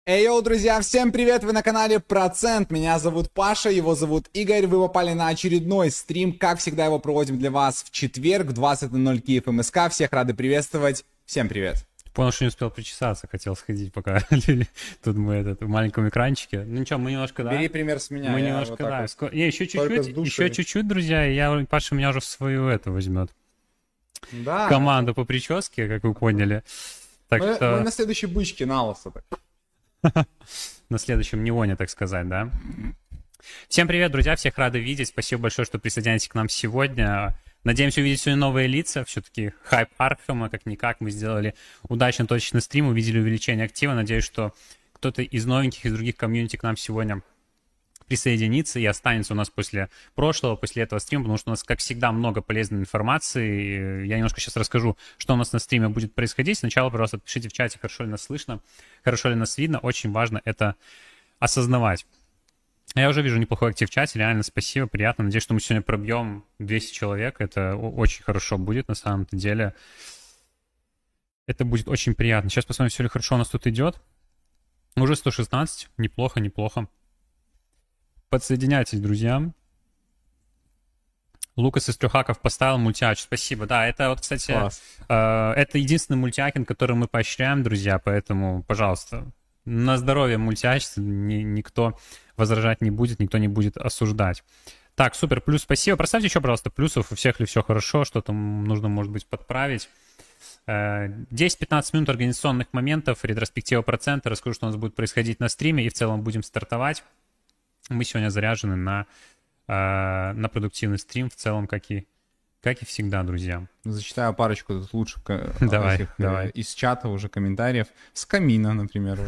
Эй, йоу, друзья, всем привет, вы на канале Процент, меня зовут Паша, его зовут Игорь, вы попали на очередной стрим, как всегда его проводим для вас в четверг в 20:00 Киев МСК, всех рады приветствовать, всем привет. Понял, что не успел причесаться, хотел сходить пока тут мы в маленьком экранчике. Ну ничего, мы немножко, да. Бери пример с меня. Мы немножко, вот да. Вот. Еще чуть-чуть, друзья, и Паша меня уже в свою возьмет. Да. Команду по прическе, как вы поняли. Так мы что... на следующей бычке на лысо. На следующем неоне, так сказать, да. Всем привет, друзья, всех рады видеть. Спасибо большое, что присоединяетесь к нам сегодня. Надеемся увидеть сегодня новые лица. Все-таки хайп Аркхема, как-никак. Мы сделали удачный точечный стрим, увидели увеличение актива. Надеюсь, что кто-то из новеньких, из других комьюнити к нам сегодня присоединится и останется у нас после этого стрима, потому что у нас, как всегда, много полезной информации. Я немножко сейчас расскажу, что у нас на стриме будет происходить. Сначала, пожалуйста, пишите в чате, хорошо ли нас слышно, хорошо ли нас видно. Очень важно это осознавать. Я уже вижу неплохой актив в чате, реально спасибо, приятно. Надеюсь, что мы сегодня пробьем 200 человек. Это очень хорошо будет на самом-то деле. Это будет очень приятно. Сейчас посмотрим, все ли хорошо у нас тут идет. Уже 116, неплохо. Подсоединяйтесь, друзья. Лукас из Трехаков поставил мультиач. Спасибо. Да, это вот, кстати, это единственный мультиакинг, который мы поощряем, друзья, поэтому, пожалуйста, на здоровье мультиач, никто возражать не будет, никто не будет осуждать. Так, супер, плюс спасибо. Проставьте еще, пожалуйста, плюсов, у всех ли все хорошо, что-то нужно, может быть, подправить. 10-15 минут организационных моментов, ретроспектива процента, расскажу, что у нас будет происходить на стриме, и в целом будем стартовать. Мы сегодня заряжены на продуктивный стрим, в целом, как и всегда, друзья. Зачитаю парочку тут лучше давай. Из чата уже комментариев. С камина, например.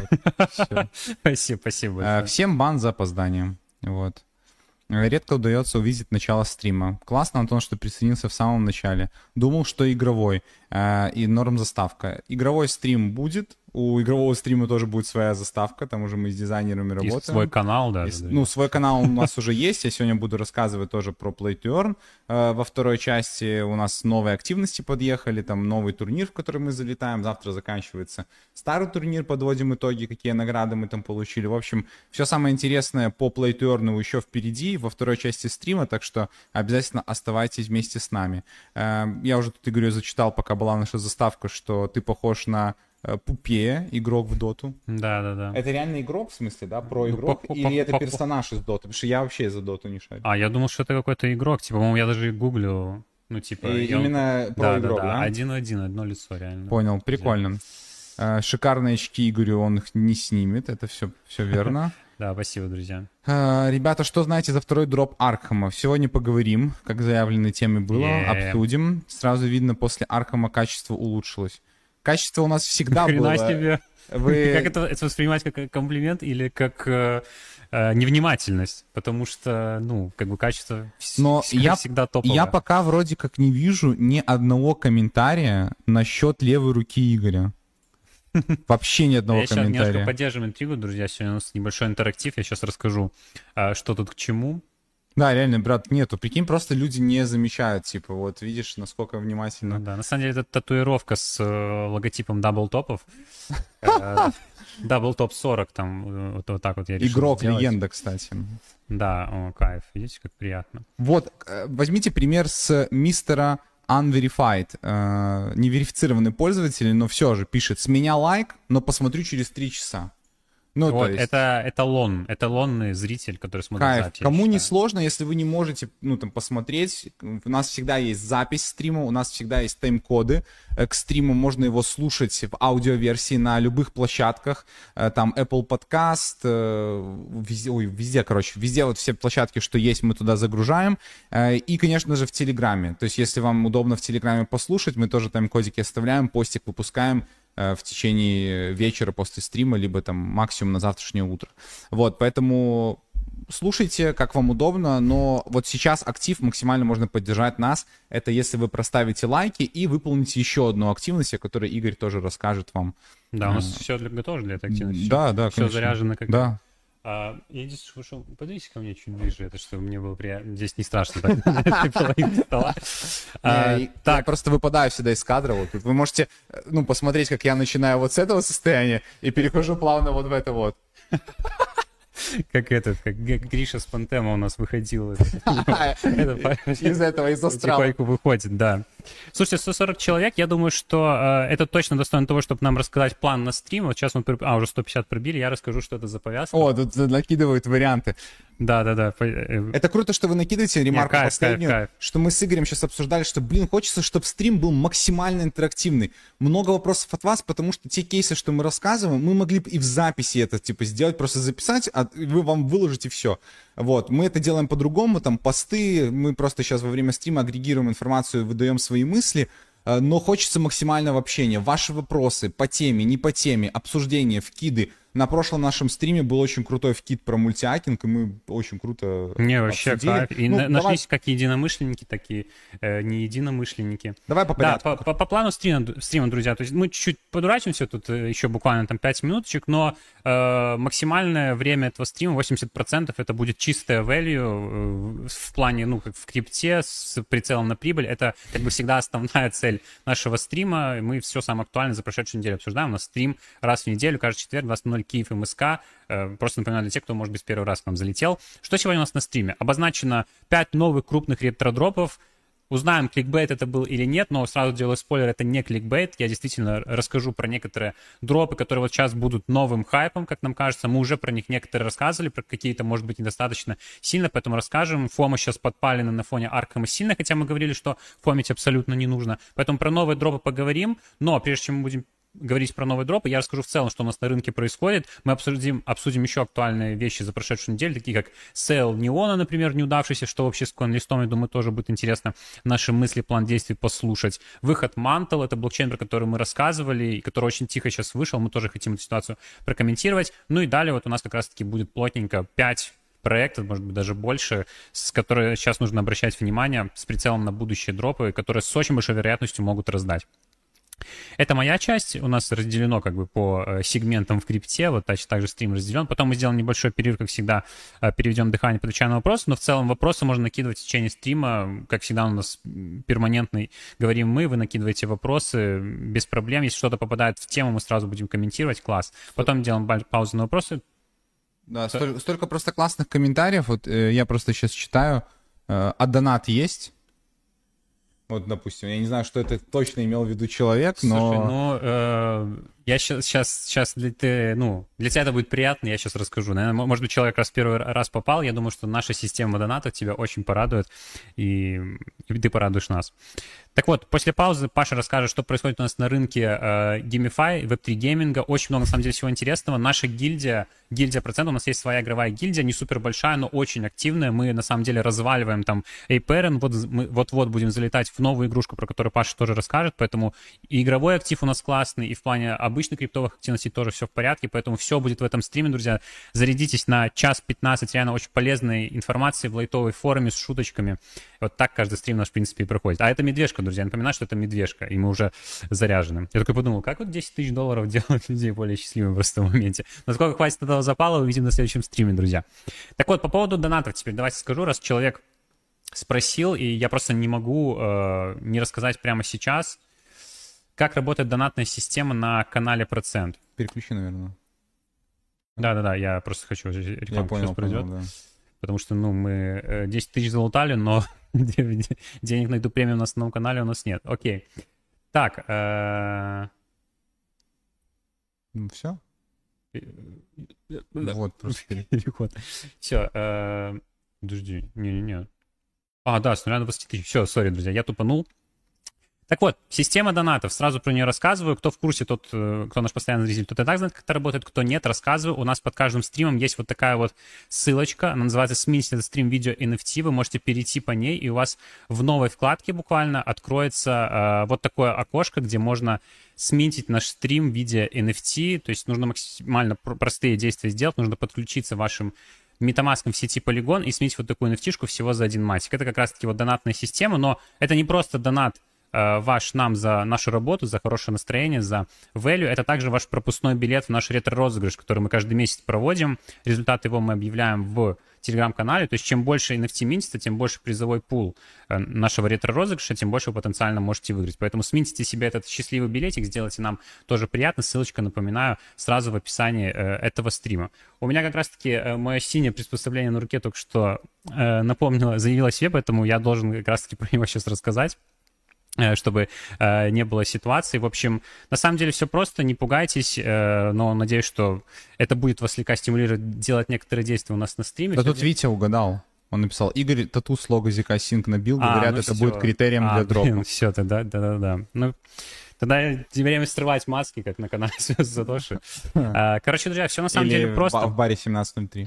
Спасибо большое. Всем бан за опозданием. Вот. Редко удается увидеть начало стрима. Классно, Антон, что присоединился в самом начале. Думал, что игровой и норм заставка. Игровой стрим будет. У игрового стрима тоже будет своя заставка, там уже мы с дизайнерами работаем. И свой канал, да. Ну, свой канал у нас уже есть, я сегодня буду рассказывать тоже про Play to Earn. Во второй части у нас новые активности подъехали, там новый турнир, в который мы залетаем, завтра заканчивается старый турнир, подводим итоги, какие награды мы там получили. В общем, все самое интересное по Play to Earn еще впереди, во второй части стрима, так что обязательно оставайтесь вместе с нами. Я уже тут, Игорю, зачитал, пока была наша заставка, что ты похож на Пупе, игрок в доту. Да. Это реально игрок, в смысле, да? Про игрок? Или это персонаж из доты? Потому что я вообще за доту не шарю. Я думал, что это какой-то игрок. Типа, по-моему, я даже гуглю. Ну, типа... Именно про игрок, да? Один в один, одно лицо, реально. Понял, прикольно. Шикарные очки Игорю, он их не снимет, это все верно. Да, спасибо, друзья. Ребята, что знаете за второй дроп Аркхема? Сегодня поговорим, как заявленной теме было, обсудим. Сразу видно, после Аркхема качество улучшилось. Качество у нас всегда было. Себе. Как это воспринимать, как комплимент или как невнимательность? Потому что, качество всегда топовое. Я пока вроде как не вижу ни одного комментария насчет левой руки Игоря. Вообще ни одного комментария. Сейчас немножко поддержим интригу, друзья. Сегодня у нас небольшой интерактив. Я сейчас расскажу, что тут к чему. Да, реально, брат, нету. Прикинь, просто люди не замечают, типа, вот видишь, насколько внимательно. Ну, да, на самом деле это татуировка с логотипом даблтопов. Даблтоп 40 там, вот так вот я решил Игрок, сделать. легенда, кстати. Да, кайф, видите, как приятно. Вот, возьмите пример с мистера Unverified. Неверифицированный пользователь, но все же пишет: с меня лайк, но посмотрю через 3 часа. Ну, вот, то есть... это эталонный зритель, который смотрит Кайф. запись. Кому не сложно, если вы не можете, посмотреть, у нас всегда есть запись стрима, у нас всегда есть тайм-коды к стриму, можно его слушать в аудиоверсии на любых площадках, там Apple Podcast, везде вот все площадки, что есть, мы туда загружаем, и, конечно же, в Телеграме, то есть, если вам удобно в Телеграме послушать, мы тоже тайм-кодики оставляем, постик выпускаем в течение вечера после стрима, либо там максимум на завтрашнее утро. Вот, поэтому слушайте, как вам удобно, но вот сейчас актив максимально можно поддержать нас. Это если вы проставите лайки и выполните еще одну активность, о которой Игорь тоже расскажет вам. Да, у нас все готово для этой активности. Да, все конечно. заряжено как да. Я здесь вышел, подойдите ко мне чуть ближе, это чтобы мне было приятно. Здесь не страшно так. Я просто выпадаю всегда из кадра. Вот тут вы можете, ну, посмотреть, как я начинаю вот с этого состояния и перехожу плавно вот в это вот. Как Гриша с Пантема у нас выходил. Из этого, из астрала. Потихоньку выходит, да. Слушайте, 140 человек, я думаю, что это точно достойно того, чтобы нам рассказать план на стрим. Вот сейчас мы... уже 150 пробили, я расскажу, что это за повязка. О, тут накидывают варианты. Да. Это круто, что вы накидываете ремарку последнюю, что мы с Игорем сейчас обсуждали, что, хочется, чтобы стрим был максимально интерактивный. Много вопросов от вас, потому что те кейсы, что мы рассказываем, мы могли бы и в записи это, типа, сделать, просто записать, а вы вам выложите все. Вот, мы это делаем по-другому, там, посты, мы просто сейчас во время стрима агрегируем информацию, выдаем свои мысли, но хочется максимального общения. Ваши вопросы по теме, не по теме, обсуждения, вкиды. На прошлом нашем стриме был очень крутой вкид про мультиакинг, и мы очень круто вообще обсудили. Кайф. И нашлись как единомышленники, так и не единомышленники. Давай по порядку. Да, по плану стрима, друзья. То есть мы чуть-чуть подурачимся тут еще буквально там 5 минуточек, но максимальное время этого стрима, 80%, это будет чистое value в плане, ну, как в крипте, с прицелом на прибыль. Это, как бы, всегда основная цель нашего стрима. Мы все самое актуальное за прошедшую неделю обсуждаем. У нас стрим раз в неделю, каждый четверг, 20:00 Киев МСК. Просто напоминаю для тех, кто, может быть, первый раз к нам залетел. Что сегодня у нас на стриме? Обозначено 5 новых крупных ретродропов. Узнаем, кликбейт это был или нет, но сразу делаю спойлер, это не кликбейт. Я действительно расскажу про некоторые дропы, которые вот сейчас будут новым хайпом, как нам кажется. Мы уже про них некоторые рассказывали, про какие-то, может быть, недостаточно сильно, поэтому расскажем. Фома сейчас подпалена на фоне Аркхема сильно, хотя мы говорили, что фомить абсолютно не нужно. Поэтому про новые дропы поговорим, но прежде чем мы будем говорить про новые дропы, я расскажу в целом, что у нас на рынке происходит. Мы обсудим еще актуальные вещи за прошедшую неделю, такие как сейл Неона, например, неудавшийся, что вообще с CoinList'ом, я думаю, тоже будет интересно наши мысли, план действий послушать. Выход Mantle, это блокчейн, про который мы рассказывали, и который очень тихо сейчас вышел, мы тоже хотим эту ситуацию прокомментировать. Ну и далее вот у нас как раз-таки будет плотненько 5 проектов, может быть, даже больше, с которыми сейчас нужно обращать внимание, с прицелом на будущие дропы, которые с очень большой вероятностью могут раздать. Это моя часть, у нас разделено как бы по сегментам в крипте, вот также стрим разделен. Потом мы сделаем небольшой перерыв, как всегда, переведем дыхание, отвечая на вопросы, но в целом вопросы можно накидывать в течение стрима, как всегда у нас перманентный, говорим мы, вы накидываете вопросы без проблем, если что-то попадает в тему, мы сразу будем комментировать, класс. Потом делаем паузу на вопросы. Да, столько просто классных комментариев, вот я просто сейчас читаю, а донат есть? Вот, допустим, я не знаю, что это точно имел в виду человек, но... Слушай, я сейчас для тебя это будет приятно, я сейчас расскажу. Наверное, может быть, человек первый раз попал, я думаю, что наша система донатов тебя очень порадует, и ты порадуешь нас. Так вот, после паузы Паша расскажет, что происходит у нас на рынке GameFi, Web3 гейминга. Очень много, на самом деле, всего интересного. Наша гильдия процент, у нас есть своя игровая гильдия, не супер большая, но очень активная. Мы, на самом деле, разваливаем там APRN, мы вот-вот будем залетать в новую игрушку, про которую Паша тоже расскажет, поэтому и игровой актив у нас классный, и в плане обычных криптовых активностей тоже все в порядке, поэтому все будет в этом стриме, друзья. Зарядитесь на час 15 реально очень полезной информации в лайтовой форме с шуточками. Вот так каждый стрим наш, в принципе, и проходит. А это медвежка, друзья. Я напоминаю, что это медвежка, и мы уже заряжены. Я такой подумал, как вот $10 000 делают людей более счастливыми просто в моменте. Насколько хватит этого запала, увидим на следующем стриме, друзья. Так вот, по поводу донатов теперь давайте скажу, раз человек спросил, и я просто не могу не рассказать прямо сейчас, как работает донатная система на канале Процент. Переключи, наверное. Да, я просто хочу рекламу сейчас пройдет. Да. Потому что, мы 10 000 залутали, но денег на эту премию на основном канале у нас нет. Окей. Так. Ну, все? Вот, просто переход. Все. Подожди. Не. Да, с 0 до 20 000. Все, сори, друзья, я тупанул. Так вот, система донатов. Сразу про нее рассказываю. Кто в курсе, тот, кто наш постоянный зритель, тот и так знает, как это работает. Кто нет, рассказываю. У нас под каждым стримом есть вот такая вот ссылочка. Она называется «Сменить этот стрим видео NFT». Вы можете перейти по ней, и у вас в новой вкладке буквально откроется вот такое окошко, где можно сменить наш стрим в виде NFT. То есть нужно максимально простые действия сделать. Нужно подключиться вашим MetaMask в сети Polygon и сменить вот такую NFT-шку всего за 1 матик. Это как раз-таки вот донатная система, но это не просто донат ваш нам за нашу работу, за хорошее настроение, за value. Это также ваш пропускной билет в наш ретро-розыгрыш, который мы каждый месяц проводим. Результат его мы объявляем в Телеграм-канале. То есть чем больше NFT минтится, тем больше призовой пул нашего ретро-розыгрыша, тем больше вы потенциально можете выиграть. Поэтому сминтите себе этот счастливый билетик, сделайте нам тоже приятно. Ссылочка, напоминаю, сразу в описании этого стрима. У меня как раз-таки мое синее приспособление на руке только что заявило о себе, поэтому я должен как раз-таки про него сейчас рассказать, чтобы не было ситуации. В общем, на самом деле все просто, не пугайтесь, но надеюсь, что это будет вас слегка стимулировать делать некоторые действия у нас на стриме. Да тут Витя угадал. Он написал: Игорь тату с лого ZK Sync набил, говорят, это будет критерием для дропа. Все, тогда, да. Ну, тогда время срывать маски, как на канале Сатоши. Короче, друзья, все на самом деле просто. В баре 1703.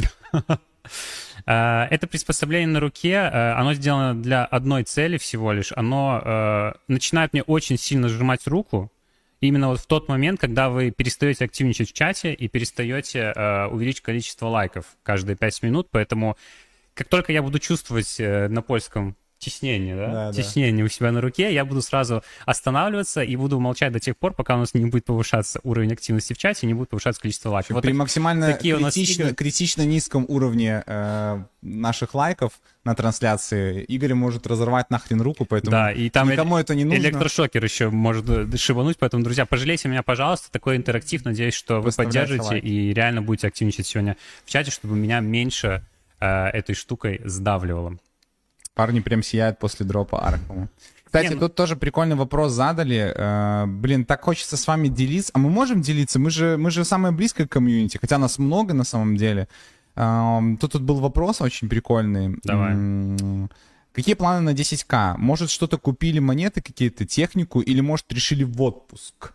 Это приспособление на руке, оно сделано для одной цели всего лишь. Оно начинает мне очень сильно сжимать руку именно вот в тот момент, когда вы перестаете активничать в чате и перестаете увеличить количество лайков каждые 5 минут. Поэтому как только я буду чувствовать на польском теснение, да? Теснение у себя на руке, я буду сразу останавливаться и буду молчать до тех пор, пока у нас не будет повышаться уровень активности в чате, не будет повышаться количество лайков. Вот при максимально критично низком уровне наших лайков на трансляции Игорь может разорвать нахрен руку, поэтому да, и там никому это не нужно. Электрошокер еще может шибануть, поэтому, друзья, пожалейте меня, пожалуйста, такой интерактив, надеюсь, что вы поддержите лайки и реально будете активничать сегодня в чате, чтобы меня меньше этой штукой сдавливало. Парни прям сияют после дропа Архама. Кстати, тут тоже прикольный вопрос задали. Блин, так хочется с вами делиться. А мы можем делиться? Мы же самое близкое к комьюнити, хотя нас много на самом деле. Тут был вопрос очень прикольный. Давай. Какие планы на 10К? Может, что-то купили, монеты какие-то, технику, или, может, решили в отпуск?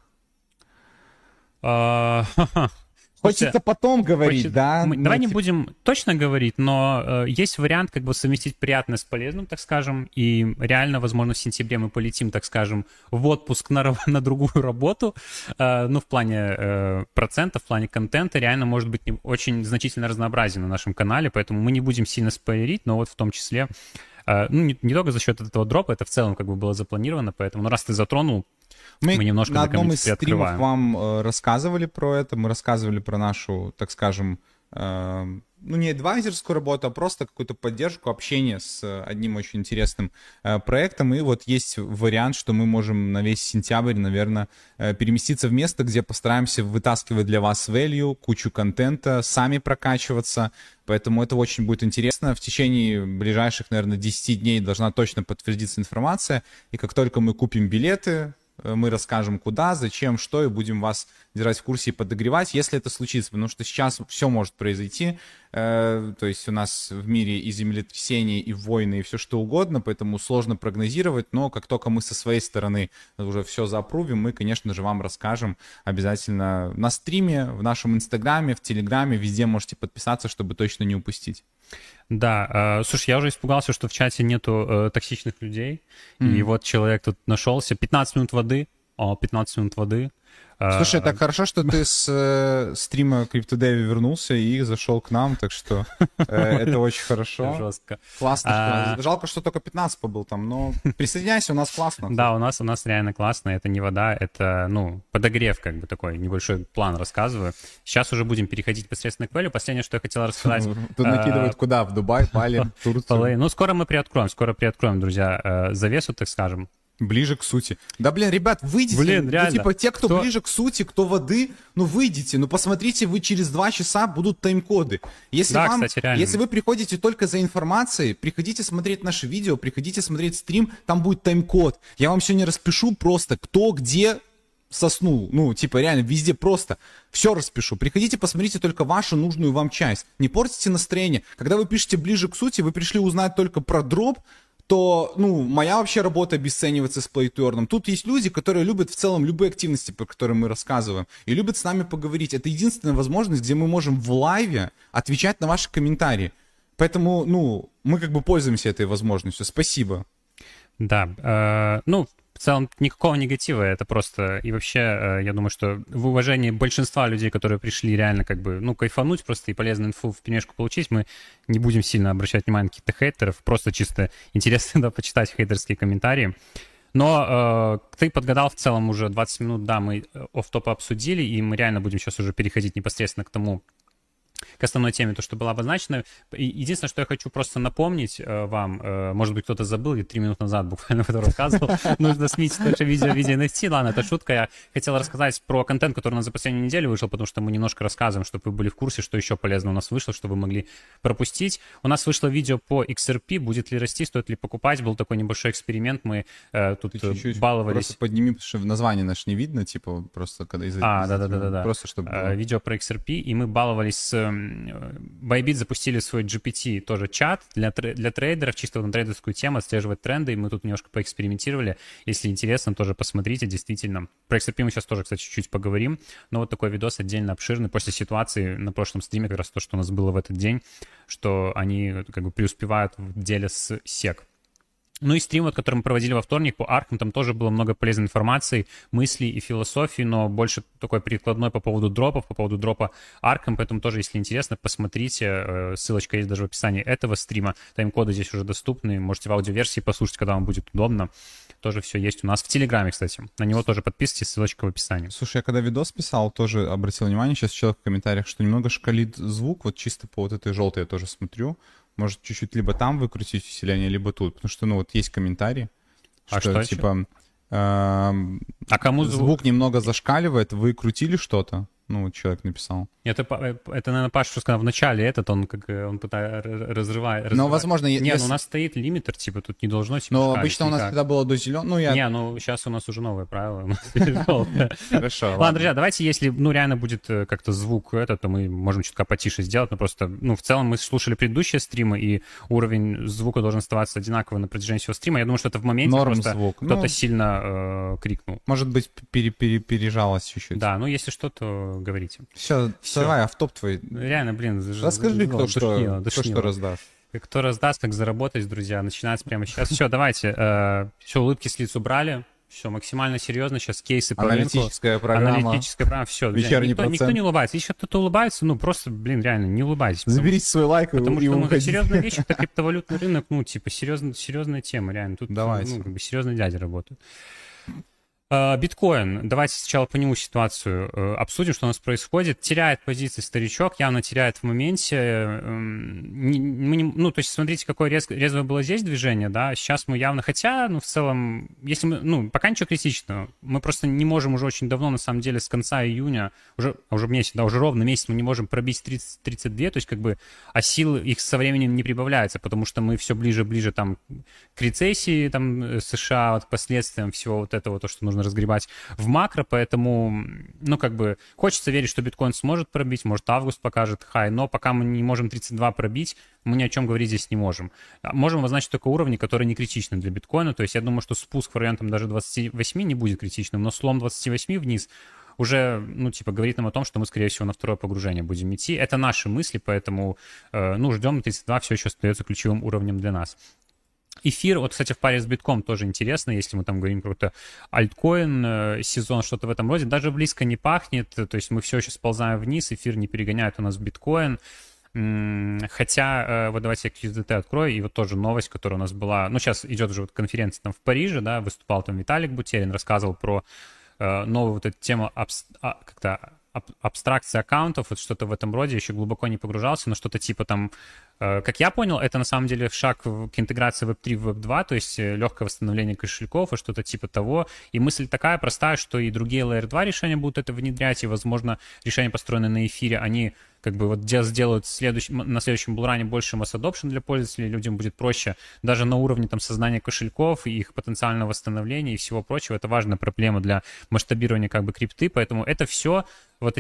Хочется потом говорить, да? Давай не будем точно говорить, но есть вариант как бы совместить приятное с полезным, так скажем, и реально, возможно, в сентябре мы полетим, так скажем, в отпуск на другую работу, ну, в плане процентов, в плане контента, реально может быть очень значительное разнообразие на нашем канале, поэтому мы не будем сильно спойлерить, но вот в том числе, ну, не только за счет этого дропа, это в целом как бы было запланировано, поэтому, ну, раз ты затронул, мы немножко на одном из стримов вам рассказывали про это, мы рассказывали про нашу, так скажем, ну не адвайзерскую работу, а просто какую-то поддержку, общение с одним очень интересным проектом. И вот есть вариант, что мы можем на весь сентябрь, наверное, переместиться в место, где постараемся вытаскивать для вас value, кучу контента, сами прокачиваться. Поэтому это очень будет интересно. В течение ближайших, наверное, 10 дней должна точно подтвердиться информация. И как только мы купим билеты, мы расскажем, куда, зачем, что, и будем вас держать в курсе и подогревать, если это случится, потому что сейчас все может произойти, то есть у нас в мире и землетрясения, и войны, и все что угодно, поэтому сложно прогнозировать, но как только мы со своей стороны уже все заапрувим, мы, конечно же, вам расскажем обязательно на стриме, в нашем инстаграме, в телеграме, везде можете подписаться, чтобы точно не упустить. Да, слушай, я уже испугался, что в чате нету токсичных людей, и вот человек тут нашелся. 15 минут воды, 15 минут воды. Слушай, так хорошо, что ты с стрима CryptoDev вернулся и зашел к нам, так что это очень хорошо. Жестко. Классно. Жалко, что только 15 побыл там, но присоединяйся, у нас классно. Да, у нас реально классно. Это не вода, это, ну, подогрев, как бы такой небольшой план рассказываю. Сейчас уже будем переходить непосредственно к value. Последнее, что я хотел рассказать. Тут накидывают куда? В Дубай, Бали, Турцию? Ну, скоро приоткроем, друзья, завесу, так скажем. Ближе к сути. Да, блин, ребят, выйдите. Блин, реально. Ну, типа, те, кто ближе к сути, кто воды, ну, выйдите. Ну, посмотрите, вы через 2 часа будут тайм-коды. Если да, вам, кстати, реально. Если вы приходите только за информацией, приходите смотреть наши видео, приходите смотреть стрим, там будет тайм-код. Я вам сегодня распишу просто, кто где соснул. Ну, типа, реально, везде просто. Все распишу. Приходите, посмотрите только вашу нужную вам часть. Не портите настроение. Когда вы пишете ближе к сути, вы пришли узнать только про дроп, то, ну, моя вообще работа обесценивается с плейтерном. Тут есть люди, которые любят в целом любые активности, про которые мы рассказываем, и любят с нами поговорить. Это единственная возможность, где мы можем в лайве отвечать на ваши комментарии. Поэтому, ну, мы как бы пользуемся этой возможностью. Спасибо. Да, ну, в целом никакого негатива, это просто, и вообще, я думаю, что в уважении большинства людей, которые пришли реально как бы, ну, кайфануть просто и полезную инфу в пенежку получить, мы не будем сильно обращать внимание на каких-то хейтеров, просто чисто интересно, да, почитать хейтерские комментарии. Но ты подгадал в целом уже 20 минут, да, мы офф-топы обсудили, и мы реально будем сейчас уже переходить непосредственно к основной теме, то, что было обозначено. Единственное, что я хочу просто напомнить вам, может быть, кто-то забыл, я 3 минуты назад буквально это рассказывал, нужно сменить тоже видео NFT. Ладно, это шутка. Я хотел рассказать про контент, который у нас за последнюю неделю вышел, потому что мы немножко рассказываем, чтобы вы были в курсе, что еще полезно у нас вышло, что вы могли пропустить. У нас вышло видео по XRP, будет ли расти, стоит ли покупать. Был такой небольшой эксперимент, мы тут чуть-чуть баловались. Просто подними, потому что в названии наш не видно, типа, просто когда да. Просто чтобы... Видео про XRP, и мы баловались с... Bybit запустили свой GPT, тоже чат для трейдеров, чисто на трейдерскую тему, отслеживать тренды, и мы тут немножко поэкспериментировали. Если интересно, тоже посмотрите, действительно. Про XRP мы сейчас тоже, кстати, чуть-чуть поговорим, но вот такой видос отдельно обширный после ситуации на прошлом стриме, как раз то, что у нас было в этот день, что они как бы преуспевают в деле с SEC. Ну и стрим, вот, который мы проводили во вторник по аркам, там тоже было много полезной информации, мыслей и философии, но больше такой прикладной по поводу дропа аркам, поэтому тоже, если интересно, посмотрите, ссылочка есть даже в описании этого стрима, тайм-коды здесь уже доступны, можете в аудиоверсии послушать, когда вам будет удобно, тоже все есть у нас в Телеграме, кстати, на него тоже подписывайтесь, ссылочка в описании. Слушай, я когда видос писал, тоже обратил внимание, сейчас человек в комментариях, что немного шкалит звук, вот чисто по вот этой желтой я тоже смотрю. Может, чуть-чуть либо там выкрутить усиление, либо тут. Потому что, ну, вот есть комментарий, что типа, кому звук немного зашкаливает, вы крутили что-то? Ну, вот человек написал. Это, наверное, Паша что сказал в начале, он пытается разрывать. Но, возможно... Нет, у нас стоит лимитер, типа, тут не должно, типа, но обычно у нас всегда было до зеленого, сейчас у нас уже новое правило. Хорошо. Ладно, друзья, давайте, если, реально будет как-то звук то мы можем чутка потише сделать, но просто, в целом мы слушали предыдущие стримы, и уровень звука должен оставаться одинаковый на протяжении всего стрима. Я думаю, что это в моменте просто кто-то сильно крикнул. Может быть, пережалось чуть-чуть. Да, если что, то говорите. Все, давай, автоп твой. Реально, блин. Расскажи, кто что раздаст. Кто раздаст, как заработать, друзья. Начинается прямо сейчас. Все, давайте. Все, улыбки с лиц убрали. Все, максимально серьезно. Сейчас кейсы по рынку. Аналитическая программа. Все, вечерний процент. Никто не улыбается. Если кто-то улыбается, просто, реально, не улыбайтесь. Заберите свой лайк потому что мы серьезная вещь, это криптовалютный рынок, серьезная тема, реально. Тут, серьезные дяди работают. Биткоин. Давайте сначала по нему ситуацию обсудим, что у нас происходит. Теряет позиции старичок, явно теряет в моменте. То есть смотрите, какое резвое было здесь движение, да. Сейчас мы явно, хотя, в целом, если мы, пока ничего критичного. Мы просто не можем уже очень давно, на самом деле, с конца июня, уже месяц, да, уже ровно месяц мы не можем пробить 30-32, то есть а силы их со временем не прибавляются, потому что мы все ближе там к рецессии, там, США, к последствиям всего вот этого, то, что нужно разгребать в макро, поэтому, хочется верить, что биткоин сможет пробить, может, август покажет хай, но пока мы не можем 32 пробить, мы ни о чем говорить здесь не можем. Можем обозначить только уровни, которые не критичны для биткоина, то есть я думаю, что спуск вариантом даже 28 не будет критичным, но слом 28 вниз уже, говорит нам о том, что мы, скорее всего, на второе погружение будем идти. Это наши мысли, поэтому, ждем 32, все еще остается ключевым уровнем для нас. Эфир, вот, кстати, в паре с битком тоже интересно, если мы там говорим про какой-то альткоин, сезон, что-то в этом роде, даже близко не пахнет, то есть мы все еще сползаем вниз, эфир не перегоняет у нас биткоин, хотя, вот давайте я QSDT открою, и вот тоже новость, которая у нас была, сейчас идет уже вот конференция там в Париже, да, выступал там Виталик Бутерин, рассказывал про новую вот эту тему абстракции аккаунтов, вот что-то в этом роде, еще глубоко не погружался, но что-то типа там, как я понял, это на самом деле шаг к интеграции Web3 в Web2, то есть легкое восстановление кошельков и что-то типа того. И мысль такая простая, что и другие Layer 2 решения будут это внедрять, и, возможно, решения, построенные на эфире, они сделают на следующем булране больше mass adoption для пользователей, людям будет проще даже на уровне там создания кошельков и их потенциального восстановления и всего прочего. Это важная проблема для масштабирования крипты, поэтому это все вот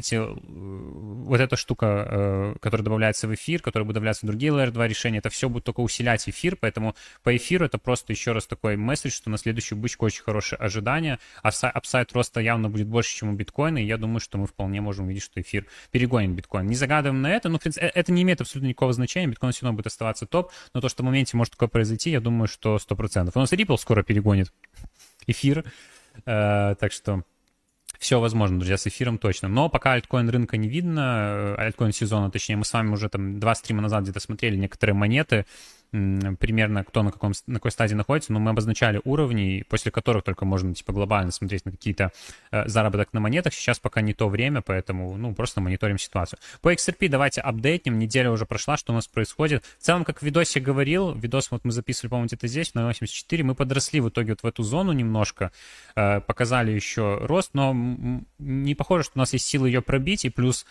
эта штука, которая добавляется в эфир, которая будет добавляться в другие Layer 2 решения, это все будет только усилять эфир, поэтому по эфиру это просто еще раз такой месседж, что на следующую бычку очень хорошее ожидание, а апсайд роста явно будет больше, чем у биткоина, и я думаю, что мы вполне можем увидеть, что эфир перегонит биткоин. Не загадываем на это, но, в принципе, это не имеет абсолютно никакого значения, биткоин все равно будет оставаться топ, но то, что в моменте может такое произойти, я думаю, что 100%. У нас Ripple скоро перегонит эфир, так что все возможно, друзья, с эфиром точно. Но пока альткоин рынка не видно, альткоин сезона, точнее, мы с вами уже там 2 стрима назад где-то смотрели некоторые монеты, примерно кто на какой стадии находится, но мы обозначали уровни, после которых только можно типа глобально смотреть на какие-то заработок на монетах. Сейчас пока не то время, поэтому, ну, просто мониторим ситуацию. По XRP давайте апдейтнем. Неделя уже прошла, что у нас происходит. В целом, как в видосе говорил, видос вот мы записывали, по-моему, где-то здесь, на 84, мы подросли в итоге вот в эту зону немножко, показали еще рост, но не похоже, что у нас есть силы ее пробить, и плюс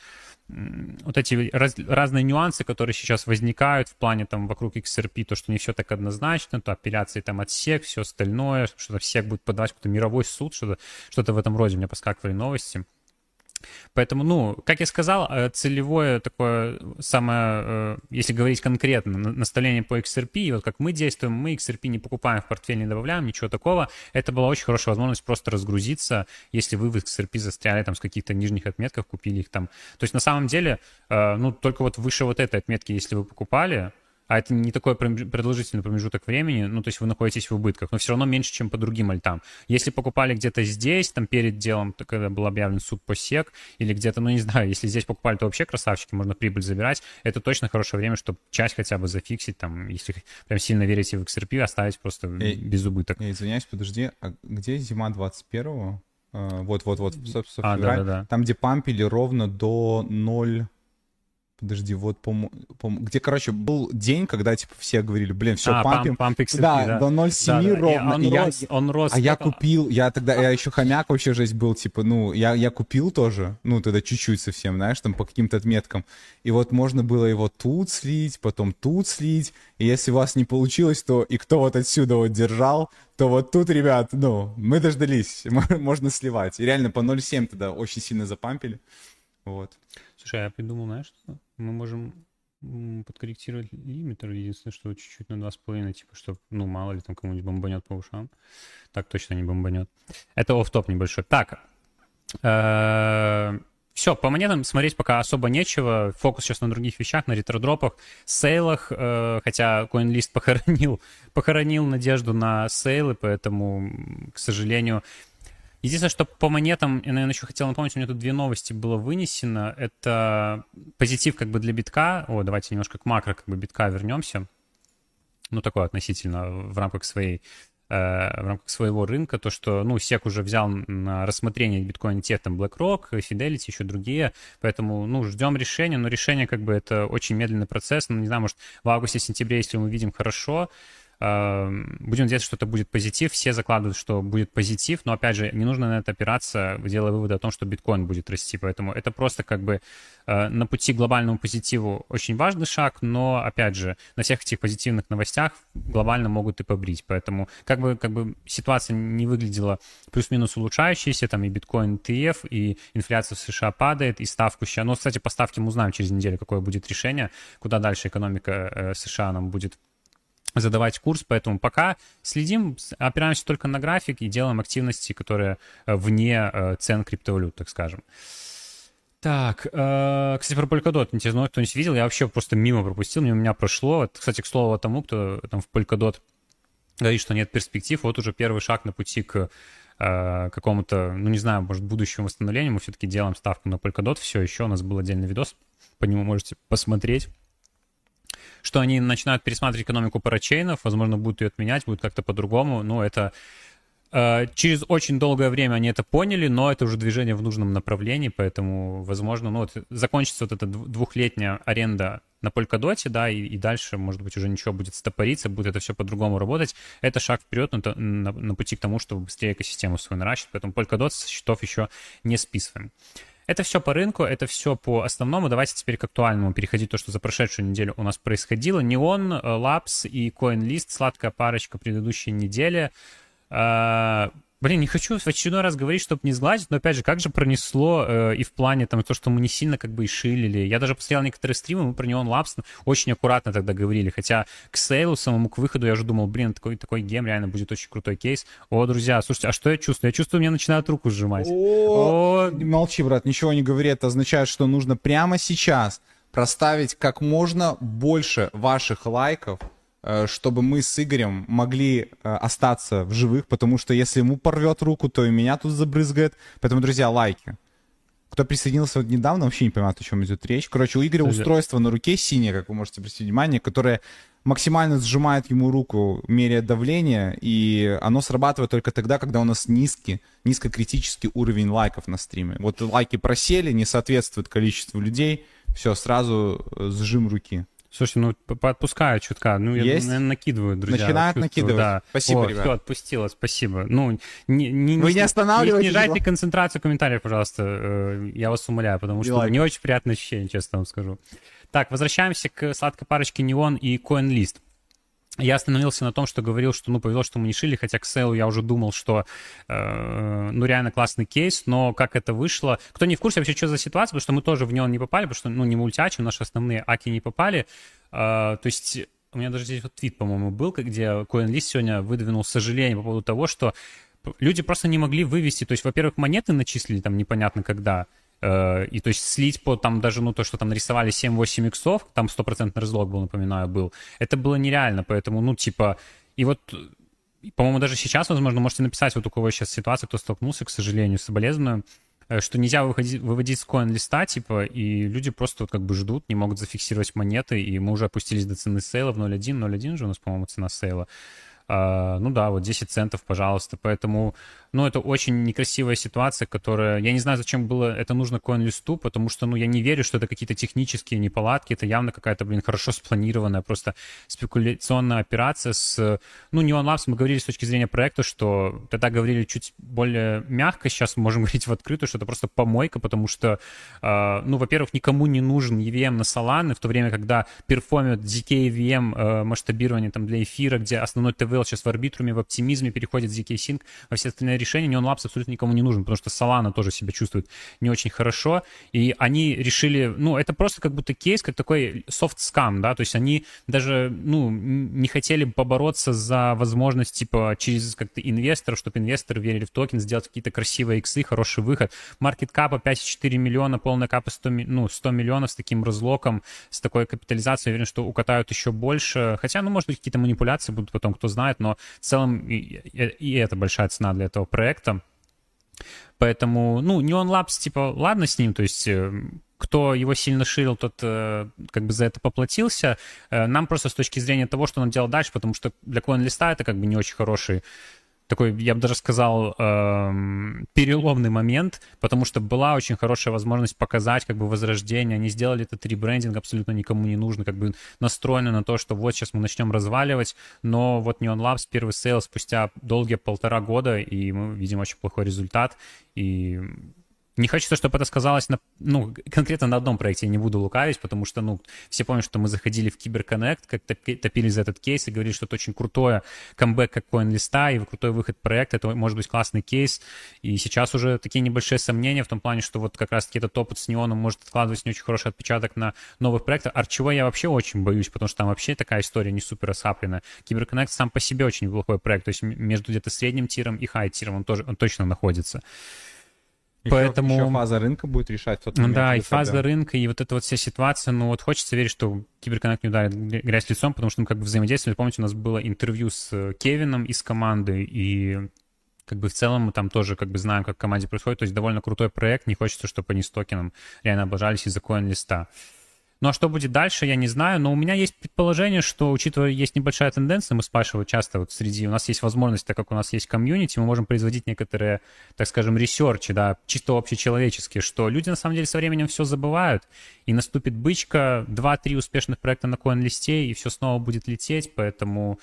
вот эти разные нюансы, которые сейчас возникают в плане там вокруг XRP, то, что не все так однозначно, то апелляции там от SEC, все остальное, что-то SEC будет подавать какой-то мировой суд, что-то в этом роде, мне поскакивали новости. Поэтому, ну, как я сказал, целевое такое самое, если говорить конкретно, наставление по XRP, и вот как мы действуем, мы XRP не покупаем в портфель, не добавляем, ничего такого. Это была очень хорошая возможность просто разгрузиться, если вы в XRP застряли там с каких-то нижних отметков, купили их там. То есть на самом деле, ну, только вот выше вот этой отметки, если вы покупали, а это не такой продолжительный промежуток времени, ну, то есть вы находитесь в убытках, но все равно меньше, чем по другим альтам. Если покупали где-то здесь, там перед делом, когда был объявлен суд по SEC, или где-то, ну, не знаю, если здесь покупали, то вообще красавчики, можно прибыль забирать, это точно хорошее время, чтобы часть хотя бы зафиксить, там, если прям сильно верите в XRP, оставить просто без убыток. Я извиняюсь, подожди, а где зима 21-го? Вот, собственно, да. Там, где пампили ровно до 0... Подожди, вот, где, короче, был день, когда, типа, все говорили, блин, все, пампим. Памп XRP, да, до 0,7 ровно. Он рос. Я купил, я еще хомяк вообще жесть был, типа, ну, я купил тоже, ну, тогда чуть-чуть совсем, знаешь, там, по каким-то отметкам. И вот можно было его тут слить, потом тут слить. И если у вас не получилось, то и кто вот отсюда вот держал, то вот тут, ребят, ну, мы дождались, можно сливать. И реально по 0,7 тогда очень сильно запампили. Вот. Слушай, я придумал, знаешь, что мы можем подкорректировать лимитер, единственное, что чуть-чуть на 2,5, типа, чтобы, ну, мало ли там кому-нибудь бомбанет по ушам. Так точно не бомбанет. Это офф-топ небольшой. Так, все, по монетам смотреть пока особо нечего. Фокус сейчас на других вещах, на ретродропах, сейлах, хотя CoinList похоронил надежду на сейлы, поэтому, к сожалению... Единственное, что по монетам, я, наверное, еще хотел напомнить, у меня тут две новости было вынесено. Это позитив как бы для битка. Давайте немножко к макро как бы битка вернемся. Ну, такое относительно в рамках своего рынка. То, что, ну, SEC уже взял на рассмотрение биткоин тех, там, BlackRock, Fidelity, еще другие. Поэтому, ну, ждем решения. Но решение как бы это очень медленный процесс. Ну, не знаю, может, в августе-сентябре, если мы видим хорошо, будем надеяться, что это будет позитив. Все закладывают, что будет позитив, но, опять же, не нужно на это опираться, делая выводы о том, что биткоин будет расти. Поэтому это просто как бы на пути к глобальному позитиву очень важный шаг, но, опять же, на всех этих позитивных новостях глобально могут и побрить. Поэтому как бы ситуация не выглядела плюс-минус улучшающейся, там и биткоин ETF, и инфляция в США падает, и ставку сейчас... Ну, кстати, по ставке мы узнаем через неделю, какое будет решение, куда дальше экономика США нам будет задавать курс, поэтому пока следим, опираемся только на график и делаем активности, которые вне цен криптовалют, так скажем. Так, кстати, про Polkadot, интересно, кто-нибудь видел? Я вообще просто мимо пропустил, мимо меня прошло. Кстати, к слову тому, кто там в Polkadot говорит, что нет перспектив, вот уже первый шаг на пути к какому-то, ну не знаю, может, будущему восстановлению. Мы все-таки делаем ставку на Polkadot все еще, у нас был отдельный видос, по нему можете посмотреть. Что они начинают пересматривать экономику парачейнов, возможно, будут ее отменять, будет как-то по-другому, но это... Через очень долгое время они это поняли, но это уже движение в нужном направлении, поэтому, возможно, ну, вот закончится вот эта двухлетняя аренда на Polkadot, да, и дальше, может быть, уже ничего будет стопориться, будет это все по-другому работать. Это шаг вперед на пути к тому, чтобы быстрее экосистему свою наращивать, поэтому Polkadot со счетов еще не списываем. Это все по рынку, это все по основному. Давайте теперь к актуальному переходить, то, что за прошедшую неделю у нас происходило. Neon, Labs и CoinList, сладкая парочка предыдущей недели. Блин, не хочу в очередной раз говорить, чтобы не сгладить, но, опять же, как же пронесло и в плане там то, что мы не сильно как бы и шилили. Я даже посмотрел некоторые стримы, мы про Neon Labs очень аккуратно тогда говорили, хотя к сейлу самому, к выходу я уже думал, блин, такой гейм реально будет очень крутой кейс. О, друзья, слушайте, а что я чувствую? Я чувствую, мне начинают руку сжимать. Молчи, брат, ничего не говори, это означает, что нужно прямо сейчас проставить как можно больше ваших лайков, чтобы мы с Игорем могли остаться в живых, потому что если ему порвет руку, то и меня тут забрызгает. Поэтому, друзья, лайки. Кто присоединился вот недавно, вообще не понимает, о чем идет речь. Короче, у Игоря устройство на руке синее, как вы можете обратить внимание, которое максимально сжимает ему руку, меряя давление, и оно срабатывает только тогда, когда у нас низкокритический уровень лайков на стриме. Вот лайки просели, не соответствуют количеству людей, все, сразу сжим руки. Слушай, ну подпускаю чутка. Ну, я, наверное, накидываю, друзья. Начинают накидывать. Да. Спасибо, ребят. Все, отпустила, спасибо. Ну, вы не останавливайтесь. Не снижайте концентрацию комментариев, пожалуйста. Я вас умоляю, потому что не очень приятное ощущение, честно вам скажу. Так, возвращаемся к сладкой парочке Neon и CoinList. Я остановился на том, что говорил, что, ну, повезло, что мы не шили, хотя к сейлу я уже думал, что, ну, реально классный кейс, но как это вышло... Кто не в курсе вообще, что за ситуация, потому что мы тоже в него не попали, потому что, ну, не мультиачи, наши основные аки не попали. То есть у меня даже здесь вот твит, по-моему, был, где CoinList сегодня выдвинул сожаление по поводу того, что люди просто не могли вывести, то есть, во-первых, монеты начислили там непонятно когда, и то есть слить по там даже, ну, то, что там нарисовали 7-8 иксов, там 100% разлог был, напоминаю, был, это было нереально, поэтому, ну, типа, и вот, по-моему, даже сейчас, возможно, можете написать, вот у кого сейчас ситуация, кто столкнулся, к сожалению, соболезную, что нельзя выводить с коин-листа, типа, и люди просто вот как бы ждут, не могут зафиксировать монеты, и мы уже опустились до цены сейла в 0.1 же у нас, по-моему, цена сейла. Ну да, вот 10 центов, пожалуйста. Поэтому, ну, это очень некрасивая ситуация, которая... Я не знаю, зачем было это нужно CoinList'у, потому что, ну, я не верю, что это какие-то технические неполадки. Это явно какая-то, блин, хорошо спланированная просто спекуляционная операция с... Ну, Neon Labs мы говорили с точки зрения проекта, что тогда говорили чуть более мягко, сейчас мы можем говорить в открытую, что это просто помойка, потому что, ну, во-первых, никому не нужен EVM на Solana, в то время, когда перформят ZK EVM масштабирование там для эфира, где основной ТВ сейчас в арбитруме, в оптимизме переходит ZK Sync, во все остальные решения, Neon Labs абсолютно никому не нужен, потому что Solana тоже себя чувствует не очень хорошо, и они решили, ну, это просто как будто кейс, как такой soft scam, да, то есть они даже, ну, не хотели побороться за возможность, типа, через как-то инвесторов, чтобы инвесторы верили в токен, сделать какие-то красивые иксы, хороший выход. Маркет капа 5,4 миллиона, полная капа 100 миллионов с таким разлоком, с такой капитализацией, я уверен, что укатают еще больше, хотя, ну, может быть, какие-то манипуляции будут потом, кто знает, но в целом и это большая цена для этого проекта. Поэтому, ну, Neon Labs, типа, ладно с ним, то есть кто его сильно ширил, тот как бы за это поплатился. Нам просто с точки зрения того, что он делал дальше, потому что для CoinList'а это как бы не очень хороший такой, я бы даже сказал, переломный момент, потому что была очень хорошая возможность показать как бы возрождение. Они сделали этот ребрендинг абсолютно никому не нужно, как бы настроены на то, что вот сейчас мы начнем разваливать, но вот Neon Labs первый сейл спустя долгие 1,5 года, и мы видим очень плохой результат, и... Не хочется, чтобы это сказалось, ну, конкретно на одном проекте, я не буду лукавить, потому что, ну, все помнят, что мы заходили в Киберконнект, как топили за этот кейс и говорили, что это очень крутой камбэк как CoinList'а и крутой выход проекта, это может быть классный кейс, и сейчас уже такие небольшие сомнения в том плане, что вот как раз-таки этот опыт с Неоном может откладывать не очень хороший отпечаток на новых проектах. Арчевой я вообще очень боюсь, потому что там вообще такая история не супер расхапленная. Киберконнект сам по себе очень неплохой проект, то есть между где-то средним тиром и хай-тиром он точно находится. Поэтому... Еще фаза рынка будет решать в тот момент. Да, и фаза рынка, и вот эта вот вся ситуация, ну вот хочется верить, что Киберконнект не ударит грязь лицом, потому что мы как бы взаимодействовали. Помните, у нас было интервью с Кевином из команды, и как бы в целом мы там тоже как бы знаем, как в команде происходит. То есть довольно крутой проект, не хочется, чтобы они с токеном реально облажались из-за CoinList'а. Ну а что будет дальше, я не знаю, но у меня есть предположение, что, учитывая, есть небольшая тенденция, мы спрашиваем часто вот среди, у нас есть возможность, так как у нас есть комьюнити, мы можем производить некоторые, так скажем, ресерчи, да, чисто общечеловеческие, что люди на самом деле со временем все забывают, и наступит бычка, 2-3 успешных проекта на CoinList'е, и все снова будет лететь, поэтому,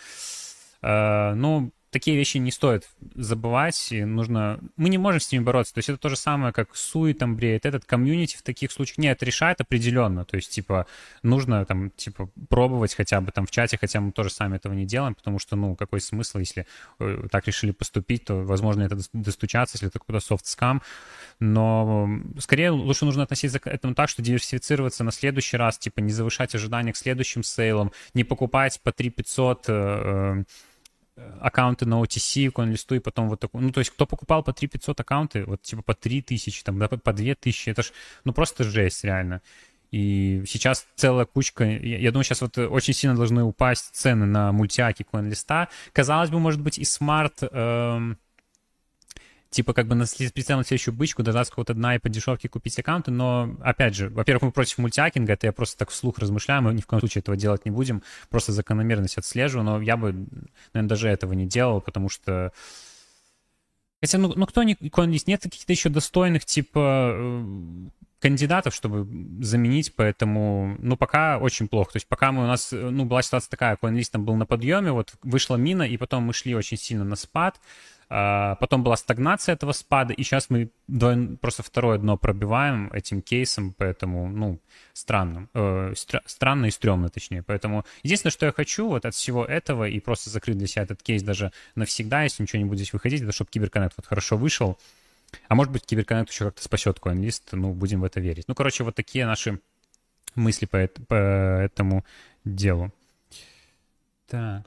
ну... Такие вещи не стоит забывать, и нужно... Мы не можем с ними бороться, то есть это то же самое, как Суи там бреет, этот комьюнити в таких случаях, нет, это решает определенно, то есть, типа, нужно там, типа, пробовать хотя бы там в чате, хотя мы тоже сами этого не делаем, потому что, ну, какой смысл, если так решили поступить, то, возможно, это достучаться, если это какой-то софт-скам, но скорее лучше нужно относиться к этому так, что диверсифицироваться на следующий раз, типа, не завышать ожидания к следующим сейлам, не покупать по 3500 аккаунты на OTC, CoinList'у и потом вот такой. Ну, то есть, кто покупал по 3500 аккаунты, вот типа по 3000, там, да, по 2000, это ж, ну, просто жесть, реально. И сейчас целая кучка, я думаю, сейчас вот очень сильно должны упасть цены на мультиаки CoinList'а. Казалось бы, может быть, и смарт типа как бы прицел на следующую бычку, дождаться какого-то дна и по дешевке купить аккаунты, но, опять же, во-первых, мы против мультиакинга, это я просто так вслух размышляю, мы ни в коем случае этого делать не будем, просто закономерность отслеживаю, но я бы, наверное, даже этого не делал, потому что... Хотя, ну кто не CoinList, нет каких-то еще достойных, типа, кандидатов, чтобы заменить, поэтому, ну, пока очень плохо. То есть пока у нас, ну, была ситуация такая, CoinList там был на подъеме, вот вышла мина, и потом мы шли очень сильно на спад, потом была стагнация этого спада, и сейчас мы просто второе дно пробиваем этим кейсом, поэтому, ну, странно и стрёмно, точнее. Поэтому единственное, что я хочу вот от всего этого, и просто закрыть для себя этот кейс даже навсегда, если ничего не будет здесь выходить, это чтобы Киберконнект вот хорошо вышел. А может быть, Киберконнект еще как-то спасет CoinList, ну, будем в это верить. Ну, короче, вот такие наши мысли по этому делу. Так.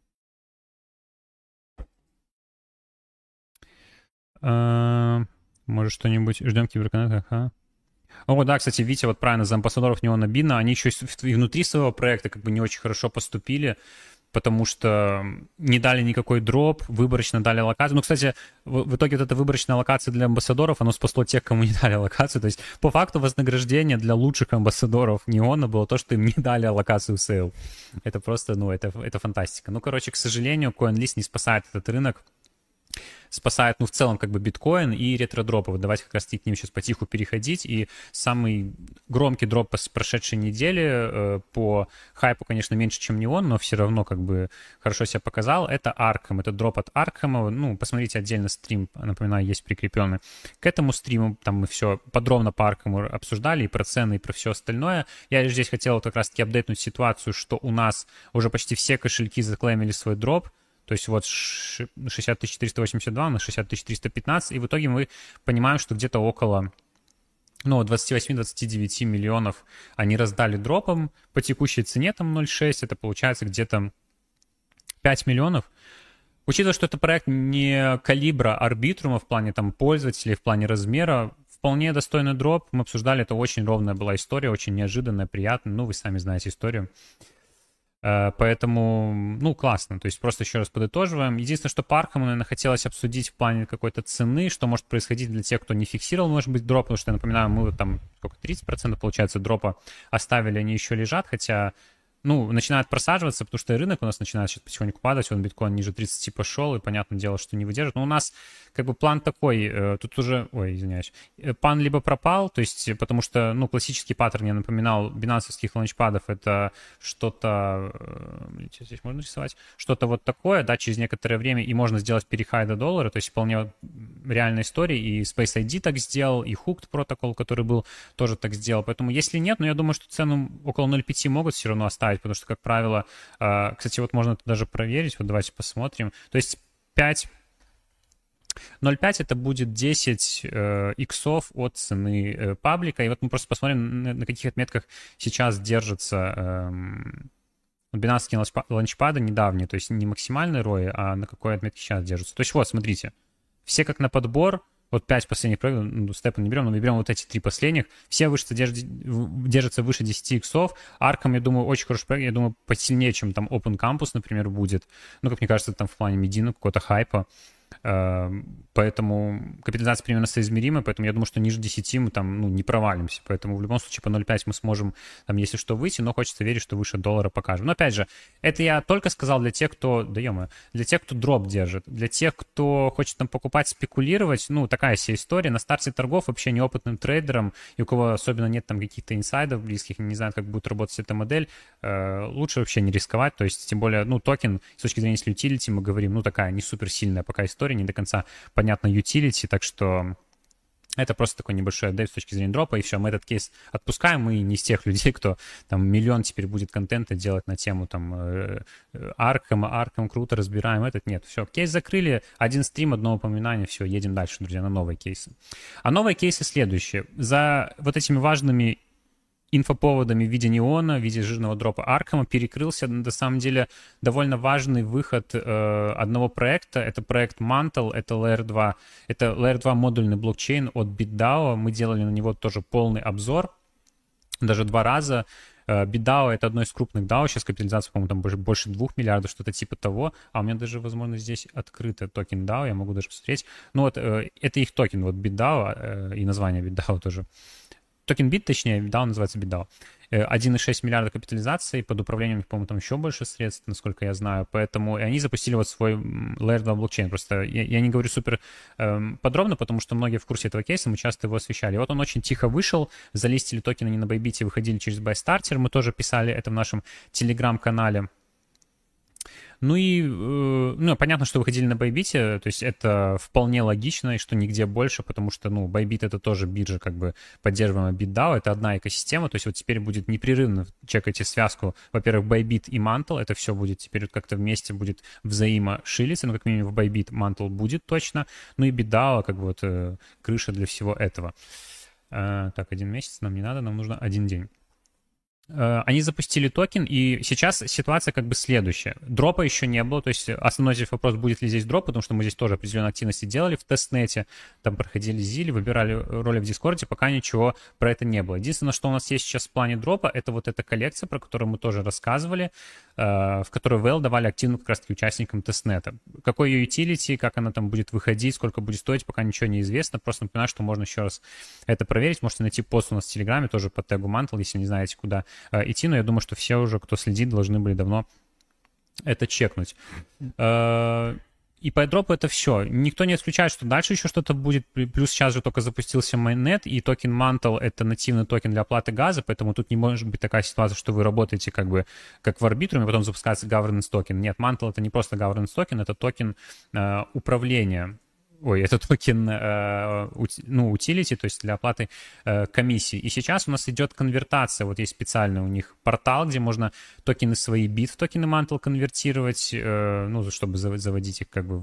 Может, что-нибудь... Ждем Киберконнекта, ага. О, да, кстати, Витя, вот правильно, за амбассадоров Неона Бина, они еще и внутри своего проекта как бы не очень хорошо поступили, потому что не дали никакой дроп, выборочно дали локацию. Ну, кстати, в итоге вот эта выборочная локация для амбассадоров, оно спасло тех, кому не дали локацию. То есть, по факту, вознаграждение для лучших амбассадоров Неона было то, что им не дали локацию в сейл. Это просто, ну, это фантастика. Ну, короче, к сожалению, CoinList не спасает этот рынок. Спасает, ну, в целом, как бы биткоин и ретро-дропы. Вот давайте как раз-таки к ним сейчас потиху переходить. И самый громкий дроп с прошедшей недели по хайпу, конечно, меньше, чем Неон, но все равно как бы хорошо себя показал. Это Arkham. Это дроп от Arkham. Ну, посмотрите отдельно стрим, напоминаю, есть прикрепленный. К этому стриму там мы все подробно по Arkham обсуждали, и про цены, и про все остальное. Я лишь здесь хотел вот как раз-таки апдейтнуть ситуацию, что у нас уже почти все кошельки заклеймили свой дроп. То есть вот 60 482 на 60 315, и в итоге мы понимаем, что где-то около, ну, 28-29 миллионов они раздали дропом по текущей цене, там 0,6, это получается где-то 5 миллионов. Учитывая, что это проект не калибра Арбитрума в плане там пользователей, в плане размера, вполне достойный дроп. Мы обсуждали, это очень ровная была история, очень неожиданная, приятная. Ну, вы сами знаете историю. Поэтому, ну, классно. То есть просто еще раз подытоживаем. Единственное, что по Аркхэму, наверное, хотелось обсудить в плане какой-то цены, что может происходить для тех, кто не фиксировал, может быть, дроп, потому что, я напоминаю, мы вот там, сколько, 30% получается дропа оставили, они еще лежат, хотя, ну, начинают просаживаться, потому что рынок у нас начинает сейчас потихоньку падать, он биткоин ниже 30 пошел, и понятное дело, что не выдержит. Но у нас как бы план такой, тут уже, ой, извиняюсь, план либо пропал, то есть, потому что, ну, классический паттерн, я напоминал, бинансовских лаунчпадов, это что-то, здесь можно рисовать, что-то вот такое, да, через некоторое время, и можно сделать перехай до доллара, то есть вполне реальная история, и Space ID так сделал, и Hooked протокол, который был, тоже так сделал, поэтому если нет, ну, я думаю, что цену около 0,5 могут все равно оставить, потому что, как правило, кстати, вот можно это даже проверить, вот давайте посмотрим, то есть 0,5 это будет 10 иксов от цены паблика, и вот мы просто посмотрим, на каких отметках сейчас держатся бинансовские ланчпады недавние, то есть не максимальный ROI, а на какой отметке сейчас держатся. То есть вот, смотрите, все как на подбор, вот 5 последних проектов, ну, степа не берем, но мы берем вот эти 3 последних, все держатся выше 10 иксов. Arkham, я думаю, очень хороший проект, я думаю, посильнее, чем там Open Campus, например, будет. Ну, как мне кажется, там в плане медийного какого-то хайпа. Поэтому капитализация примерно соизмерима, поэтому я думаю, что ниже 10 мы там, ну, не провалимся. Поэтому в любом случае по 0,5 мы сможем там, если что, выйти, но хочется верить, что выше доллара покажем. Но опять же, это я только сказал для тех, кто, да ё-моё, для тех, кто дроп держит, для тех, кто хочет там покупать, спекулировать, ну, такая себе история. На старте торгов вообще неопытным трейдерам, и у кого особенно нет там каких-то инсайдов близких, не знают, как будет работать эта модель, лучше вообще не рисковать, то есть, тем более, ну, токен, с точки зрения если utility, мы говорим, ну, такая не супер сильная пока история, не до конца понятно utility, так что это просто такой небольшой апдейт с точки зрения дропа, и все, мы этот кейс отпускаем, мы не из тех людей, кто там миллион теперь будет контента делать на тему там Arkham, круто, разбираем этот, нет, все, кейс закрыли, один стрим, одно упоминание, все, едем дальше, друзья, на новые кейсы. А новые кейсы следующие. За вот этими важными инфоповодами в виде неона, в виде жирного дропа Аркхема перекрылся, на самом деле, довольно важный выход одного проекта. Это проект Mantle, это Layer 2. Это Layer 2 модульный блокчейн от BitDAO. Мы делали на него тоже полный обзор. даже 2 раза. BitDAO — это одно из крупных DAO, сейчас капитализация, по-моему, там больше 2 миллиардов, что-то типа того, а у меня даже, возможно, здесь открыто токен DAO, я могу даже посмотреть. Ну вот, это их токен, вот BitDAO, и название BitDAO тоже. Токен бит, точнее, DAO называется BitDAO. 1,6 миллиарда капитализации, под управлением, по-моему, там еще больше средств, насколько я знаю. Поэтому и они запустили вот свой Layer 2 блокчейн. Просто я не говорю супер подробно, потому что многие в курсе этого кейса, мы часто его освещали. И вот он очень тихо вышел, залистили токены не на Bybit, выходили через BuyStarter. Мы тоже писали это в нашем телеграм-канале. Ну и, понятно, что выходили на Bybit, то есть это вполне логично, и что нигде больше, потому что, Bybit — это тоже биржа, как бы поддерживаемая BitDAO, это одна экосистема, то есть вот теперь будет непрерывно чекайте связку, во-первых, Bybit и Mantle, это все будет теперь вот как-то вместе будет взаимошилиться, как минимум в Bybit Mantle будет точно, ну и BitDAO, как бы вот крыша для всего этого. Так, 1 месяц нам не надо, нам нужно 1 день. Они запустили токен, и сейчас ситуация как бы следующая. Дропа еще не было, то есть основной здесь вопрос, будет ли здесь дроп, потому что мы здесь тоже определенные активности делали в тестнете, там проходили зили, выбирали роли в Дискорде, пока ничего про это не было. Единственное, что у нас есть сейчас в плане дропа, это вот эта коллекция, про которую мы тоже рассказывали, в которой Whale давали активно как раз-таки участникам тестнета. Какой ее utility, как она там будет выходить, сколько будет стоить, пока ничего не известно. Просто напоминаю, что можно еще раз это проверить. Можете найти пост у нас в Телеграме, тоже под тегу Mantle, если не знаете, куда идти, но я думаю, что все уже, кто следит, должны были давно это чекнуть. И по дропу это все. Никто не исключает, что дальше еще что-то будет. Плюс сейчас же только запустился Mainnet, и токен Mantle — это нативный токен для оплаты газа, поэтому тут не может быть такая ситуация, что вы работаете как бы как в Arbitrum, и потом запускается governance токен. Нет, Mantle — это не просто governance токен, это токен управления. Это токен, utility, то есть для оплаты комиссии. И сейчас у нас идет конвертация. Вот есть специальный у них портал, где можно токены свои бит в токены Mantle конвертировать, чтобы заводить их как бы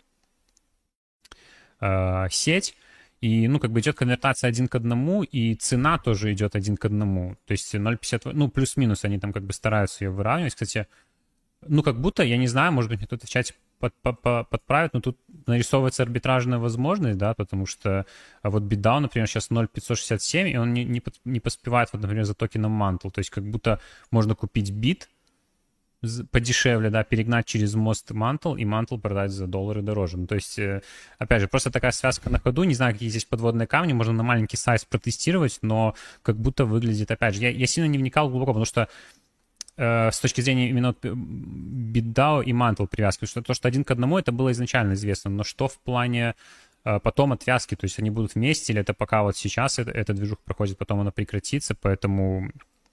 в сеть. И, как бы идет конвертация 1 к 1, и цена тоже идет 1 к 1. То есть 0,50, плюс-минус они там как бы стараются ее выравнивать. Кстати, как будто, я не знаю, может быть, мне кто-то в чате подправит, но тут нарисовывается арбитражная возможность, да, потому что вот BitDAO, например, сейчас 0,567, и он не поспевает, вот, например, за токеном Mantle, то есть как будто можно купить бит подешевле, да, перегнать через мост Mantle, и Mantle продать за $1 дороже. То есть, опять же, просто такая связка на ходу, не знаю, какие здесь подводные камни, можно на маленький сайз протестировать, но как будто выглядит, опять же, я сильно не вникал глубоко, потому что с точки зрения именно BitDAO и Mantle привязки, что то, что 1 к 1, это было изначально известно, но что в плане потом отвязки, то есть они будут вместе, или это пока вот сейчас эта движуха проходит, потом она прекратится, поэтому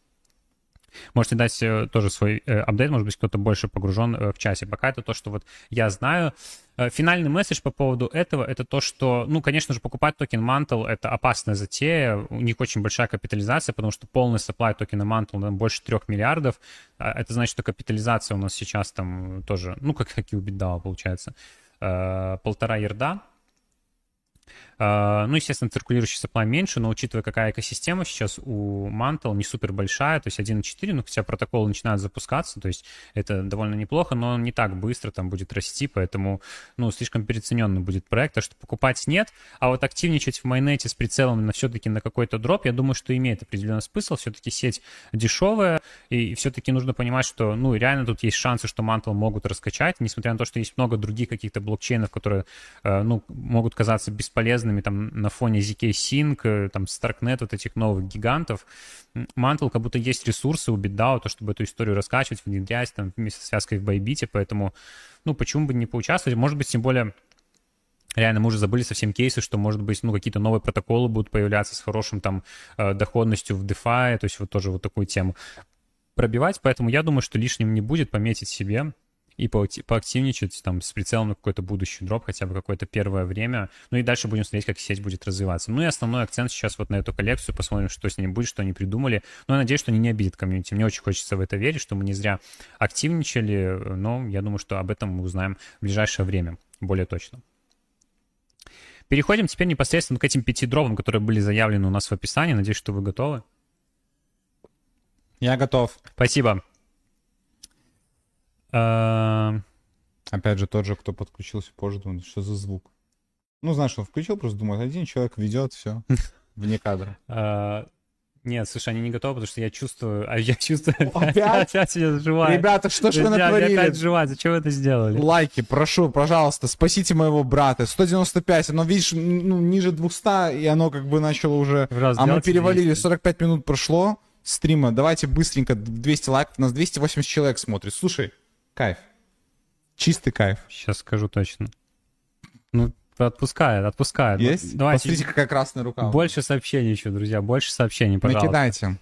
можете дать тоже свой апдейт, может быть, кто-то больше погружен в чате. Пока это то, что вот я знаю. Финальный месседж по поводу этого — это то, что, конечно же, покупать токен Mantle — это опасная затея. У них очень большая капитализация, потому что полный supply токена Mantle больше 3 миллиардов. Это значит, что капитализация у нас сейчас там тоже, как и у BitDAO получается, 1,5 ярда. Естественно, циркулирующий supply меньше, но учитывая, какая экосистема сейчас у Mantle, не супер большая, то есть 1.4, хотя протоколы начинают запускаться, то есть это довольно неплохо, но не так быстро там будет расти, поэтому, слишком переоцененный будет проект, так что покупать нет, а вот активничать в майонете с прицелом все-таки на какой-то дроп, я думаю, что имеет определенный смысл, все-таки сеть дешевая, и все-таки нужно понимать, что, реально тут есть шансы, что Mantle могут раскачать, несмотря на то, что есть много других каких-то блокчейнов, которые, могут казаться бесполезными, там на фоне ZK Sync, там Starknet, вот этих новых гигантов. Mantle как будто есть ресурсы у BitDAO, то, чтобы эту историю раскачивать, внедрять там вместе с связкой в Bybit, поэтому, почему бы не поучаствовать? Может быть, тем более, реально, мы уже забыли совсем кейсы, что, может быть, какие-то новые протоколы будут появляться с хорошим там доходностью в DeFi, то есть вот тоже вот такую тему пробивать, поэтому я думаю, что лишним не будет пометить себе и поактивничать там с прицелом на какой-то будущий дроп, хотя бы какое-то первое время. И дальше будем смотреть, как сеть будет развиваться. И основной акцент сейчас вот на эту коллекцию. Посмотрим, что с ней будет, что они придумали. Я надеюсь, что они не обидят комьюнити. Мне очень хочется в это верить, что мы не зря активничали, но я думаю, что об этом мы узнаем в ближайшее время более точно. Переходим теперь непосредственно к этим 5 дропам, которые были заявлены у нас в описании. Надеюсь, что вы готовы. Я готов. Спасибо. Опять же, тот же, кто подключился позже, думает, что за звук. Знаешь, он включил, просто думает, один человек ведет, все, вне кадра. Нет, слушай, они не готовы, потому что я чувствую Опять? опять меня заживает. Ребята, что ж вы Друзья, натворили? опять жевать, зачем вы это сделали? Лайки, прошу, пожалуйста, спасите моего брата. 195, оно, видишь, ниже 200, и оно как бы начало уже... А мы перевалили, 200. 45 минут прошло стрима. Давайте быстренько, 200 лайков, нас 280 человек смотрит. Слушай, кайф. Чистый кайф. Сейчас скажу точно. Ну, отпускает. Есть? Давайте. Посмотрите, какая красная рука. Больше сообщений еще, друзья, больше сообщений, пожалуйста. Накидайте.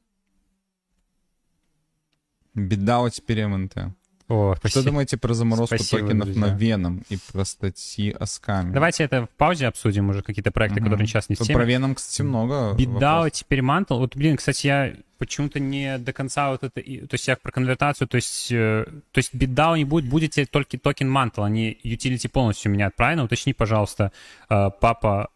Беда у эксперимента. О, Что думаете про заморозку Спасибо, токенов друзья. на Venom и про статьи о скаме? Давайте это в паузе обсудим уже, какие-то проекты, которые сейчас не в Тут теме. про Venom, кстати, много Беда, вопросов. теперь Mantle. Вот, блин, кстати, я почему-то не до конца вот это... То есть я про конвертацию, то есть беда не будет, будете только токен Mantle, они utility полностью меняют, правильно? Уточни, пожалуйста, папа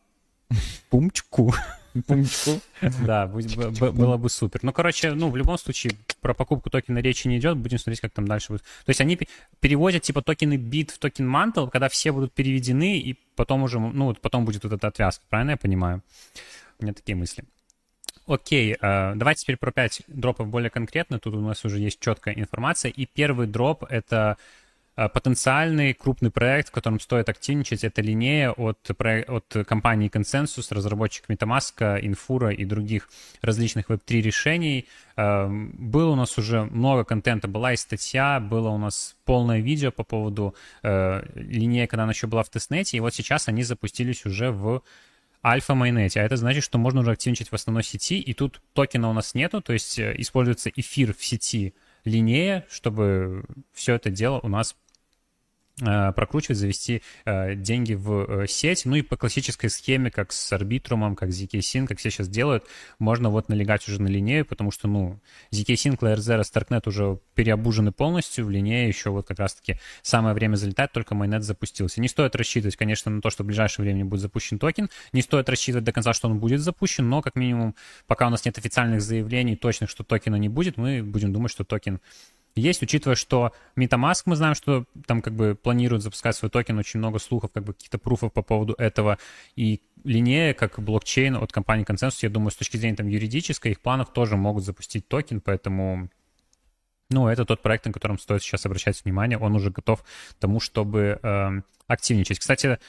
Пумчку. Пумчку. Да, было бы супер. Ну, короче, в любом случае, про покупку токена речи не идет, будем смотреть, как там дальше будет. То есть они переводят, типа, токены BIT в токен Mantle, когда все будут переведены, и потом уже, потом будет вот эта отвязка, правильно я понимаю? У меня такие мысли. Окей, давайте теперь про 5 дропов более конкретно. Тут у нас уже есть четкая информация. И первый дроп — это потенциальный крупный проект, в котором стоит активничать. Это Linea от компании Consensus, разработчик MetaMask, Infura и других различных Web3 решений. Было у нас уже много контента, была и статья, было у нас полное видео по поводу Linea, когда она еще была в тестнете, и вот сейчас они запустились уже в альфа-майонете, а это значит, что можно уже активничать в основной сети, и тут токена у нас нету, то есть используется эфир в сети Linea, чтобы все это дело у нас прокручивать, завести деньги в сеть. Ну и по классической схеме, как с Арбитрумом, как с ZK Sync, как все сейчас делают, можно вот налегать уже на Linea, потому что, ZK Sync, Layer Zero, Starknet уже переобужены полностью, в Linea еще вот как раз-таки самое время залетать, только майонет запустился. Не стоит рассчитывать, конечно, на то, что в ближайшее время будет запущен токен, не стоит рассчитывать до конца, что он будет запущен, но как минимум, пока у нас нет официальных заявлений точных, что токена не будет, мы будем думать, что токен есть, учитывая, что MetaMask, мы знаем, что там как бы планируют запускать свой токен, очень много слухов, как бы каких-то пруфов по поводу этого, и Linea, как блокчейн от компании Consensus, я думаю, с точки зрения там юридической, их планов тоже могут запустить токен, поэтому, это тот проект, на котором стоит сейчас обращать внимание, он уже готов к тому, чтобы активничать. Кстати,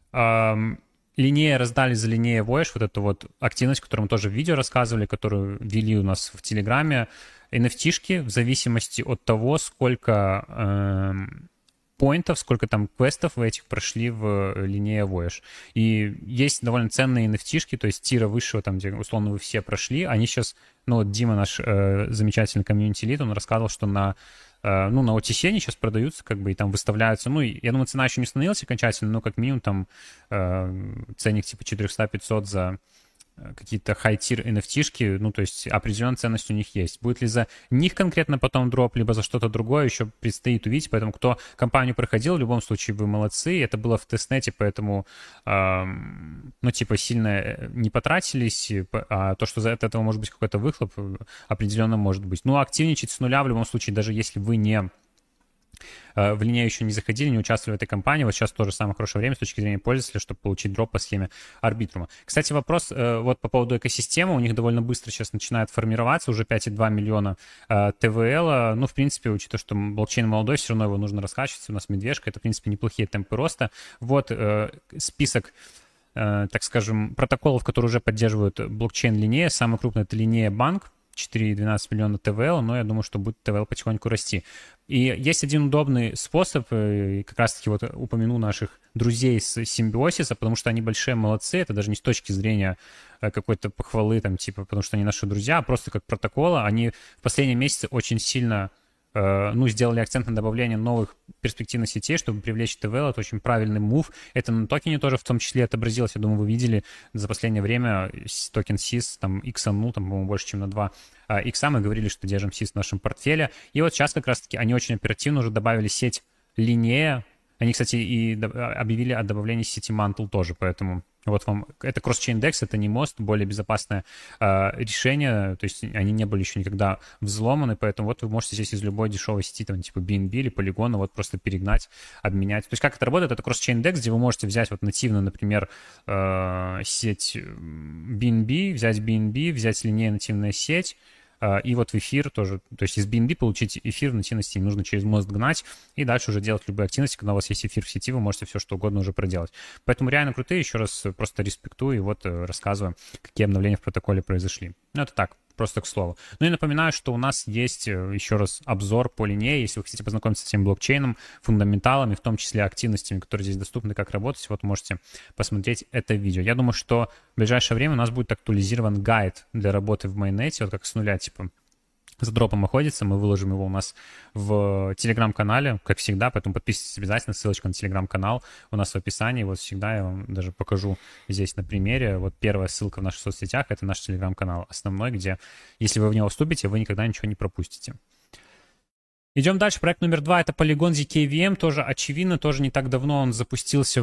Linea раздали за Linea Voyage, вот эту вот активность, которую мы тоже в видео рассказывали, которую вели у нас в Телеграме, NFT-шки в зависимости от того, сколько поинтов, сколько там квестов вы этих прошли в Linea Voyage. И есть довольно ценные NFT-шки, то есть тира высшего, там, где, условно, вы все прошли, они сейчас, Дима, наш замечательный комьюнити-лид, он рассказывал, что на OTC они сейчас продаются, как бы, и там выставляются, я думаю, цена еще не становилась окончательно, но как минимум там ценник типа 400-500 за какие-то high-tier NFT-шки, то есть определенная ценность у них есть. Будет ли за них конкретно потом дроп, либо за что-то другое, еще предстоит увидеть, поэтому кто компанию проходил, в любом случае вы молодцы, это было в тестнете, поэтому, сильно не потратились, а то, что за этого может быть какой-то выхлоп, определенно может быть. Активничать с нуля в любом случае, даже если вы не в Linea еще не заходили, не участвовали в этой кампании. Вот сейчас тоже самое хорошее время с точки зрения пользователя, чтобы получить дроп по схеме Арбитрума. Кстати, вопрос вот по поводу экосистемы. У них довольно быстро сейчас начинает формироваться, уже 5,2 миллиона ТВЛ. В принципе, учитывая, что блокчейн молодой, все равно его нужно раскачивать. У нас медвежка, это, в принципе, неплохие темпы роста. Вот список, так скажем, протоколов, которые уже поддерживают блокчейн Linea. Самый крупный — это Linea Bank, 4,12 миллиона ТВЛ, но я думаю, что будет ТВЛ потихоньку расти. И есть один удобный способ, и как раз-таки вот упомяну наших друзей с Симбиосиса, потому что они большие молодцы, это даже не с точки зрения какой-то похвалы, там, типа, потому что они наши друзья, а просто как протокола. Они в последние месяцы очень сильно сделали акцент на добавление новых перспективных сетей, чтобы привлечь ТВЛ. Это очень правильный мув. Это на токене тоже в том числе отобразилось. Я думаю, вы видели за последнее время токен SIS, там, иксанул, там, по-моему, больше, чем на 2 икса. Мы говорили, что держим SIS в нашем портфеле. И вот сейчас как раз-таки они очень оперативно уже добавили сеть Linea Они, кстати, и объявили о добавлении сети Mantle тоже, поэтому вот вам... Это Cross-Chain DEX, это не мост, более безопасное решение, то есть они не были еще никогда взломаны, поэтому вот вы можете здесь из любой дешевой сети, там, типа BNB или Polygon, вот просто перегнать, обменять. То есть как это работает? Это Cross-Chain DEX, где вы можете взять вот нативно, например, сеть BNB, взять линейная нативная сеть, и вот в эфир тоже, то есть из BNB получить эфир в нативности не нужно через мост гнать, и дальше уже делать любые активности. Когда у вас есть эфир в сети, вы можете все что угодно уже проделать. Поэтому реально крутые, еще раз просто респектую и вот рассказываю, какие обновления в протоколе произошли. Ну, это так, просто к слову. Ну и напоминаю, что у нас есть еще раз обзор по линее, если вы хотите познакомиться с этим блокчейном, фундаменталами, в том числе активностями, которые здесь доступны, как работать, вот можете посмотреть это видео. Я думаю, что в ближайшее время у нас будет актуализирован гайд для работы в майонете, вот как с нуля, типа, с дропом охотиться, мы выложим его у нас в телеграм-канале, как всегда, поэтому подписывайтесь обязательно, ссылочка на телеграм-канал у нас в описании, вот всегда я вам даже покажу здесь на примере, вот первая ссылка в наших соцсетях, это наш телеграм-канал основной, где, если вы в него вступите, вы никогда ничего не пропустите. Идем дальше, проект номер 2, это Polygon ZKVM, тоже очевидно, тоже не так давно он запустился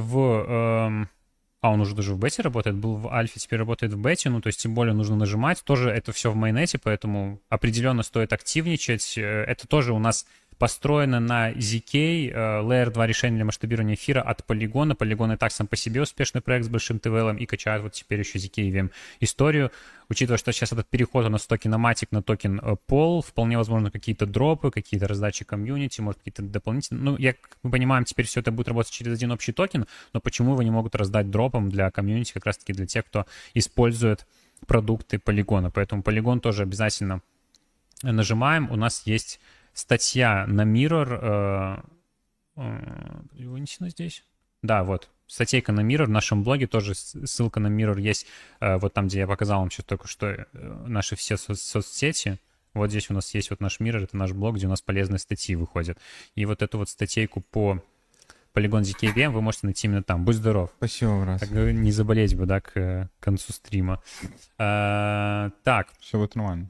он уже даже в бете работает, был в альфе, теперь работает в бете, ну, то есть тем более нужно нажимать. Тоже это все в майонете, поэтому определенно стоит активничать. Это тоже у нас построено на ZK, Layer 2 решение для масштабирования эфира от Polygon. Polygon и так сам по себе успешный проект с большим TVL, и качает вот теперь еще ZK EVM историю. Учитывая, что сейчас этот переход у нас с токена Matic на токен Pol, вполне возможно какие-то дропы, какие-то раздачи комьюнити, может какие-то дополнительные... Ну, мы понимаем, теперь все это будет работать через один общий токен, но почему вы не могут раздать дропом для комьюнити, как раз-таки для тех, кто использует продукты Polygon. Поэтому Polygon тоже обязательно нажимаем. У нас есть статья на Mirror. Вынесена здесь? Да, вот. Статейка на Mirror в нашем блоге, тоже ссылка на Mirror есть, вот там, где я показал вам сейчас только что наши все соцсети. Вот здесь у нас есть вот наш Mirror, это наш блог, где у нас полезные статьи выходят. И вот эту вот статейку по Polygon ZKVM вы можете найти именно там. Будь здоров. Спасибо, раз. Так не заболеть бы, да, к концу стрима. Так. Все будет нормально.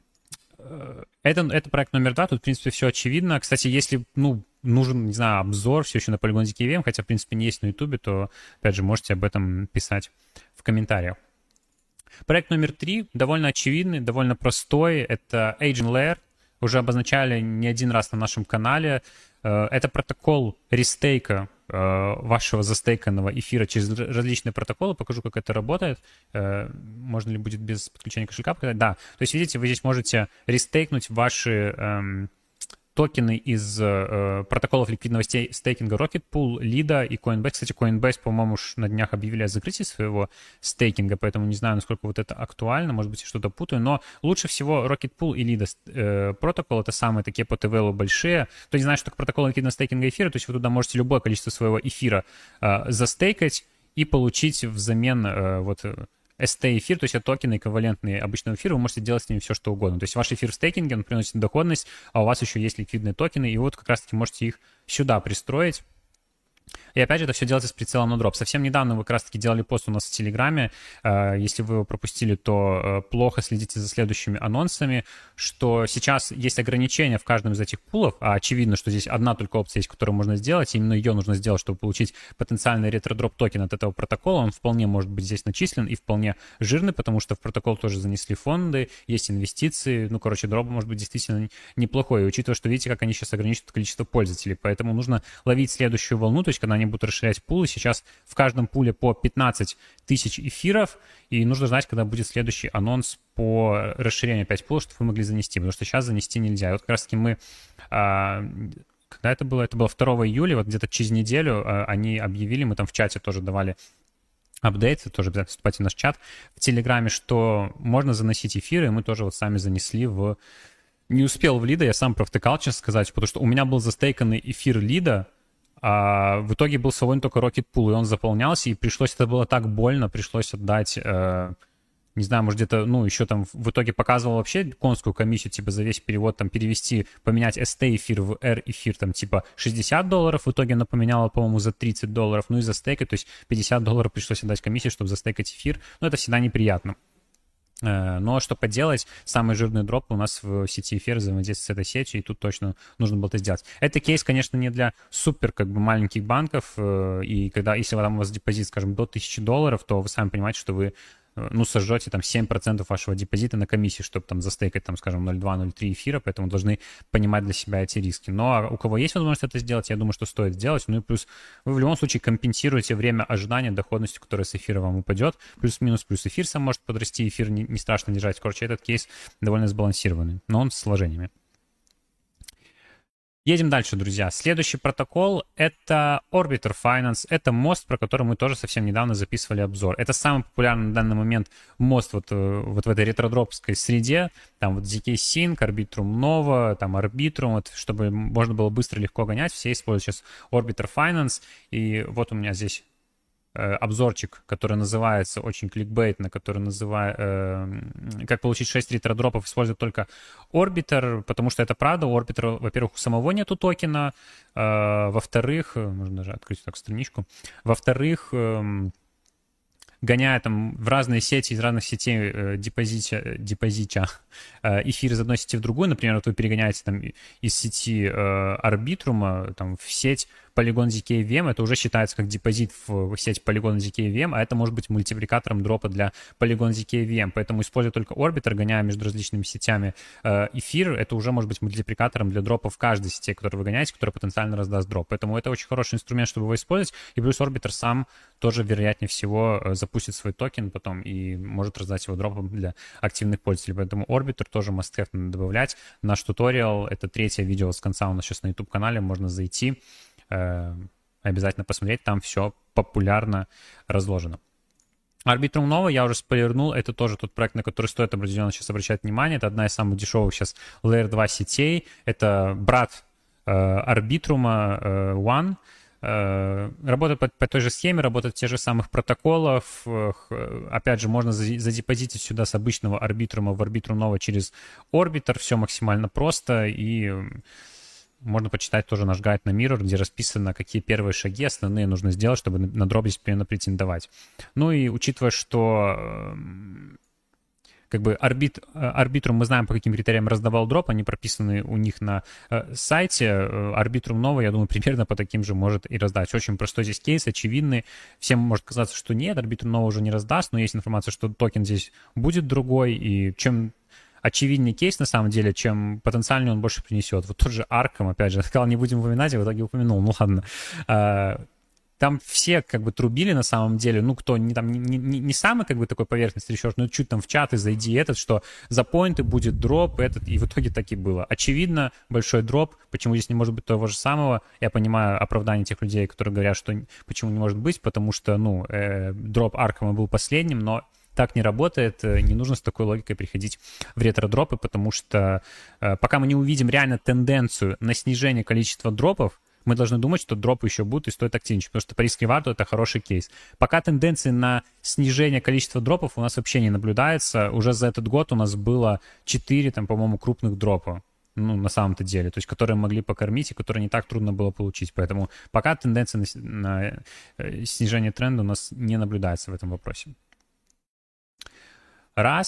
Это проект номер 2, тут, в принципе, все очевидно. Кстати, если, нужен, не знаю, обзор все еще на Polygon ZKVM, хотя, в принципе, не есть на YouTube, то, опять же, можете об этом писать в комментариях. Проект номер 3 довольно очевидный, довольно простой. Это Agent Layer. Уже обозначали не один раз на нашем канале. Это протокол рестейка вашего застейканного эфира через различные протоколы. Покажу, как это работает. Можно ли будет без подключения кошелька показать? Да. То есть, видите, вы здесь можете рестейкнуть ваши токены из протоколов ликвидного стейкинга Rocket Pool, Lida и Coinbase. Кстати, Coinbase, по-моему, уж на днях объявили о закрытии своего стейкинга, поэтому не знаю, насколько вот это актуально, может быть, я что-то путаю, но лучше всего Rocket Pool и Lida протокол, это самые такие по TVL большие. Кто не знает, что такое протокол ликвидного стейкинга эфира, то есть вы туда можете любое количество своего эфира застейкать и получить взамен ST-эфир, то есть это токены эквивалентные обычному эфиру, вы можете делать с ними все, что угодно. То есть ваш эфир в стейкинге, он приносит доходность, а у вас еще есть ликвидные токены, и вот как раз-таки можете их сюда пристроить. И опять же, это все делается с прицелом на дроп. Совсем недавно вы как раз-таки делали пост у нас в Телеграме. Если вы его пропустили, то плохо следите за следующими анонсами, что сейчас есть ограничения в каждом из этих пулов, а очевидно, что здесь одна только опция есть, которую можно сделать, и именно ее нужно сделать, чтобы получить потенциальный ретро-дроп токен от этого протокола. Он вполне может быть здесь начислен и вполне жирный, потому что в протокол тоже занесли фонды, есть инвестиции. Дроп может быть действительно неплохой. И учитывая, что видите, как они сейчас ограничивают количество пользователей, поэтому нужно ловить следующую волну, то есть когда они будут расширять пулы. Сейчас в каждом пуле по 15 тысяч эфиров, и нужно знать, когда будет следующий анонс по расширению опять пула, чтобы вы могли занести, потому что сейчас занести нельзя. И вот как раз-таки мы... Когда это было? Это было 2 июля, вот где-то через неделю они объявили, мы там в чате тоже давали апдейт, тоже обязательно вступайте в наш чат в Телеграме, что можно заносить эфиры, и мы тоже вот сами занесли в... Не успел в Лида, я сам провтыкал, честно сказать, потому что у меня был застейканный эфир Лида, а в итоге был свободен только Rocket Pool, и он заполнялся, и это было так больно, пришлось отдать, не знаю, может где-то, еще там в итоге показывал вообще конскую комиссию, типа за весь перевод, там перевести, поменять ST эфир в R эфир, там типа $60, в итоге она поменяла, по-моему, за $30, и за стейка, то есть $50 пришлось отдать комиссии, чтобы застейкать эфир, но это всегда неприятно. Но что поделать, самые жирные дропы у нас в сети эфир взаимодействуют с этой сетью, и тут точно нужно было это сделать. Это кейс, конечно, не для супер как бы маленьких банков, и когда, если там у вас депозит, скажем, до $1000, то вы сами понимаете, что вы сожжете там 7% вашего депозита на комиссии, чтобы там застейкать, там, скажем, 0,2-0,3 эфира, поэтому должны понимать для себя эти риски. Но у кого есть возможность это сделать, я думаю, что стоит сделать. Ну и плюс вы в любом случае компенсируете время ожидания доходностью, которая с эфира вам упадет. Плюс-минус, плюс эфир сам может подрасти, эфир не страшно держать. Короче, этот кейс довольно сбалансированный, но он с вложениями. Едем дальше, друзья. Следующий протокол — это Orbiter Finance. Это мост, про который мы тоже совсем недавно записывали обзор. Это самый популярный на данный момент мост вот в этой ретродропской среде. Там вот ZK Sync, Arbitrum Nova, там Arbitrum, вот, чтобы можно было быстро, легко гонять. Все используют сейчас Orbiter Finance. И вот у меня здесь обзорчик, который называется, очень кликбейтно, который называется «Как получить 6 ретродропов, используя только Orbiter», потому что это правда, у Orbiter, во-первых, у самого нету токена, во-вторых, можно даже открыть так страничку, во-вторых, гоняя там в разные сети, из разных сетей депозитя эфир из одной сети в другую, например, вот вы перегоняете там из сети Arbitrum там в сеть Polygon ZK VM, это уже считается как депозит в сеть Polygon ZK VM, а это может быть мультипликатором дропа для Polygon ZK VM, поэтому используя только Orbiter, гоняя между различными сетями эфир, это уже может быть мультипликатором для дропа в каждой сети, которую вы гоняете, которая потенциально раздаст дроп. Поэтому это очень хороший инструмент, чтобы его использовать, и плюс Orbiter сам тоже, вероятнее всего, запустит свой токен потом и может раздать его дропом для активных пользователей. Поэтому Orbiter тоже must-have надо добавлять. Наш туториал, это 3-е видео с конца у нас сейчас на YouTube-канале, можно зайти, обязательно посмотреть, там все популярно разложено. Arbitrum Nova, я уже спойлернул, это тоже тот проект, на который стоит определенно сейчас обращать внимание. Это одна из самых дешевых сейчас Layer 2 сетей. Это брат Arbitrum One. Работает по той же схеме, работает в тех же самых протоколов. Опять же, можно задепозитить сюда с обычного Arbitrum в Arbitrum Nova через Orbiter. Все максимально просто, и можно почитать тоже наш гайд на Mirror, где расписано, какие первые шаги основные нужно сделать, чтобы на дроп примерно претендовать. Ну и учитывая, что как бы Arbitrum мы знаем, по каким критериям раздавал дроп, они прописаны у них на сайте. Arbitrum Nova, я думаю, примерно по таким же может и раздать. Очень простой здесь кейс, очевидный. Всем может казаться, что нет, Arbitrum Nova уже не раздаст, но есть информация, что токен здесь будет другой, и чем очевиднее кейс, на самом деле, чем потенциально он больше принесет. Вот тот же Arkham, опять же, сказал, не будем упоминать, а в итоге упомянул. Ну ладно. Там все как бы трубили на самом деле, ну, кто не самый как бы такой поверхностный ресерч, но чуть там в чаты зайди что за поинты будет дроп этот, и в итоге так и было. Очевидно, большой дроп, почему здесь не может быть того же самого, я понимаю оправдание тех людей, которые говорят, что почему не может быть, потому что, дроп Arkham был последним, но так не работает, не нужно с такой логикой приходить в ретро-дропы, потому что пока мы не увидим реально тенденцию на снижение количества дропов, мы должны думать, что дропы еще будут и стоит активничать, потому что по риск-реварду это хороший кейс. Пока тенденции на снижение количества дропов у нас вообще не наблюдается. Уже за этот год у нас было 4, там, по-моему, крупных дропа. На самом-то деле, то есть которые могли покормить и которые не так трудно было получить. Поэтому пока тенденция на снижение тренда у нас не наблюдается в этом вопросе. 1,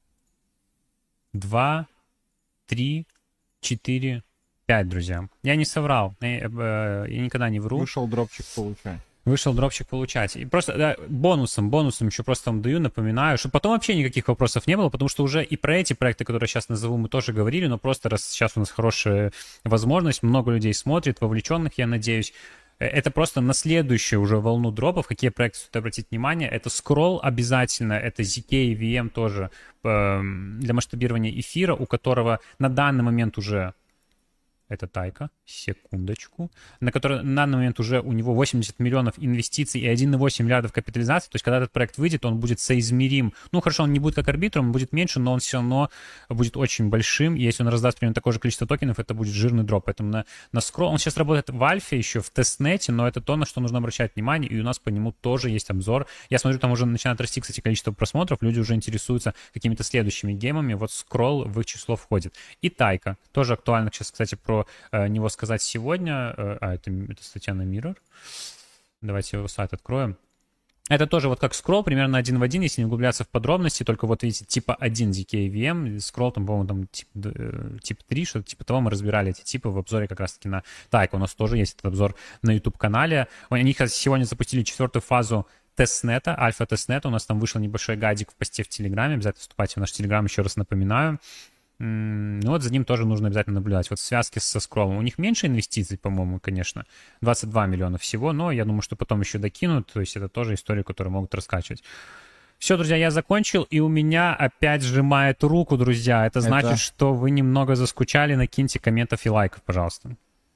2, 3, 4, 5, друзья. Я не соврал, я никогда не вру. Вышел дропчик получать. Вышел дропчик получать. И просто бонусом еще просто вам даю, напоминаю, что потом вообще никаких вопросов не было, потому что уже и про эти проекты, которые сейчас назову, мы тоже говорили, но просто раз сейчас у нас хорошая возможность, много людей смотрит, вовлеченных, я надеюсь. Это просто на следующую уже волну дропов, какие проекты стоит обратить внимание. Это Scroll обязательно, это ZK и VM тоже для масштабирования эфира, у которого на данный момент уже... Это Тайка, секундочку, на который на данный момент уже у него 80 миллионов инвестиций и 1,8 миллиардов капитализации. То есть, когда этот проект выйдет, он будет соизмерим. Ну, хорошо, он не будет как Arbitrum, он будет меньше, но он все равно будет очень большим. И если он раздаст примерно такое же количество токенов, это будет жирный дроп. Поэтому на Scroll... Он сейчас работает в альфе еще, в тестнете, но это то, на что нужно обращать внимание, и у нас по нему тоже есть обзор. Я смотрю, там уже начинает расти, кстати, количество просмотров, люди уже интересуются какими-то следующими геймами. Вот Scroll в их число входит. И Тайка, тоже актуально сейчас, кстати, про него сказать сегодня. Это статья на Mirror. Давайте его сайт откроем. Это тоже вот как скролл, примерно один в один, если не углубляться в подробности, только вот видите, типа 1 DKVM, скролл там, по-моему, там тип 3, что-то типа того, мы разбирали эти типы в обзоре как раз-таки на Тайка. У нас тоже есть этот обзор на YouTube-канале. Они сегодня запустили 4-ю фазу тестнета, альфа-тестнета. У нас там вышел небольшой гайдик в посте в Телеграме. Обязательно вступайте в наш Телеграм, еще раз напоминаю. Ну вот за ним тоже нужно обязательно наблюдать. Вот в связке со скроллом. У них меньше инвестиций, по-моему, конечно. 22 миллиона всего, но я думаю, что потом еще докинут. То есть это тоже история, которую могут раскачивать. Все, друзья, я закончил, и у меня опять сжимает руку, друзья. Это значит, что вы немного заскучали. Накиньте комментов и лайков, пожалуйста.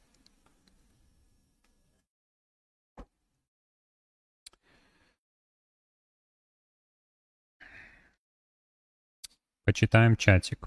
Почитаем чатик.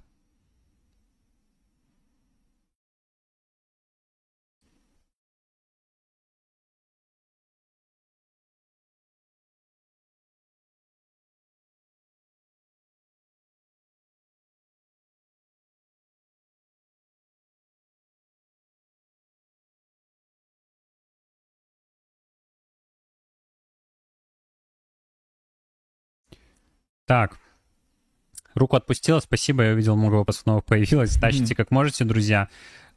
Так. Руку отпустила, спасибо, я увидел, много вопросов новых появилось. Тащите как можете, друзья.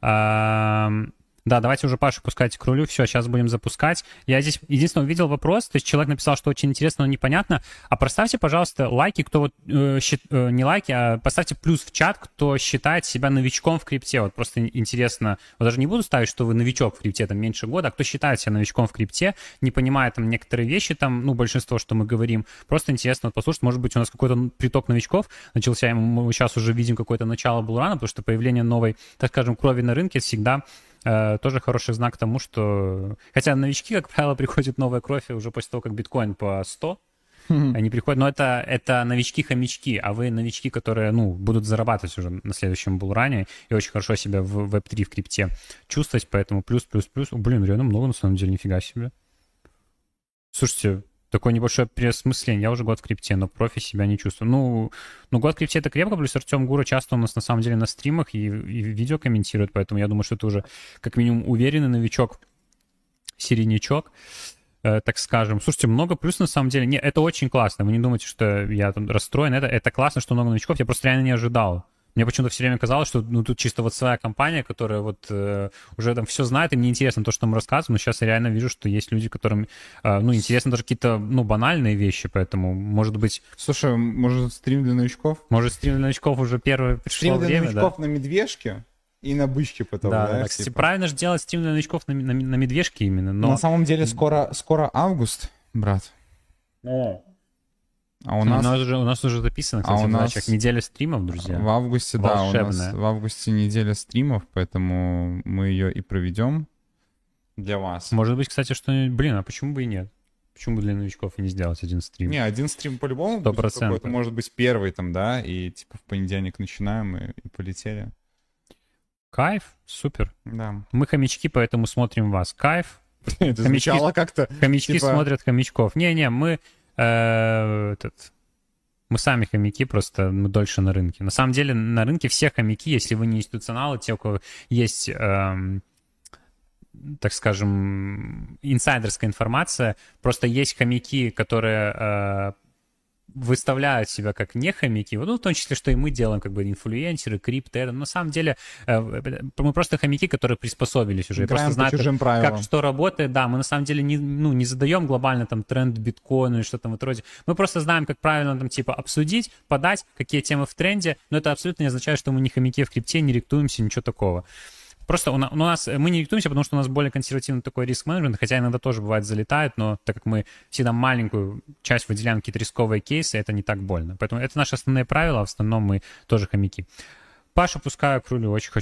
Да, давайте уже Пашу пускайте к рулю. Все, сейчас будем запускать. Я здесь единственное увидел вопрос, то есть человек написал, что очень интересно, но непонятно. А проставьте, пожалуйста, лайки, кто вот, не лайки, а поставьте плюс в чат, кто считает себя новичком в крипте. Вот просто интересно, вот даже не буду ставить, что вы новичок в крипте, там, меньше года, а кто считает себя новичком в крипте, не понимая там некоторые вещи, там, ну, большинство, что мы говорим, просто интересно вот послушать. Может быть, у нас какой-то приток новичков начался, и мы сейчас уже видим какое-то начало булрана, потому что появление новой, так скажем, крови на рынке всегда тоже хороший знак тому, что... Хотя новички, как правило, приходят новая кровь уже после того, как биткоин по 100. Они приходят... Но это новички-хомячки, а вы новички, которые, ну, будут зарабатывать уже на следующем булране и очень хорошо себя в Web3 в крипте чувствовать, поэтому плюс. Блин, реально много, на самом деле, нифига себе. Слушайте, такое небольшое переосмысление. Я уже год в крипте, но профи себя не чувствую. Ну год в крипте это крепко, плюс Артем Гура часто у нас на самом деле на стримах и видео комментирует, поэтому я думаю, что это уже как минимум уверенный новичок, середнячок, так скажем. Слушайте, много плюс на самом деле. Не, это очень классно. Вы не думайте, что я там расстроен. Это классно, что много новичков. Я просто реально не ожидал. Мне почему-то все время казалось, что ну, тут чисто вот своя компания, которая вот уже там все знает, и мне интересно то, что мы рассказываем, но сейчас я реально вижу, что есть люди, которым, ну, интересно даже какие-то, ну, банальные вещи, поэтому, может быть... Слушай, может, стрим для новичков? Может, стрим для новичков уже первое пришло время, стрим для новичков на медвежке и на бычке потом, да? Кстати, типа. Правильно же делать стрим для новичков на медвежке именно, но... На самом деле скоро август, брат. А у нас уже записано, кстати, в задачах неделя стримов, друзья. В августе, волшебная. Да, у нас в августе неделя стримов, поэтому мы ее и проведем для вас. Может быть, кстати, что-нибудь... Блин, а почему бы и нет? Почему бы для новичков и не сделать один стрим? Не, один стрим по-любому 100%. будет какой-то, может быть, первый там, да, и типа в понедельник начинаем и полетели. Кайф, супер. Да. Мы хомячки, поэтому смотрим вас. Кайф. Это звучало как-то... Хомячки смотрят хомячков. Не-не, мы сами хомяки, просто мы дольше на рынке. На самом деле на рынке все хомяки, если вы не институционалы, те, у кого есть, так скажем, инсайдерская информация, просто есть хомяки, которые выставляют себя как не хомяки, ну, в том числе, что и мы делаем, как бы инфлюенсеры, крипто, на самом деле мы просто хомяки, которые приспособились уже, просто знают, как что работает, да, мы на самом деле не задаем глобально там тренд биткоина или что-то в этом роде, мы просто знаем, как правильно там типа обсудить, подать, какие темы в тренде, но это абсолютно не означает, что мы не хомяки в крипте, не ректуемся, ничего такого. Просто у нас мы не ректуемся, потому что у нас более консервативный такой риск-менеджмент, хотя иногда тоже бывает залетает, но так как мы всегда маленькую часть выделяем какие-то рисковые кейсы, это не так больно. Поэтому это наши основные правила, а в основном мы тоже хомяки. Пашу пускаю к рулю, очень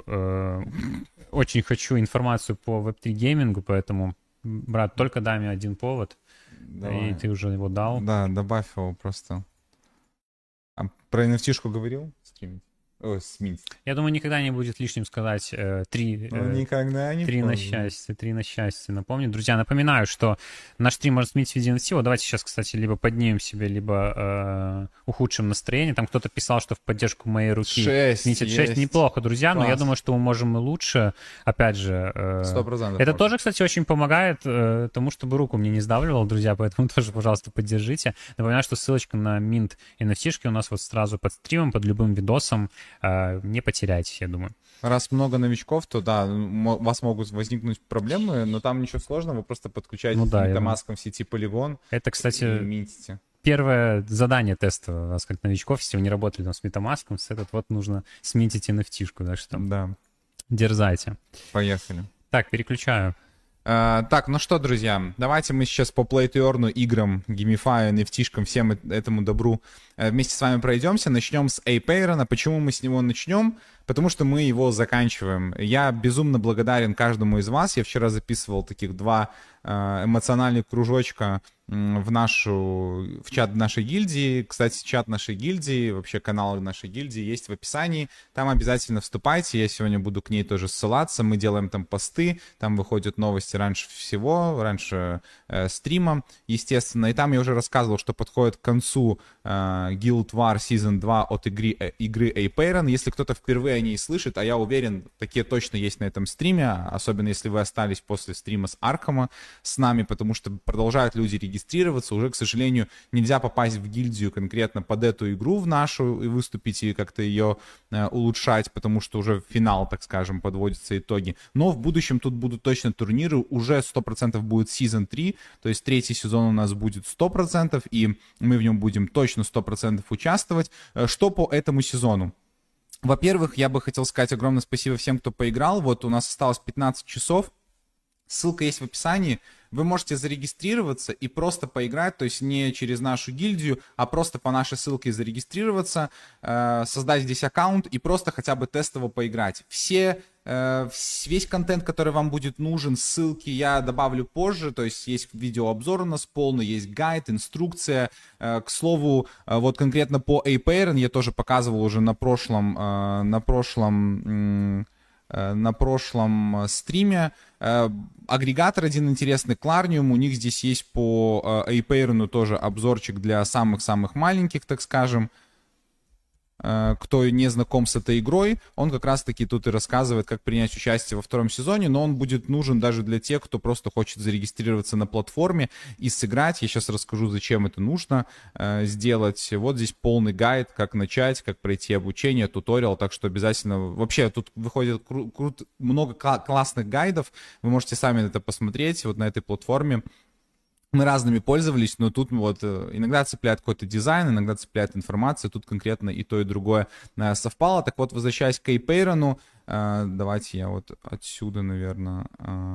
хочу информацию по Web3 геймингу, поэтому, брат, только дай мне один повод, давай. И ты уже его дал. Да, добавь его просто. А про NFT-шку говорил? Стримить? Ой, сминтить. Я думаю, никогда не будет лишним сказать Никогда не 3 на поздно. счастье, 3 на счастье. Напомню, друзья, напоминаю, что наш стрим может сменить в виде NFT. Вот давайте сейчас, кстати, либо поднимем себе, либо ухудшим настроение. Там кто-то писал, что в поддержку моей руки 6 сменить есть. 6. Неплохо, друзья, но я Класс. думаю, что мы можем и лучше. Опять же, 100% это можно. тоже, кстати, очень помогает тому, чтобы руку мне не сдавливал, друзья, поэтому тоже, пожалуйста, поддержите. Напоминаю, что ссылочка на Mint NFT-шки у нас вот сразу под стримом, под любым видосом. Не потеряйтесь, я думаю. Раз много новичков, то да, у вас могут возникнуть проблемы, но там ничего сложного, вы просто подключаете MetaMask в сети Polygon. Это, кстати, и минтите. Первое задание теста у вас как новичков, если вы не работали там с MetaMask, с этот вот нужно сминтить NFT-шку, так что Да. дерзайте. Поехали. Так, переключаю. Так, ну что, друзья, давайте мы сейчас по Play to Earn, играм, геймифаю, NFT-шкам, всем этому добру вместе с вами пройдемся. Начнем с Apeiron. Почему мы с него начнем? Потому что мы его заканчиваем. Я безумно благодарен каждому из вас. Я вчера записывал таких 2 эмоциональных кружочка в чат нашей гильдии. Кстати, чат нашей гильдии, вообще канал нашей гильдии есть в описании. Там обязательно вступайте. Я сегодня буду к ней тоже ссылаться. Мы делаем там посты, там выходят новости раньше всего, раньше стрима, естественно. И там я уже рассказывал, что подходит к концу Guild War Season 2 от игры Apeiron. Если кто-то впервые о ней слышит, а я уверен, такие точно есть на этом стриме, особенно если вы остались после стрима с Аркхема с нами, потому что продолжают люди регистрироваться. Уже, к сожалению, нельзя попасть в гильдию конкретно под эту игру в нашу и выступить и как-то ее улучшать, потому что уже в финал, так скажем, подводятся итоги. Но в будущем тут будут точно турниры, уже 100% будет Season 3, то есть 3-й сезон у нас будет 100%, и мы в нем будем точно 100% участвовать. Что по этому сезону? Во-первых, я бы хотел сказать огромное спасибо всем, кто поиграл. Вот у нас осталось 15 часов. Ссылка есть в описании. Вы можете зарегистрироваться и просто поиграть, то есть не через нашу гильдию, а просто по нашей ссылке зарегистрироваться, создать здесь аккаунт и просто хотя бы тестово поиграть. Весь контент, который вам будет нужен, ссылки я добавлю позже, то есть есть видеообзор у нас полный, есть гайд, инструкция. К слову, вот конкретно по Apeiron я тоже показывал уже на прошлом стриме. Агрегатор один интересный, Clarnium. У них здесь есть по Apeiron тоже обзорчик для самых-самых маленьких, так скажем. Кто не знаком с этой игрой, он как раз-таки тут и рассказывает, как принять участие во 2-м сезоне, но он будет нужен даже для тех, кто просто хочет зарегистрироваться на платформе и сыграть. Я сейчас расскажу, зачем это нужно сделать. Вот здесь полный гайд, как начать, как пройти обучение, туториал, так что обязательно... Вообще, тут выходит много классных гайдов, вы можете сами это посмотреть вот на этой платформе. Мы разными пользовались, но тут вот иногда цепляет какой-то дизайн, иногда цепляет информация, тут конкретно и то, и другое совпало. Так вот, возвращаясь к Apeiron, давайте я вот отсюда, наверное,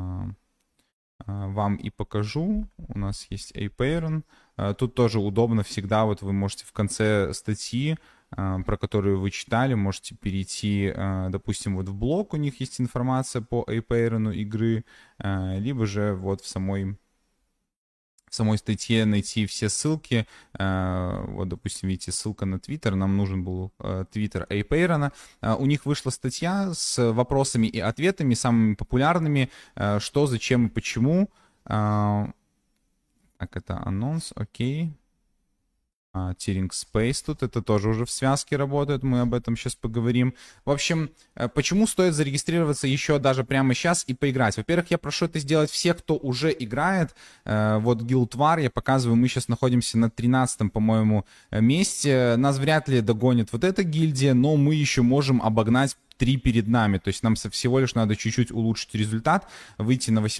вам и покажу. У нас есть Apeiron. Тут тоже удобно всегда, вот вы можете в конце статьи, про которую вы читали, можете перейти, допустим, вот в блог, у них есть информация по Apeiron игры, либо же вот в самой статье найти все ссылки. Вот, допустим, видите, ссылка на Twitter. Нам нужен был Twitter Apeiron. У них вышла статья с вопросами и ответами, самыми популярными, что, зачем и почему. Так, это анонс, окей. Тиринг Space тут, это тоже уже в связке работает, мы об этом сейчас поговорим. В общем, почему стоит зарегистрироваться еще даже прямо сейчас и поиграть? Во-первых, я прошу это сделать всех, кто уже играет. Вот Guild War, я показываю, мы сейчас находимся на 13-м, по-моему, месте. Нас вряд ли догонит вот эта гильдия, но мы еще можем обогнать 3 перед нами, то есть нам всего лишь надо чуть-чуть улучшить результат, выйти на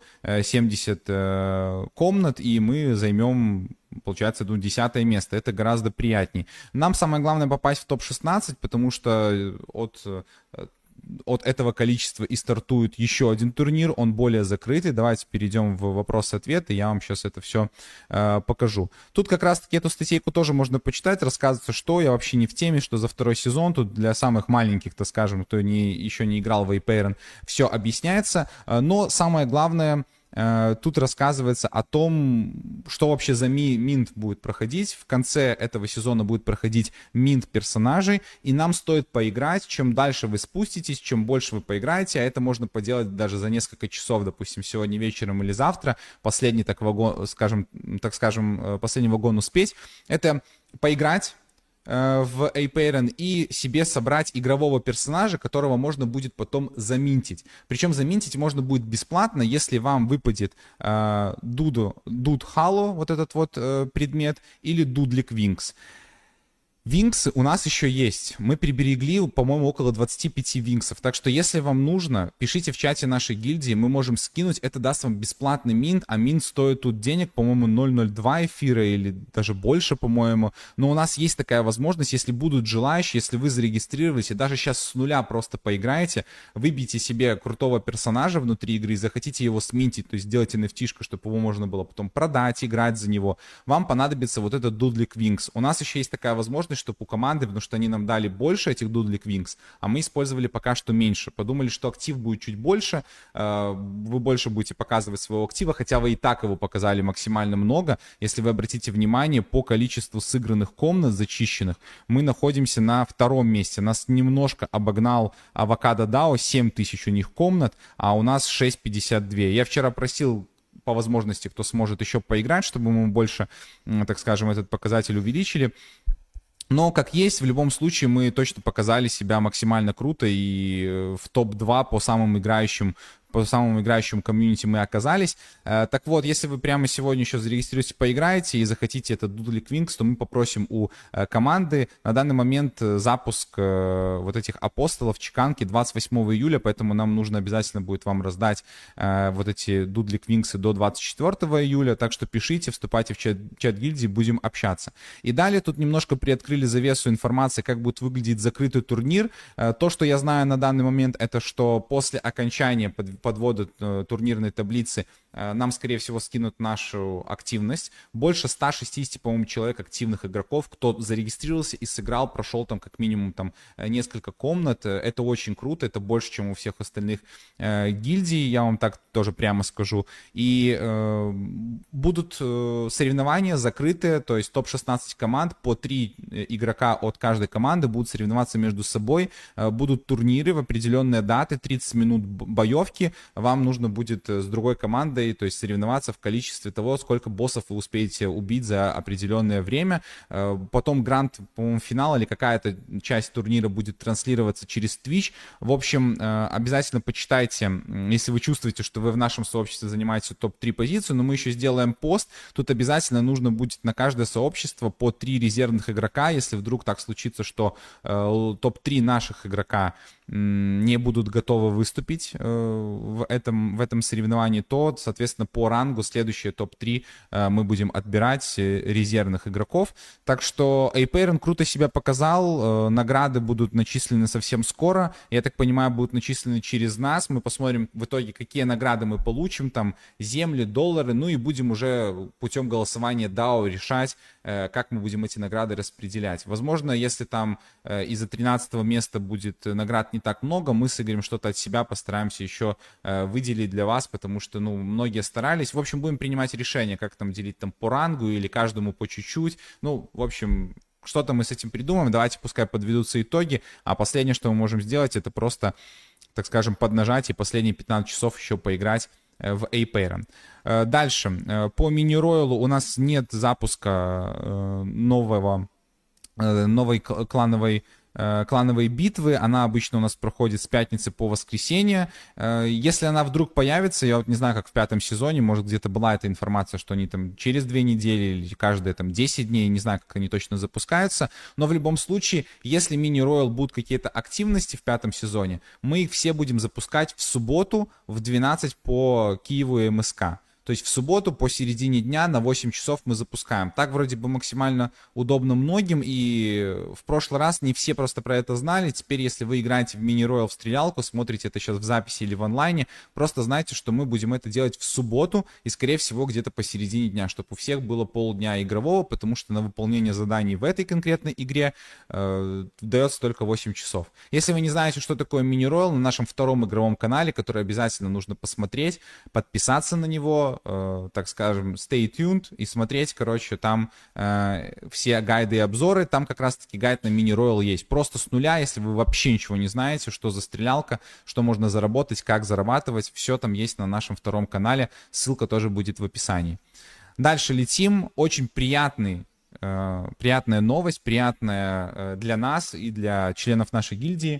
870 комнат, и мы займем, получается, 10-е место. Это гораздо приятнее. Нам самое главное попасть в топ-16, потому что от этого количества и стартует еще один турнир, он более закрытый. Давайте перейдем в вопросы-ответы, я вам сейчас это все покажу. Тут как раз-таки эту статейку тоже можно почитать, рассказывается, что я вообще не в теме, что за 2-й сезон, тут для самых маленьких, так скажем, кто еще не играл в Apeiron, все объясняется, но самое главное, Тут рассказывается о том, что вообще за минт будет проходить. В конце этого сезона будет проходить минт персонажей, и нам стоит поиграть. Чем дальше вы спуститесь, чем больше вы поиграете, а это можно поделать даже за несколько часов, допустим, сегодня вечером или завтра, последний последний вагон успеть, это поиграть в Эйпейрон и себе собрать игрового персонажа, которого можно будет потом заминтить. Причем заминтить можно будет бесплатно, если вам выпадет Дуд Халло, вот этот вот предмет, или Дудлик Винкс. Винксы у нас еще есть. Мы приберегли, по-моему, около 25 винксов. Так что, если вам нужно, пишите в чате нашей гильдии, мы можем скинуть. Это даст вам бесплатный минт, а минт стоит тут денег, по-моему, 0.02 эфира или даже больше, по-моему. Но у нас есть такая возможность, если будут желающие, если вы зарегистрировались и даже сейчас с нуля просто поиграете, выбейте себе крутого персонажа внутри игры, захотите его сминтить, то есть сделайте NFT-шку, чтобы его можно было потом продать, играть за него. Вам понадобится вот этот Дудлик Винкс. У нас еще есть такая возможность, чтобы у команды, потому что они нам дали больше этих Дудлик Винкс, а мы использовали пока что меньше. Подумали, что актив будет чуть больше, вы больше будете показывать своего актива, хотя вы и так его показали максимально много. Если вы обратите внимание, по количеству сыгранных комнат зачищенных, мы находимся на втором месте. Нас немножко обогнал Avocado DAO, 7000 у них комнат, а у нас 652. Я вчера просил по возможности, кто сможет еще поиграть, чтобы мы больше, так скажем, этот показатель увеличили. Но, как есть, в любом случае мы точно показали себя максимально круто, и в топ-2 по самым играющим комьюнити мы оказались. Так вот, если вы прямо сегодня еще зарегистрируетесь, поиграете и захотите этот Dudelik Wings, то мы попросим у команды. На данный момент запуск вот этих апостолов чеканки 28 июля, поэтому нам нужно обязательно будет вам раздать вот эти Dudelik Wings до 24 июля, так что пишите, вступайте в чат гильдии, будем общаться. И далее тут немножко приоткрыли завесу информации, как будет выглядеть закрытый турнир. То, что я знаю на данный момент, это что после окончания подвода турнирной таблицы нам, скорее всего, скинут нашу активность. Больше 160, по-моему, человек активных игроков, кто зарегистрировался и сыграл, прошел там как минимум там несколько комнат. Это очень круто, это больше, чем у всех остальных гильдий, я вам так тоже прямо скажу. И будут соревнования закрытые, то есть топ-16 команд, по 3 игрока от каждой команды будут соревноваться между собой. Будут турниры в определенные даты, 30 минут боевки. Вам нужно будет с другой командой, то есть соревноваться в количестве того, сколько боссов вы успеете убить за определенное время. Потом гранд, по-моему, финал или какая-то часть турнира будет транслироваться через Twitch. В общем, обязательно почитайте, если вы чувствуете, что вы в нашем сообществе занимаете топ-3 позицию, но мы еще сделаем пост. Тут обязательно нужно будет на каждое сообщество по 3 резервных игрока. Если вдруг так случится, что топ-3 наших игрока не будут готовы выступить в этом соревновании, то, соответственно, по рангу следующие топ-3 мы будем отбирать резервных игроков. Так что Эйпейрон круто себя показал, награды будут начислены совсем скоро, я так понимаю, будут начислены через нас, мы посмотрим в итоге, какие награды мы получим, там, земли, доллары, ну и будем уже путем голосования DAO решать, как мы будем эти награды распределять. Возможно, если там из-за 13 места будет наград не так много, мы с Игорем что-то от себя постараемся еще выделить для вас, потому что, ну, многие старались. В общем, будем принимать решение, как там делить там по рангу или каждому по чуть-чуть. Ну, в общем, что-то мы с этим придумаем. Давайте пускай подведутся итоги. А последнее, что мы можем сделать, это просто, так скажем, поднажать и последние 15 часов еще поиграть в Эйпейрон. Дальше. По мини-роялу у нас нет запуска новой клановой битвы. Она обычно у нас проходит с пятницы по воскресенье. Если она вдруг появится, я вот не знаю, как в 5 сезоне, может, где-то была эта информация, что они там через 2 недели или каждые там 10 дней, не знаю, как они точно запускаются, но в любом случае, если мини-роял будут какие-то активности в 5 сезоне, мы их все будем запускать в субботу в 12 по Киеву и МСК. То есть в субботу посередине дня на 8 часов мы запускаем. Так вроде бы максимально удобно многим, и в прошлый раз не все просто про это знали. Теперь, если вы играете в мини-роял в стрелялку, смотрите это сейчас в записи или в онлайне, просто знайте, что мы будем это делать в субботу и, скорее всего, где-то посередине дня, чтобы у всех было полдня игрового, потому что на выполнение заданий в этой конкретной игре дается только 8 часов. Если вы не знаете, что такое мини-роял, на нашем втором игровом канале, который обязательно нужно посмотреть, подписаться на него, так скажем, stay tuned и смотреть, короче, там все гайды и обзоры, там как раз-таки гайд на мини-роял есть. Просто с нуля, если вы вообще ничего не знаете, что за стрелялка, что можно заработать, как зарабатывать, все там есть на нашем втором канале, ссылка тоже будет в описании. Дальше летим, очень приятная новость, приятная для нас и для членов нашей гильдии.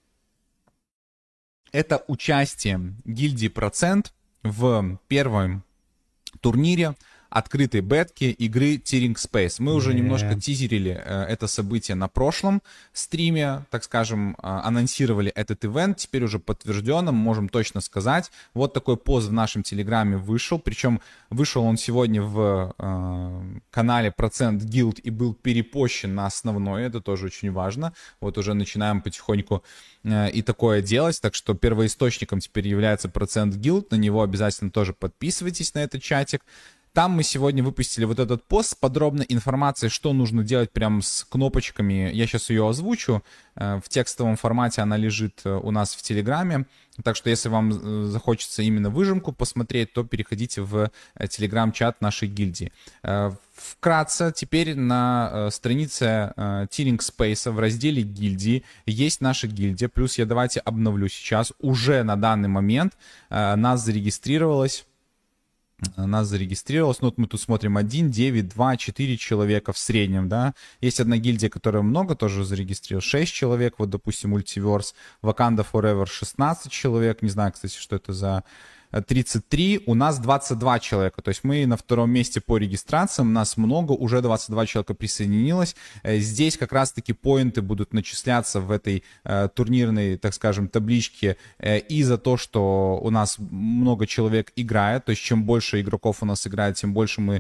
Это участие гильдии Процент в первом турнире открытой бетки игры Tearing Space. Мы уже немножко тизерили это событие на прошлом стриме, так скажем, анонсировали этот ивент, теперь уже подтвержденно, мы можем точно сказать. Вот такой пост в нашем телеграме вышел, причем вышел он сегодня в канале Процент Guild и был перепощен на основной, это тоже очень важно. Вот уже начинаем потихоньку и такое делать, так что первоисточником теперь является Процент Guild, на него обязательно тоже подписывайтесь, на этот чатик. Там мы сегодня выпустили вот этот пост с подробной информацией, что нужно делать прям с кнопочками. Я сейчас ее озвучу. В текстовом формате она лежит у нас в Телеграме. Так что если вам захочется именно выжимку посмотреть, то переходите в Телеграм-чат нашей гильдии. Вкратце, теперь на странице Tearing Space в разделе гильдии есть наша гильдия. Плюс я давайте обновлю сейчас. Уже на данный момент нас зарегистрировалось, ну вот мы тут смотрим 1, 9, 2, 4 человека в среднем, да. Есть одна гильдия, которая много тоже зарегистрировалась, 6 человек, вот, допустим, Мультиверс, Wakanda Forever 16 человек, не знаю, кстати, что это за 33, у нас 22 человека, то есть мы на втором месте по регистрациям, нас много, уже 22 человека присоединилось. Здесь как раз-таки поинты будут начисляться в этой турнирной, так скажем, табличке и за то, что у нас много человек играет, то есть чем больше игроков у нас играет, тем больше мы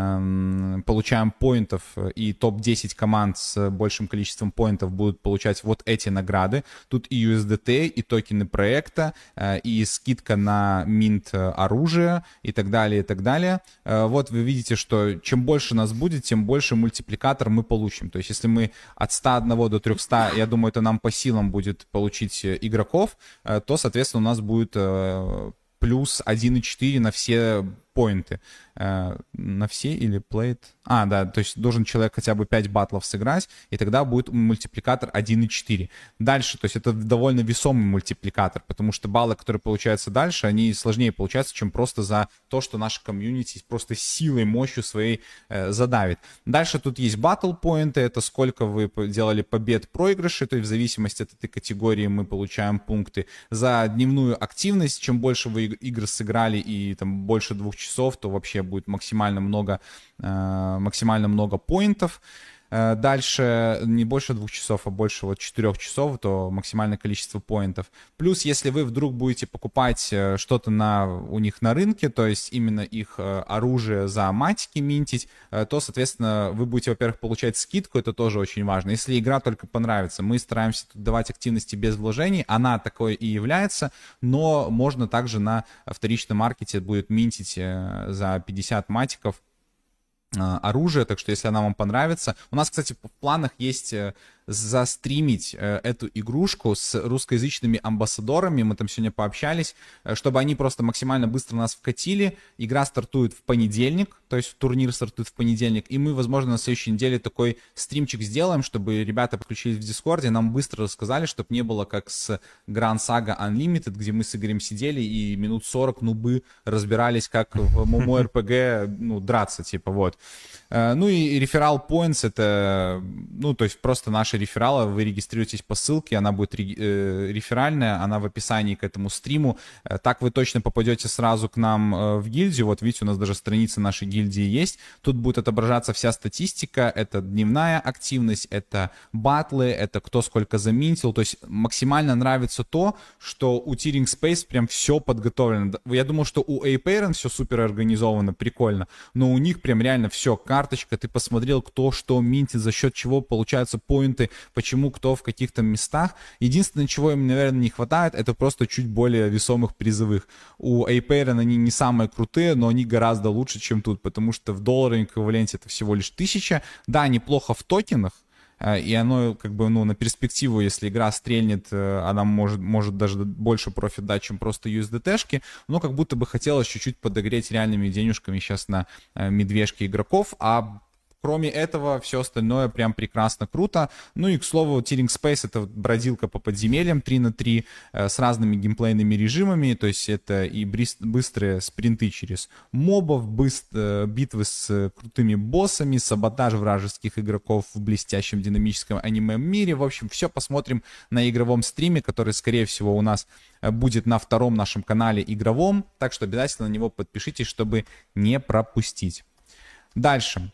получаем поинтов, и топ-10 команд с большим количеством поинтов будут получать вот эти награды. Тут и USDT, и токены проекта, и скидка на минт оружия и так далее, и так далее. Вот вы видите, что чем больше нас будет, тем больше мультипликатор мы получим. То есть если мы от 101 до 300, я думаю, это нам по силам будет получить игроков, то, соответственно, у нас будет плюс 1,4 на все поинты. На все или played? Да, то есть должен человек хотя бы 5 батлов сыграть, и тогда будет мультипликатор 1,4. Дальше, то есть это довольно весомый мультипликатор, потому что баллы, которые получаются дальше, они сложнее получаются, чем просто за то, что наша комьюнити просто силой, мощью своей задавит. Дальше тут есть battle поинты, это сколько вы делали побед, проигрышей, то есть в зависимости от этой категории мы получаем пункты. За дневную активность, чем больше вы игр сыграли и там больше 2 часов, то вообще будет максимально много поинтов. Дальше не больше 2 часов, а больше вот 4 часов, то максимальное количество поинтов. Плюс, если вы вдруг будете покупать что-то у них на рынке, то есть именно их оружие за матики минтить, то, соответственно, вы будете, во-первых, получать скидку, это тоже очень важно. Если игра только понравится, мы стараемся тут давать активности без вложений, она такой и является, но можно также на вторичном маркете будет минтить за 50 матиков оружие, так что если она вам понравится. У нас, кстати, в планах есть застримить эту игрушку с русскоязычными амбассадорами, мы там сегодня пообщались, чтобы они просто максимально быстро нас вкатили. Игра стартует в понедельник, то есть турнир стартует в понедельник, и мы, возможно, на следующей неделе такой стримчик сделаем, чтобы ребята подключились в Дискорде, нам быстро рассказали, чтобы не было как с Grand Saga Unlimited, где мы с Игорем сидели и минут 40 нубы разбирались, как в MMORPG, драться, типа, вот. Ну и реферал points, это, то есть просто наши реферала, вы регистрируетесь по ссылке, она будет реферальная, она в описании к этому стриму. Так вы точно попадете сразу к нам в гильдию. Вот видите, у нас даже страница нашей гильдии есть. Тут будет отображаться вся статистика. Это дневная активность, это батлы, это кто сколько заминтил. То есть максимально нравится то, что у Tearing Space прям все подготовлено. Я думал, что у A-Parent все супер организовано, прикольно. Но у них прям реально все, карточка, ты посмотрел, кто что минтит, за счет чего получаются поинты, почему кто в каких-то местах. Единственное, чего им, наверное, не хватает, это просто чуть более весомых призовых. У A-Parent они не самые крутые, но они гораздо лучше, чем тут, потому что в долларовом эквиваленте это всего лишь 1000. Да, неплохо в токенах, и оно как бы, ну, на перспективу, если игра стрельнет, она может даже больше профит дать, чем просто USDT-шки, но как будто бы хотелось чуть-чуть подогреть реальными денежками сейчас на медвежки игроков, а кроме этого, все остальное прям прекрасно круто. Ну и, к слову, Tearing Space — это бродилка по подземельям 3 на 3 с разными геймплейными режимами. То есть это и быстрые спринты через мобов, битвы с крутыми боссами, саботаж вражеских игроков в блестящем динамическом аниме-мире. В общем, все посмотрим на игровом стриме, который, скорее всего, у нас будет на втором нашем канале игровом. Так что обязательно на него подпишитесь, чтобы не пропустить. Дальше.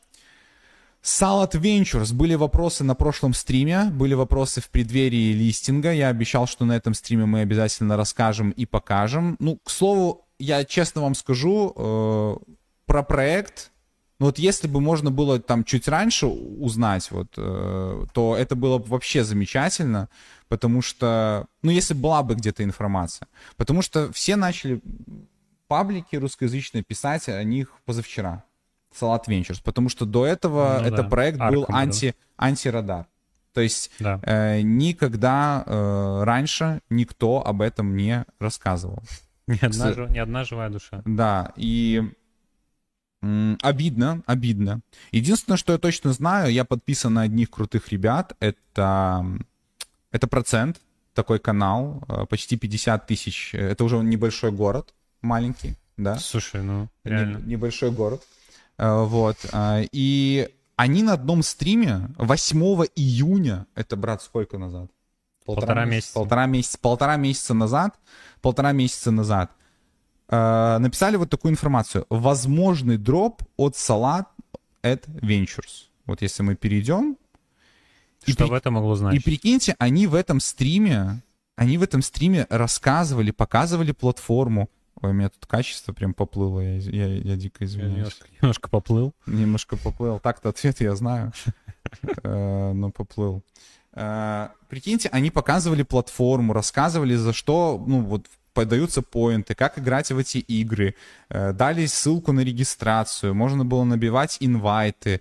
Salad Ventures. Были вопросы на прошлом стриме, были вопросы в преддверии листинга. Я обещал, что на этом стриме мы обязательно расскажем и покажем. Ну, к слову, я честно вам скажу про проект. Ну, вот если бы можно было там чуть раньше узнать, вот, то это было бы вообще замечательно, потому что, ну, если была бы где-то информация. Потому что все начали паблики русскоязычные писать о них позавчера. Salad Ventures, потому что до этого этот проект был антирадар. То есть никогда раньше никто об этом не рассказывал. Ни одна живая душа. Да, и обидно. Единственное, что я точно знаю, я подписан на одних крутых ребят, это Процент, такой канал, почти 50 тысяч, это уже небольшой город, маленький, да? Слушай, ну реально. Небольшой город. Вот, и они на одном стриме 8 июня, это, брат, сколько назад? Полтора месяца назад написали вот такую информацию. Возможный дроп от Salad Ventures. Вот если мы перейдем. Что в этом могло значить? И прикиньте, они в этом стриме рассказывали, показывали платформу. Ой, у меня тут качество прям поплыло, я дико извиняюсь. Немножко поплыл. Немножко поплыл. Так-то ответ я знаю, но поплыл. Прикиньте, они показывали платформу, рассказывали, за что, ну, вот, подаются поинты, как играть в эти игры, дали ссылку на регистрацию, можно было набивать инвайты.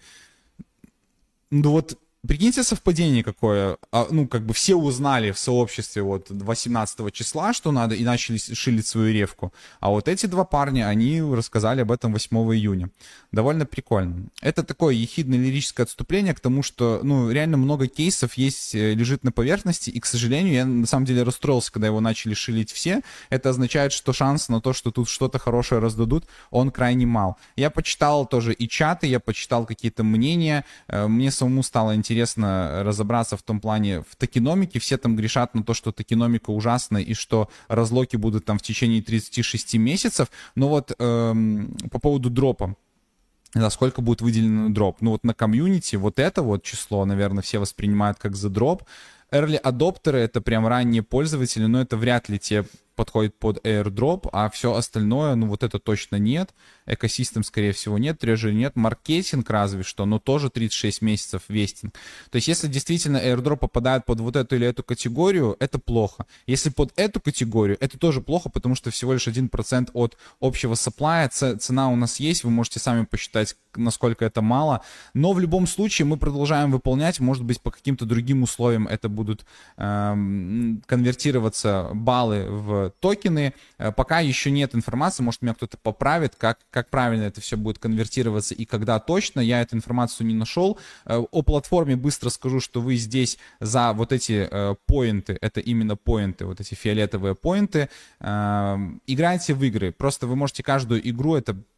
Ну вот, прикиньте совпадение какое. Ну, как бы все узнали в сообществе вот 18 числа, что надо, и начали шилить свою ревку. А вот эти два парня, они рассказали об этом 8 июня. Довольно прикольно. Это такое ехидное лирическое отступление к тому, что, ну, реально много кейсов лежит на поверхности, и, к сожалению, я на самом деле расстроился, когда его начали шилить все. Это означает, что шанс на то, что тут что-то хорошее раздадут, он крайне мал. Я почитал тоже и чаты, я почитал какие-то мнения, мне самому стало интересно разобраться в том плане, в токеномике. Все там грешат на то, что токеномика ужасна и что разлоки будут там в течение 36 месяцев. Но вот по поводу дропа. Да, сколько будет выделено на дроп? Ну вот на комьюнити вот это вот число, наверное, все воспринимают как за дроп. Early адоптеры — это прям ранние пользователи, но это вряд ли те подходит под airdrop, а все остальное, ну вот это точно нет. Экосистем, скорее всего, нет, трежери нет. Маркетинг разве что, но тоже 36 месяцев вестинг. То есть если действительно airdrop попадает под вот эту или эту категорию, это плохо. Если под эту категорию, это тоже плохо, потому что всего лишь 1% от общего сапплая. Цена у нас есть, вы можете сами посчитать, насколько это мало. Но в любом случае мы продолжаем выполнять. Может быть, по каким-то другим условиям это будут конвертироваться баллы в токены. Пока еще нет информации, может, меня кто-то поправит, как правильно это все будет конвертироваться и когда точно. Я эту информацию не нашел. О платформе быстро скажу, что вы здесь за вот эти поинты, это именно поинты, вот эти фиолетовые поинты, играете в игры. Просто вы можете каждую игру, это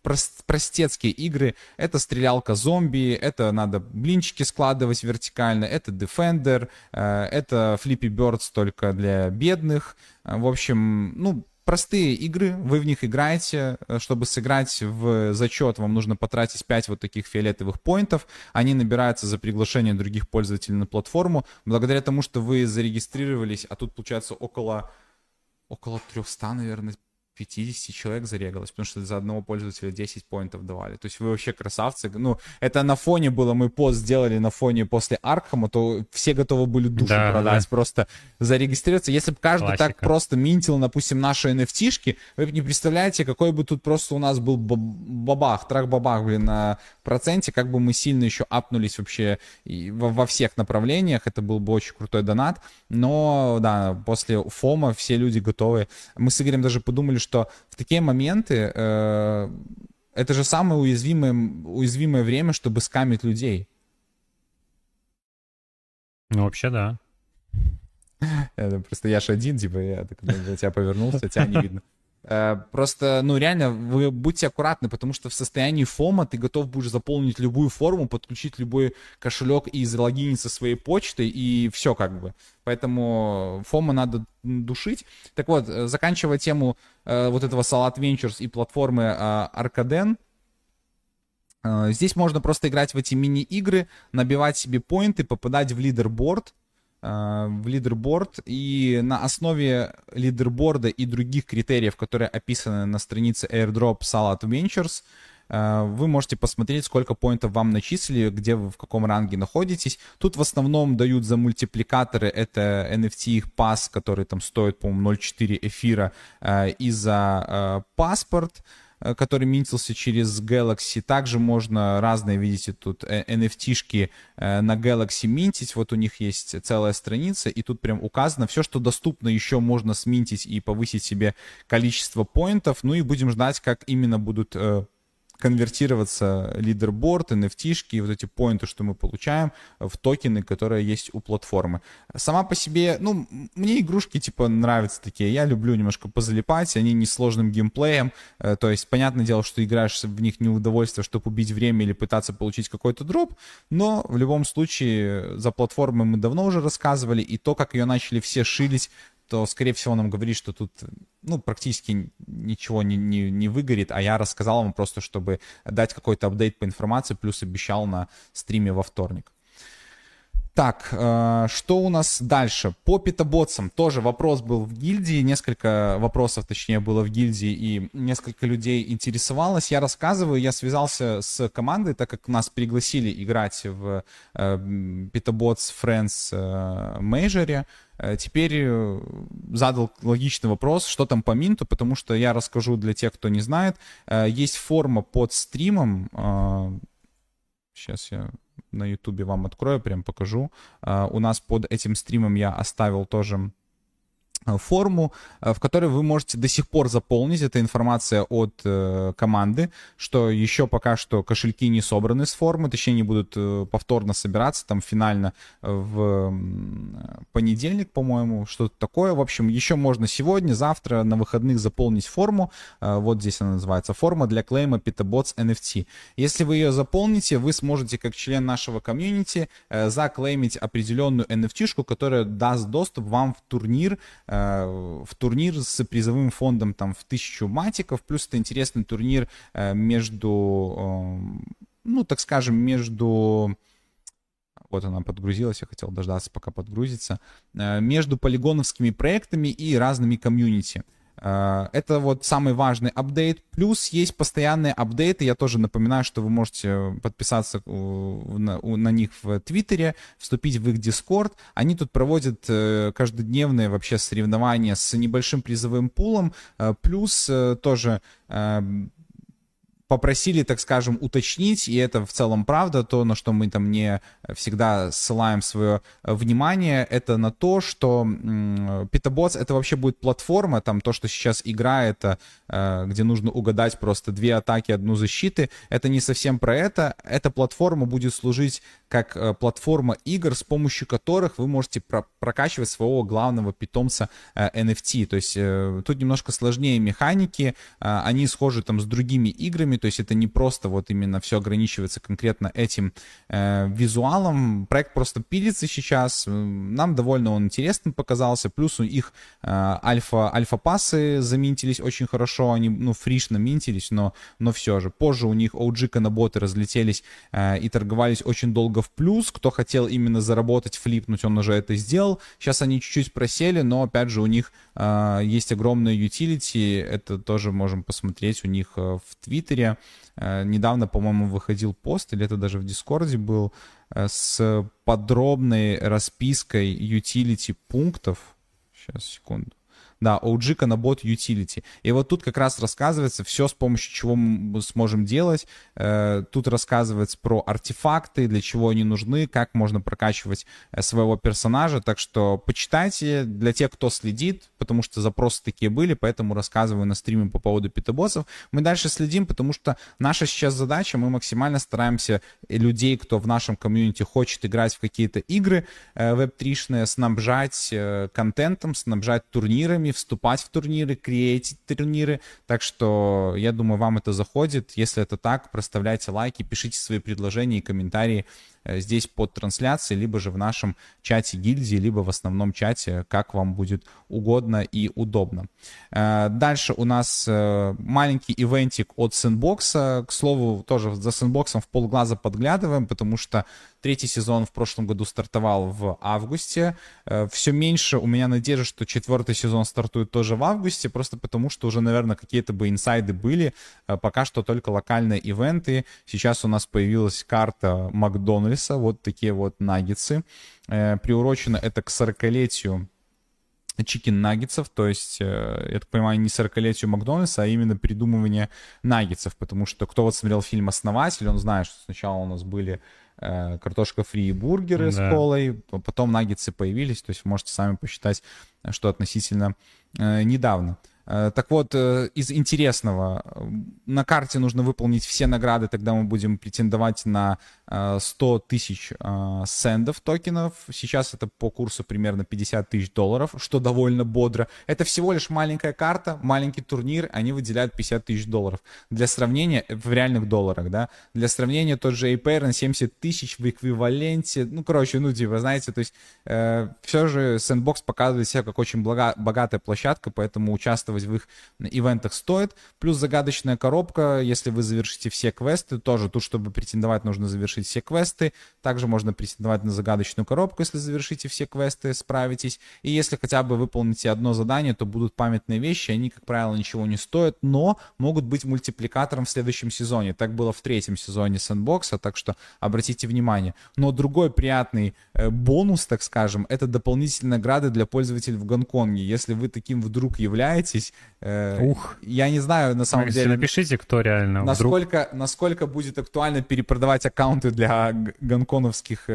простецкие игры. Это стрелялка зомби, это надо блинчики складывать вертикально, это Defender, это Flippy Birds только для бедных. В общем, ну, простые игры, вы в них играете. Чтобы сыграть в зачет, вам нужно потратить 5 вот таких фиолетовых поинтов. Они набираются за приглашение других пользователей на платформу. Благодаря тому, что вы зарегистрировались, а тут, получается, около 300, наверное, 50 человек зарегалось, потому что за одного пользователя 10 поинтов давали. То есть вы вообще красавцы. Ну, это на фоне было, мы пост сделали на фоне после Аркхема, то все готовы были душу продать, просто зарегистрироваться. Если бы каждый так просто минтил, допустим, наши NFT-шки, вы бы не представляете, какой бы тут просто у нас был бабах, трах-бабах, блин, на проценте, как бы мы сильно еще апнулись вообще во всех направлениях. Это был бы очень крутой донат. Но, да, после фома все люди готовы. Мы с Игорем даже подумали, что в такие моменты это же самое уязвимое время, чтобы скамить людей. Ну, вообще, да. Просто я ж один, типа, я так на тебя повернулся, тебя не видно. Просто, ну, реально, вы будьте аккуратны, потому что в состоянии фома ты готов будешь заполнить любую форму, подключить любой кошелек и залогиниться своей почтой, и все как бы. Поэтому фома надо душить. Так вот, заканчивая тему вот этого Salad Ventures и платформы Arcaden, здесь можно просто играть в эти мини-игры, набивать себе поинты, попадать в лидерборд, и на основе лидерборда и других критериев, которые описаны на странице Airdrop Salad Ventures, вы можете посмотреть, сколько поинтов вам начислили, где вы в каком ранге находитесь. Тут в основном дают за мультипликаторы, это NFT их пас, который там стоит, по-моему, 0.4 эфира, и за паспорт, который минтился через Galaxy. Также можно разные, видите, тут NFT-шки на Galaxy минтить. Вот у них есть целая страница, и тут прям указано все, что доступно, еще можно сминтить и повысить себе количество поинтов. Ну и будем ждать, как именно будут конвертироваться лидерборд, NFT-шки и вот эти поинты, что мы получаем, в токены, которые есть у платформы. Сама по себе, ну, мне игрушки, типа, нравятся такие. Я люблю немножко позалипать, они не сложным геймплеем. То есть, понятное дело, что играешь в них не в удовольствие, чтобы убить время или пытаться получить какой-то дроп, но в любом случае за платформой мы давно уже рассказывали, и то, как ее начали все шилить, то, скорее всего, нам говорит, что тут, ну, практически ничего не выгорит, а я рассказал вам просто, чтобы дать какой-то апдейт по информации, плюс обещал на стриме во вторник. Так, что у нас дальше? По питаботсам тоже вопрос был в гильдии, несколько вопросов, точнее, было в гильдии, и несколько людей интересовалось. Я рассказываю, я связался с командой, так как нас пригласили играть в Pitabots Friends Major. Теперь задал логичный вопрос, что там по минту, потому что я расскажу для тех, кто не знает. Есть форма под стримом. Сейчас я на ютубе вам открою, прям покажу. У нас под этим стримом я оставил тоже форму, в которой вы можете до сих пор заполнить. Это информация от команды, что еще пока что кошельки не собраны с формы, точнее, не будут повторно собираться, там финально в понедельник, по-моему, что-то такое. В общем, еще можно сегодня, завтра, на выходных заполнить форму. Вот здесь она называется. Форма для клейма Pitabots NFT. Если вы ее заполните, вы сможете, как член нашего комьюнити, заклеймить определенную NFT-шку, которая даст доступ вам в турнир с призовым фондом там в 1000 матиков, плюс это интересный турнир между, ну, так скажем, между... Вот она подгрузилась, я хотел дождаться, пока подгрузится. Между полигоновскими проектами и разными комьюнити. Это вот самый важный апдейт. Плюс есть постоянные апдейты. Я тоже напоминаю, что вы можете подписаться на них в Твиттере, вступить в их Дискорд. Они тут проводят каждодневные вообще соревнования с небольшим призовым пулом. Плюс тоже попросили, так скажем, уточнить, и это в целом правда, то, на что мы там не всегда ссылаем свое внимание, это на то, что Pitabots это вообще будет платформа, там то, что сейчас игра, это где нужно угадать просто 2 атаки, 1 защиты, это не совсем про это. Эта платформа будет служить как платформа игр, с помощью которых вы можете прокачивать своего главного питомца NFT. То есть тут немножко сложнее механики, они схожи там с другими играми, то есть это не просто вот именно все ограничивается конкретно этим визуалом. Проект просто пилится сейчас, нам довольно он интересным показался, плюс у их альфа-пассы заминтились очень хорошо, они, ну, фриш наминтились, но все же. Позже у них OG-канаботы разлетелись и торговались очень долго в плюс. Кто хотел именно заработать, флипнуть, он уже это сделал. Сейчас они чуть-чуть просели, но опять же у них есть огромные utility, это тоже можем посмотреть у них в Твиттере. Недавно, по-моему, выходил пост, или это даже в Дискорде был, с подробной распиской utility пунктов. Сейчас, секунду. Да, OG Canabot Utility. И вот тут как раз рассказывается все, с помощью чего мы сможем делать. Тут рассказывается про артефакты, для чего они нужны, как можно прокачивать своего персонажа. Так что почитайте для тех, кто следит, потому что запросы такие были, поэтому рассказываю на стриме по поводу питобоссов. Мы дальше следим, потому что наша сейчас задача, мы максимально стараемся людей, кто в нашем комьюнити хочет играть в какие-то игры веб-тришные, снабжать контентом, снабжать турнирами, вступать в турниры, креатить турниры. Так что я думаю, вам это заходит. Если это так, проставляйте лайки, пишите свои предложения и комментарии здесь под трансляцией, либо же в нашем чате гильдии, либо в основном чате, как вам будет угодно и удобно. Дальше у нас маленький ивентик от Sandbox. К слову, тоже за Sandbox в полглаза подглядываем, потому что третий сезон в прошлом году стартовал в августе. Все меньше у меня надежды, что четвертый сезон стартует тоже в августе, просто потому что уже, наверное, какие-то бы инсайды были. Пока что только локальные ивенты. Сейчас у нас появилась карта Макдональдса, вот такие вот наггетсы. Приурочено это к 40-летию чикен-наггетсов, то есть, я так понимаю, не 40-летию Макдональдса, а именно придумывание наггетсов, потому что кто вот смотрел фильм «Основатель», он знает, что сначала у нас были картошка фри и бургеры с колой, потом наггетсы появились, то есть вы можете сами посчитать, что относительно недавно. Так вот, из интересного, на карте нужно выполнить все награды, тогда мы будем претендовать на 100 тысяч сендов токенов. Сейчас это по курсу примерно $50 тысяч, что довольно бодро. Это всего лишь маленькая карта, маленький турнир, они выделяют $50 тысяч. Для сравнения, в реальных долларах, да, для сравнения тот же APR на 70 тысяч в эквиваленте, ну, короче, ну, типа, знаете, то есть все же Sandbox показывает себя как очень богатая площадка, поэтому участвовать в их ивентах стоит. Плюс загадочная коробка, если вы завершите все квесты, тоже тут, чтобы претендовать, нужно завершить все квесты. Также можно претендовать на загадочную коробку, если завершите все квесты, справитесь. И если хотя бы выполните одно задание, то будут памятные вещи, они, как правило, ничего не стоят, но могут быть мультипликатором в следующем сезоне. Так было в третьем сезоне Sandbox, так что обратите внимание. Но другой приятный бонус, так скажем, это дополнительные награды для пользователей в Гонконге. Если вы таким вдруг являетесь, я не знаю, на самом деле, напишите, кто реально насколько будет актуально перепродавать аккаунты для гонконговских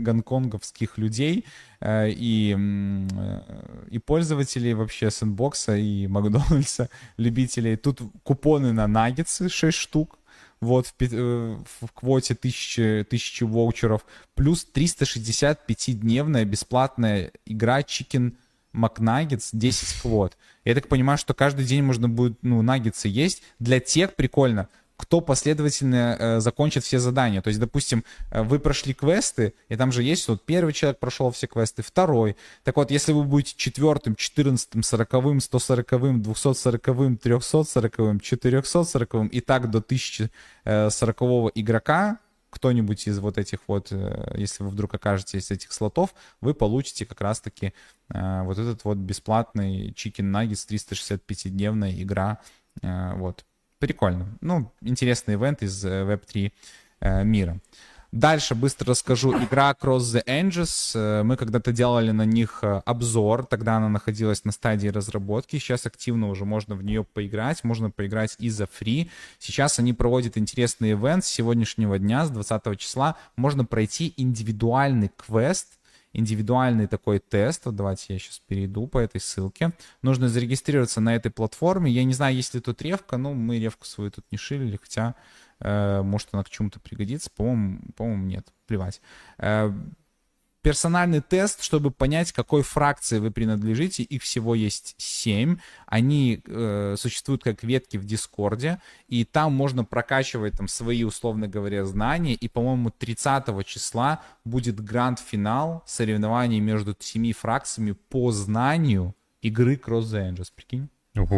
людей и пользователей вообще Сэндбокса и Макдональдса, любителей. Тут купоны на наггетсы 6 штук. Вот в квоте 1000 воучеров, плюс 365-дневная бесплатная игра Chicken McNuggets 10 квот. Я так понимаю, что каждый день можно будет, наггетсы есть. Для тех прикольно, кто последовательно закончит все задания. То есть, допустим, вы прошли квесты, и там же есть, вот первый человек прошел все квесты, второй. Так вот, если вы будете 4-м, 14-м, 40-м, 140-м, 240-м, 340-м, 440-м и так до 1040-го игрока, кто-нибудь из вот этих вот, если вы вдруг окажетесь из этих слотов, вы получите как раз-таки вот этот вот бесплатный Chicken Nuggets, 365-дневная игра, вот. Прикольно. Интересный ивент из Web3 мира. Дальше быстро расскажу. Игра Cross the Ages. Мы когда-то делали на них обзор. Тогда она находилась на стадии разработки. Сейчас активно уже можно в нее поиграть. Можно поиграть и за фри. Сейчас они проводят интересный ивент. С сегодняшнего дня, с 20 числа, можно пройти индивидуальный квест. Индивидуальный такой тест. Вот давайте я сейчас перейду по этой ссылке. Нужно зарегистрироваться на этой платформе. Я не знаю, есть ли тут ревка. Мы ревку свою тут не шилили, хотя может она к чему-то пригодится. По-моему, нет. Плевать. персональный тест, чтобы понять, какой фракции вы принадлежите. Их всего есть 7. Они существуют как ветки в Дискорде, и там можно прокачивать там свои, условно говоря, знания. И, по-моему, 30 числа будет гранд-финал соревнований между 7 фракциями по знанию игры Cross the Ages. Прикинь?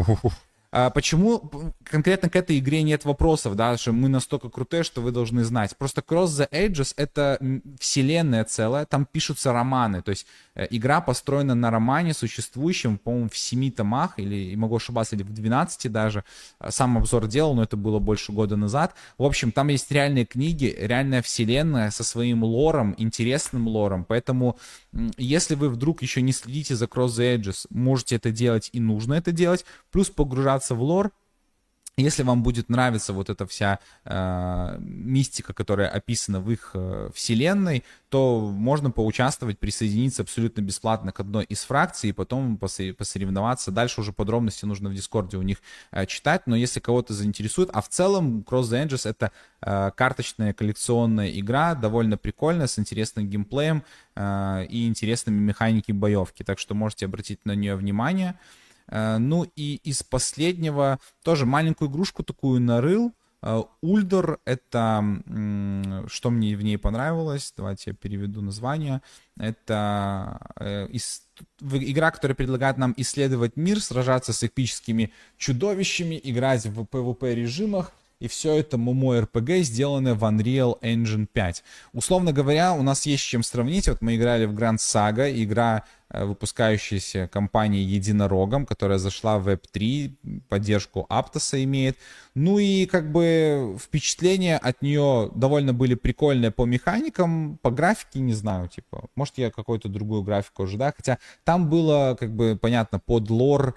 Почему конкретно к этой игре нет вопросов, да, что мы настолько крутые, что вы должны знать. Просто Cross the Ages — это вселенная целая, там пишутся романы, то есть игра построена на романе, существующем, по-моему, в 7 томах, или, могу ошибаться, или в 12 даже. Сам обзор делал, но это было больше года назад. В общем, там есть реальные книги, реальная вселенная со своим лором, интересным лором, поэтому если вы вдруг еще не следите за Cross the Ages, можете это делать и нужно это делать, плюс погружаться в лор. Если вам будет нравиться вот эта вся мистика, которая описана в их вселенной, то можно поучаствовать, присоединиться абсолютно бесплатно к одной из фракций и потом посоревноваться. Дальше уже подробности нужно в Дискорде у них читать, но если кого-то заинтересует. А в целом Cross the Ages — это карточная коллекционная игра, довольно прикольная, с интересным геймплеем и интересными механиками боевки. Так что можете обратить на нее внимание. Ну и из последнего тоже маленькую игрушку такую нарыл. Ульдор — это, что мне в ней понравилось, давайте я переведу название. Это игра, которая предлагает нам исследовать мир, сражаться с эпическими чудовищами, играть в PvP-режимах. И все это MMORPG, сделанное в Unreal Engine 5. Условно говоря, у нас есть с чем сравнить. Вот мы играли в Grand Saga, игра, выпускающаяся компанией Единорогом, которая зашла в Web3, поддержку Aptos имеет. Ну и как бы впечатления от нее довольно были прикольные по механикам, по графике, не знаю, типа, может я какую-то другую графику ожидаю, хотя там было, как бы, понятно, под лор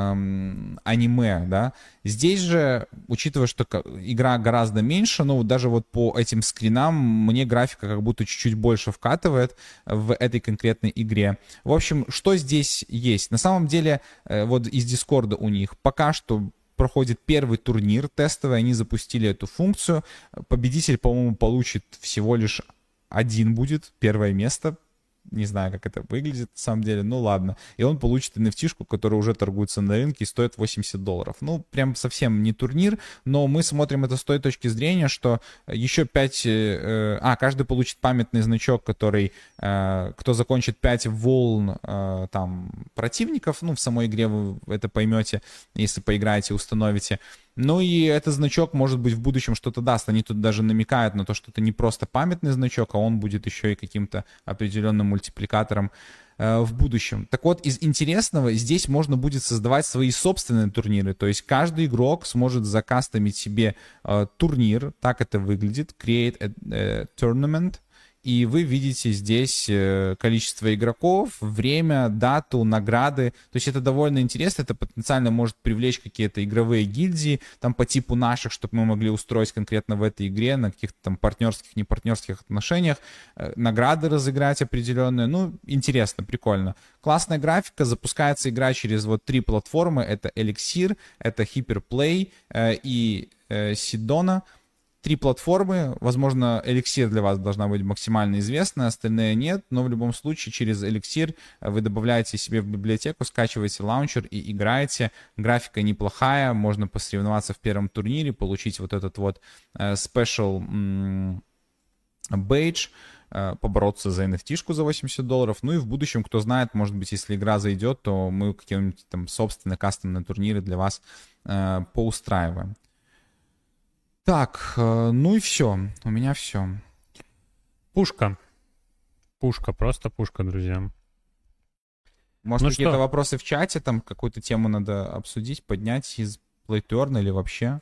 аниме, да. Здесь же, учитывая, что игра гораздо меньше, но даже вот по этим скринам мне графика как будто чуть-чуть больше вкатывает в этой конкретной игре. В общем, что здесь есть? На самом деле, вот из Дискорда у них пока что проходит первый турнир тестовый, они запустили эту функцию. Победитель, по-моему, получит всего лишь один будет, первое место. Не знаю, как это выглядит на самом деле, ну ладно. И он получит NFT-шку, которая уже торгуется на рынке и стоит $80. Ну, прям совсем не турнир, но мы смотрим это с той точки зрения, что еще 5... каждый получит памятный значок, который... Кто закончит 5 волн там противников, ну, в самой игре вы это поймете, если поиграете, установите. Ну и этот значок, может быть, в будущем что-то даст. Они тут даже намекают на то, что это не просто памятный значок, а он будет еще и каким-то определенным мультипликатором в будущем. Так вот, из интересного, здесь можно будет создавать свои собственные турниры. То есть каждый игрок сможет закастомить себе турнир. Так это выглядит. Create a tournament. И вы видите здесь количество игроков, время, дату, награды. То есть это довольно интересно, это потенциально может привлечь какие-то игровые гильдии, там по типу наших, чтобы мы могли устроить конкретно в этой игре, на каких-то там партнерских, непартнерских отношениях, награды разыграть определенные. Ну, интересно, прикольно. Классная графика, запускается игра через вот 3 платформы. Это Elixir, это Hyperplay и Sidona. 3 платформы, возможно, Elixir для вас должна быть максимально известна, остальные нет, но в любом случае через Elixir вы добавляете себе в библиотеку, скачиваете лаунчер и играете. Графика неплохая, можно посоревноваться в первом турнире, получить вот этот вот special badge, побороться за NFT-шку за $80. Ну и в будущем, кто знает, может быть, если игра зайдет, то мы какие-нибудь там собственные кастомные турниры для вас поустраиваем. Так, ну и все. У меня все. Пушка. Пушка, просто пушка, друзья. Может, ну какие-то вопросы в чате, там какую-то тему надо обсудить, поднять из Playturn или вообще?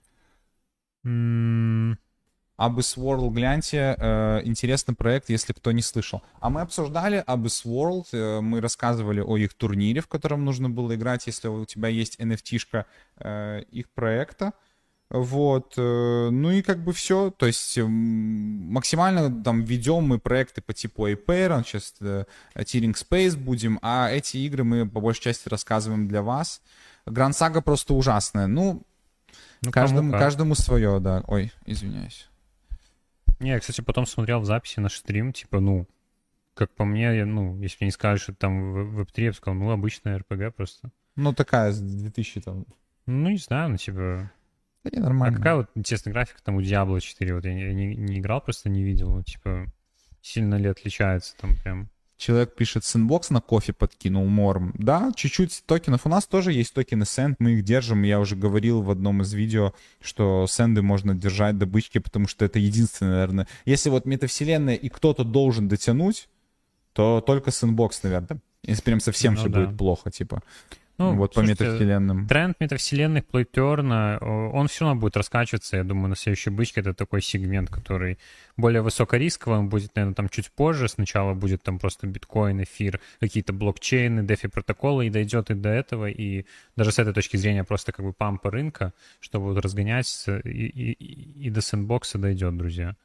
Abyss World, гляньте, интересный проект, если кто не слышал. А мы обсуждали Abyss World, мы рассказывали о их турнире, в котором нужно было играть, если у тебя есть NFT-шка их проекта. Вот, ну и как бы все, то есть максимально там ведем мы проекты по типу Apeir, сейчас Tearing Space будем, а эти игры мы по большей части рассказываем для вас. Grand Saga просто ужасная, ну каждому свое, да. Ой, извиняюсь. Не, я, кстати, потом смотрел в записи наш стрим, типа, ну, как по мне, ну, если мне не скажешь, что там Web3, я бы сказал, ну, обычная RPG просто. Ну, такая с 2000 там. Ну, не знаю, ну, типа... Да не, А нормально. какая вот интересная графика там у Diablo 4? Вот я не играл, просто не видел. Ну, типа, сильно ли отличается там прям? Человек пишет, сэндбокс на кофе подкинул Морм. Да, чуть-чуть токенов. У нас тоже есть токены сэнд, мы их держим. Я уже говорил в одном из видео, что сэнды можно держать до бычки, потому что это единственное, наверное. Если вот метавселенная и кто-то должен дотянуть, то только сэндбокс, наверное. Если прям совсем все будет плохо, типа. Ну, вот слушайте, по метавселенным. Тренд метавселенных, плейтерна, он все равно будет раскачиваться. Я думаю, на следующей бычке это такой сегмент, который более высокорисковый, он будет, наверное, там чуть позже. Сначала будет там просто биткоин, эфир, какие-то блокчейны, дефи-протоколы, и дойдет и до этого. И даже с этой точки зрения просто как бы пампа рынка, что будут разгонять, и до сэндбокса дойдет, друзья.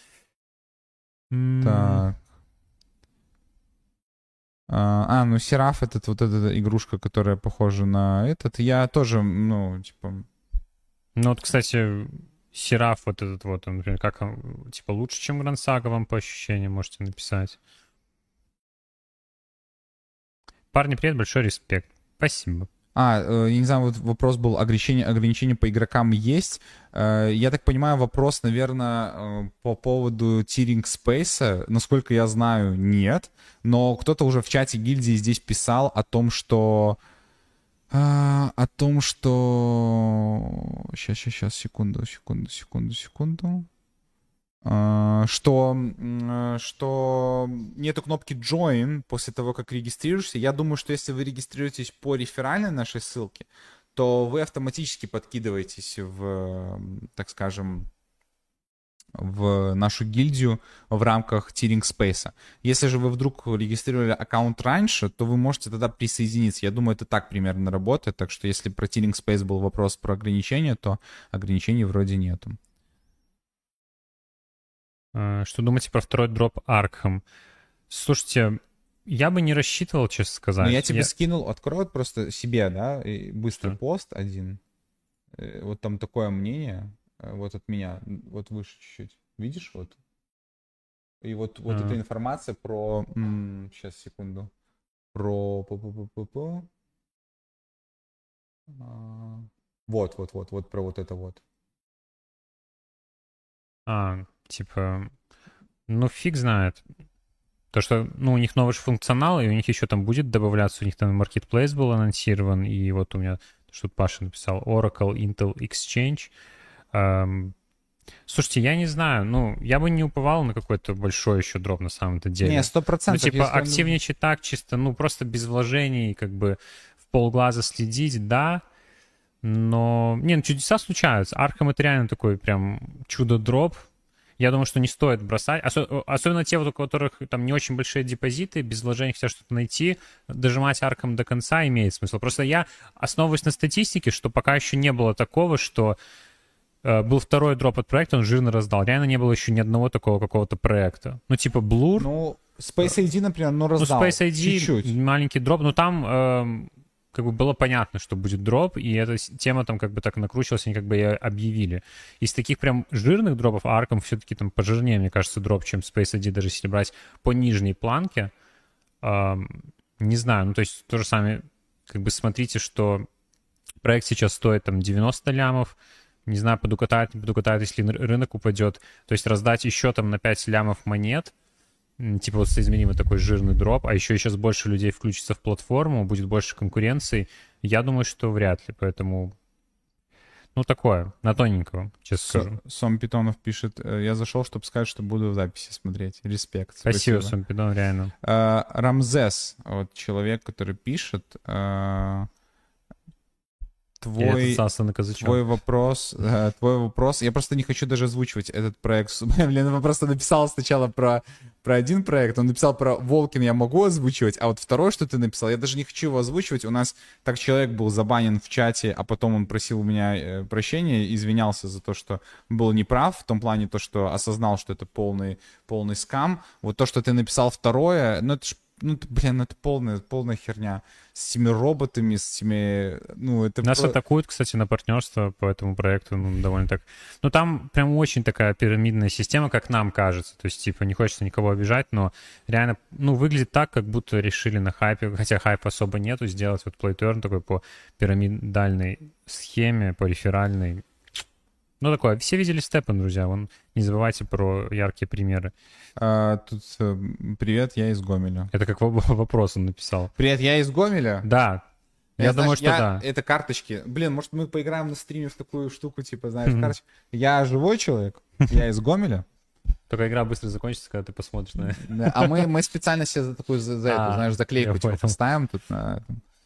Так. Ну, Сераф, вот эта игрушка, которая похожа на этот. Я тоже, ну, типа... Ну, вот, кстати, Сераф вот этот вот, например, как он, типа, лучше, чем Гранд Сага, вам по ощущениям можете написать. Парни, привет, большой респект. Спасибо. Я не знаю, вот вопрос был, ограничения по игрокам есть. Я так понимаю, вопрос, наверное, по поводу тиринг спейса. Насколько я знаю, нет. Но кто-то уже в чате гильдии здесь писал о том, что... Сейчас, секунду. Что нету кнопки Join после того, как регистрируешься. Я думаю, что если вы регистрируетесь по реферальной нашей ссылке, то вы автоматически подкидываетесь в, так скажем, в нашу гильдию в рамках тиринг спейса. Если же вы вдруг регистрировали аккаунт раньше, то вы можете тогда присоединиться. Я думаю, это так примерно работает. Так что если про тиринг спейс был вопрос про ограничения, то ограничений вроде нету. Что думаете про второй дроп Аркхам? Слушайте, я бы не рассчитывал, честно сказать. Ну, я тебе скинул, открой вот просто себе, да, и быстрый пост один. Вот там такое мнение, вот от меня, вот выше чуть-чуть. Видишь, вот? И вот эта информация про... сейчас, секунду. Про... Вот про вот это вот. Типа, ну, фиг знает. То, что, ну, у них новый функционал, и у них еще там будет добавляться, у них там Marketplace был анонсирован, и вот у меня, что Паша написал, Oracle, Intel, Exchange. Слушайте, я не знаю, ну, я бы не уповал на какой-то большой еще дроп на самом-то деле. Не, 100%. Ну, типа, активничать так чисто, ну, просто без вложений, как бы в полглаза следить, да, но... Не, ну, чудеса случаются. Arkham — это реально такой прям чудо-дроп. Я думаю, что не стоит бросать. Особенно те, вот, у которых там не очень большие депозиты, без вложений хотят что-то найти, дожимать Arkham до конца имеет смысл. Просто я основываюсь на статистике, что пока еще не было такого, что был второй дроп от проекта, он жирно раздал. Реально не было еще ни одного такого какого-то проекта. Ну, типа Blur. Ну, Space ID, например, раздал. Ну, Space ID, чуть-чуть. Маленький дроп. Но там как бы было понятно, что будет дроп, и эта тема там как бы так накручивалась, они как бы и объявили. Из таких прям жирных дропов Arkham все-таки там пожирнее, мне кажется, дроп, чем Space ID, даже если брать по нижней планке. Не знаю, ну, то есть то же самое, как бы смотрите, что проект сейчас стоит там 90 лямов, не знаю, подукатает, не подукатает, если рынок упадет. То есть раздать еще там на 5 лямов монет, типа вот соизмеримый такой жирный дроп, а еще и сейчас больше людей включится в платформу, будет больше конкуренции. Я думаю, что вряд ли, поэтому... Ну, такое, на тоненького, честно скажу. Сом Питонов пишет, я зашел, чтобы сказать, что буду в записи смотреть. Респект. Спасибо, Сом Питон, реально. Рамзес, вот человек, который пишет... Твой вопрос, я просто не хочу даже озвучивать этот проект. Блин, он просто написал сначала про один проект, он написал про Волкин, я могу озвучивать, а вот второй, что ты написал, я даже не хочу его озвучивать. У нас так человек был забанен в чате, а потом он просил у меня прощения, извинялся за то, что был неправ, в том плане то, что осознал, что это полный скам. Вот то, что ты написал второе, ну это ж блин, это полная херня. С этими роботами, с этими... Ну, это... Нас атакуют, кстати, на партнерство по этому проекту, ну, довольно так... Ну, там прям очень такая пирамидная система, как нам кажется. То есть, типа, не хочется никого обижать, но реально, ну, выглядит так, как будто решили на хайпе, хотя хайпа особо нету, сделать вот PlayTurn такой по пирамидальной схеме, по реферальной. Ну, такое. Все видели Степан, друзья. Вон, не забывайте про яркие примеры. Тут привет, я из Гомеля. Это как вопрос он написал. Привет, я из Гомеля? Да. Я думаю, что да. Это карточки. Блин, может, мы поиграем на стриме в такую штуку, типа, знаешь, карточки. Я живой человек, я из Гомеля. Только игра быстро закончится, когда ты посмотришь на это. А мы специально себе за такую, за эту, знаешь, заклейку типа поставим тут на...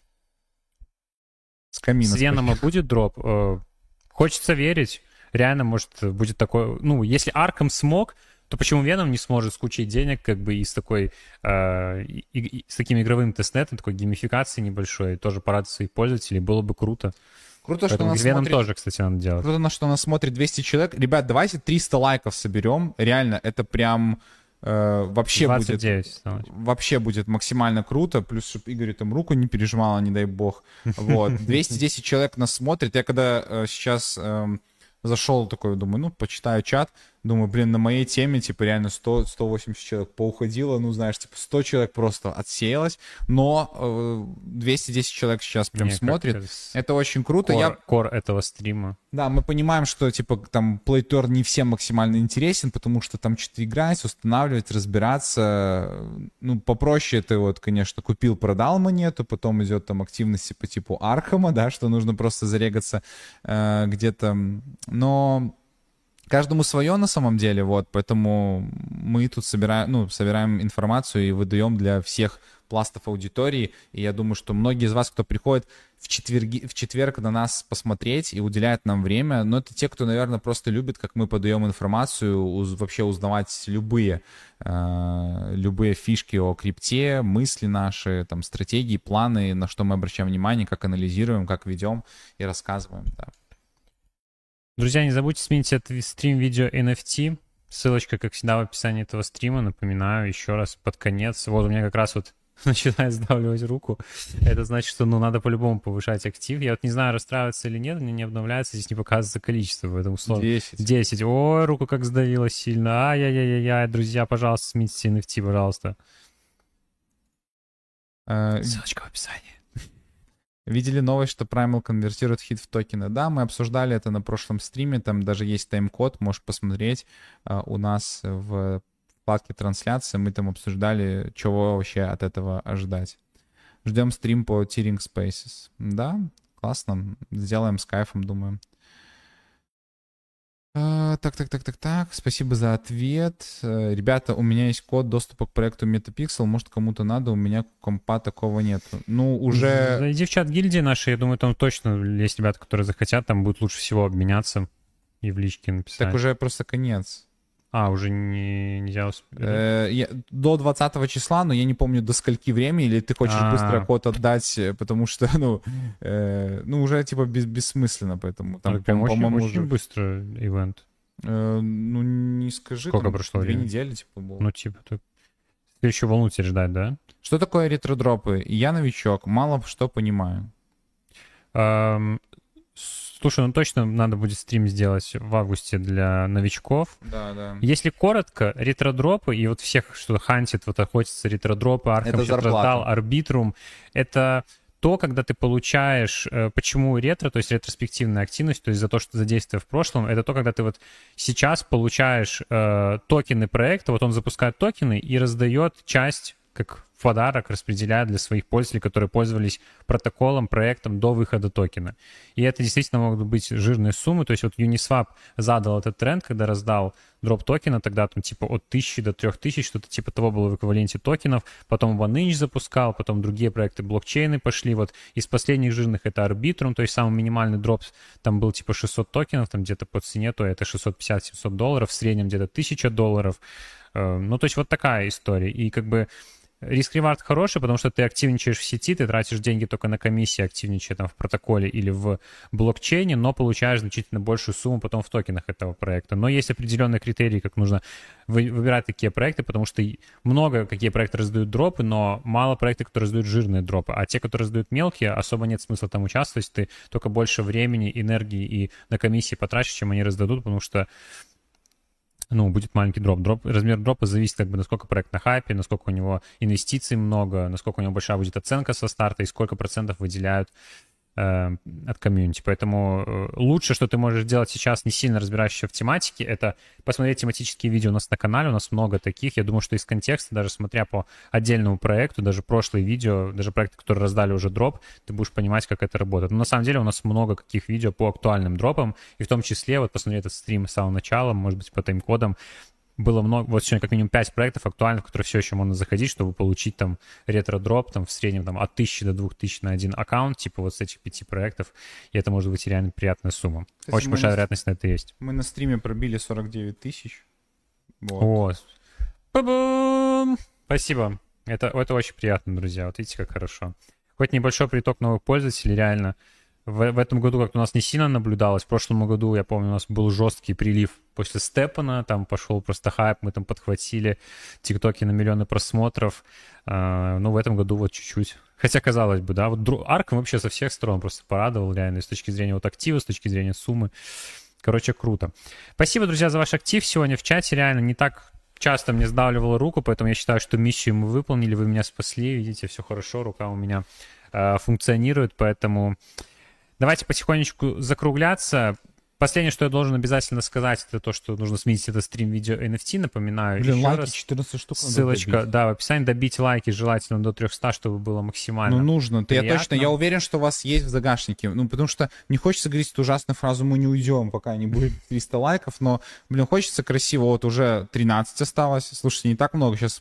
С камина. С Венома будет дроп? Хочется верить. Реально, может, будет такое... Ну, если Arkham смог, то почему Venom не сможет с кучей денег, как бы, и с такой... с таким игровым тестнетом, такой геймификацией небольшой, тоже порадовать своих пользователей, было бы круто. Круто, поэтому что нас Venom смотрит... тоже, кстати, надо делать. Круто, что нас смотрит 200 человек. Ребят, давайте 300 лайков соберем. Реально, это прям... вообще 29, будет вообще будет максимально круто, плюс чтобы Игорь там руку не пережимала, не дай бог. Вот 210 человек нас смотрит. Я когда сейчас зашел такой, думаю, ну почитаю чат, думаю, блин, на моей теме типа реально 100-180 человек поуходило, ну знаешь, типа 100 человек просто отсеялось, но 210 человек сейчас прям смотрит. Это очень круто. Кор этого стрима. Да, мы понимаем, что типа там PlayTurn не всем максимально интересен, потому что там что-то играть, устанавливать, разбираться. Ну, попроще это вот, конечно, купил, продал монету, потом идет там активности по типу Архама, да, что нужно просто зарегаться где-то. Но каждому свое на самом деле, вот, поэтому мы тут собираем информацию и выдаем для всех пластов аудитории, и я думаю, что многие из вас, кто приходит в четверг на нас посмотреть и уделяет нам время, но это те, кто, наверное, просто любит, как мы подаем информацию, вообще узнавать любые фишки о крипте, мысли наши, там, стратегии, планы, на что мы обращаем внимание, как анализируем, как ведем и рассказываем, да. Друзья, не забудьте сменить этот стрим видео NFT. Ссылочка, как всегда, в описании этого стрима. Напоминаю еще раз под конец. Вот у меня как раз вот начинает сдавливать руку. Это значит, что надо по-любому повышать актив. Я вот не знаю, расстраиваться или нет, мне не обновляется, здесь не показывается количество в этом условии. 10. Ой, руку как сдавило сильно. Ай-яй-яй-яй. Друзья, пожалуйста, смените NFT, пожалуйста. Ссылочка в описании. Видели новость, что Primal конвертирует хит в токены? Да, мы обсуждали это на прошлом стриме, там даже есть тайм-код, можешь посмотреть у нас в вкладке трансляции, мы там обсуждали, чего вообще от этого ожидать. Ждем стрим по Tearing Spaces. Да, классно, сделаем с кайфом, думаю. Так. Спасибо за ответ. Ребята, у меня есть код доступа к проекту Metapixel. Может, кому-то надо, у меня компа такого нет. Ну, уже... Зайди в чат гильдии нашей, я думаю, там точно есть ребята, которые захотят, там будет лучше всего обменяться и в личке написать. Так уже просто конец. Уже нельзя успеть? До 20 числа, но я не помню, до скольки времени, или ты хочешь быстро код отдать, потому что, уже типа бессмысленно, поэтому там, по-моему, очень быстро ивент. Не скажи, сколько прошло 2 недели, типа, было. Ну, типа, следующую волну теперь ждать, да? Что такое ретродропы? Я новичок, мало что понимаю. Слушай, точно надо будет стрим сделать в августе для новичков. Да. Если коротко, ретродропы, и вот всех, что хантит, вот охотятся ретродропы, Arkham Shadow, Arbitrum, это то, когда ты получаешь, почему ретро, то есть ретроспективная активность, то есть за то, что за действие в прошлом, это то, когда ты вот сейчас получаешь токены проекта, вот он запускает токены и раздает часть, как в подарок, распределяет для своих пользователей, которые пользовались протоколом, проектом до выхода токена. И это действительно могут быть жирные суммы. То есть вот Uniswap задал этот тренд, когда раздал дроп токена, тогда там типа от 1000 до 3000, что-то типа того было в эквиваленте токенов. Потом OneInch запускал, потом другие проекты блокчейны пошли. Вот из последних жирных это Arbitrum, то есть самый минимальный дроп там был типа 600 токенов, там где-то по цене, то это $650-700, в среднем где-то $1000. Ну, то есть вот такая история. И как бы риск-ревард хороший, потому что ты активничаешь в сети, ты тратишь деньги только на комиссии, активничая там в протоколе или в блокчейне, но получаешь значительно большую сумму потом в токенах этого проекта. Но есть определенные критерии, как нужно выбирать такие проекты, потому что много какие проекты раздают дропы, но мало проектов, которые раздают жирные дропы. А те, которые раздают мелкие, особо нет смысла там участвовать, ты только больше времени, энергии и на комиссии потратишь, чем они раздадут, потому что будет маленький дроп. Размер дропа зависит, как бы, насколько проект на хайпе, насколько у него инвестиций много, насколько у него большая будет оценка со старта и сколько процентов выделяют от комьюнити. Поэтому лучше, что ты можешь делать сейчас, не сильно разбираешься в тематике, это посмотреть тематические видео у нас на канале, у нас много таких. Я думаю, что из контекста, даже смотря по отдельному проекту, даже прошлые видео, даже проекты, которые раздали уже дроп, ты будешь понимать, как это работает. Но на самом деле у нас много каких видео по актуальным дропам, и в том числе, вот посмотри этот стрим с самого начала, может быть, по тайм-кодам, было много, вот сегодня как минимум 5 проектов актуальных, в которые все еще можно заходить, чтобы получить там ретро-дроп, там в среднем там от 1000 до 2000 на один аккаунт, типа вот с этих 5 проектов, и это может быть реально приятная сумма. Кстати, очень большая вероятность на это есть. Мы на стриме пробили 49 тысяч. Вот. Ба-бам! Спасибо. Это очень приятно, друзья. Вот видите, как хорошо. Хоть небольшой приток новых пользователей, реально. В этом году как-то у нас не сильно наблюдалось. В прошлом году, я помню, у нас был жесткий прилив после Степана. Там пошел просто хайп, мы там подхватили тиктоки на миллионы просмотров. В этом году вот чуть-чуть. Хотя, казалось бы, да, вот Арк вообще со всех сторон просто порадовал, реально, с точки зрения вот актива, с точки зрения суммы. Короче, круто. Спасибо, друзья, за ваш актив сегодня в чате. Реально не так часто мне сдавливало руку, поэтому я считаю, что миссию мы выполнили, вы меня спасли. Видите, все хорошо, рука у меня функционирует, поэтому... Давайте потихонечку закругляться. Последнее, что я должен обязательно сказать, это то, что нужно сменить это стрим-видео NFT. Напоминаю еще лайки раз. 14 штук. Ссылочка, да, в описании. Добить лайки желательно до 300, чтобы было максимально нужно. приятно. Я уверен, что у вас есть в загашнике. Потому что не хочется говорить эту ужасную фразу «мы не уйдем, пока не будет 300 лайков», но, хочется красиво. Вот уже 13 осталось. Слушайте, не так много. Сейчас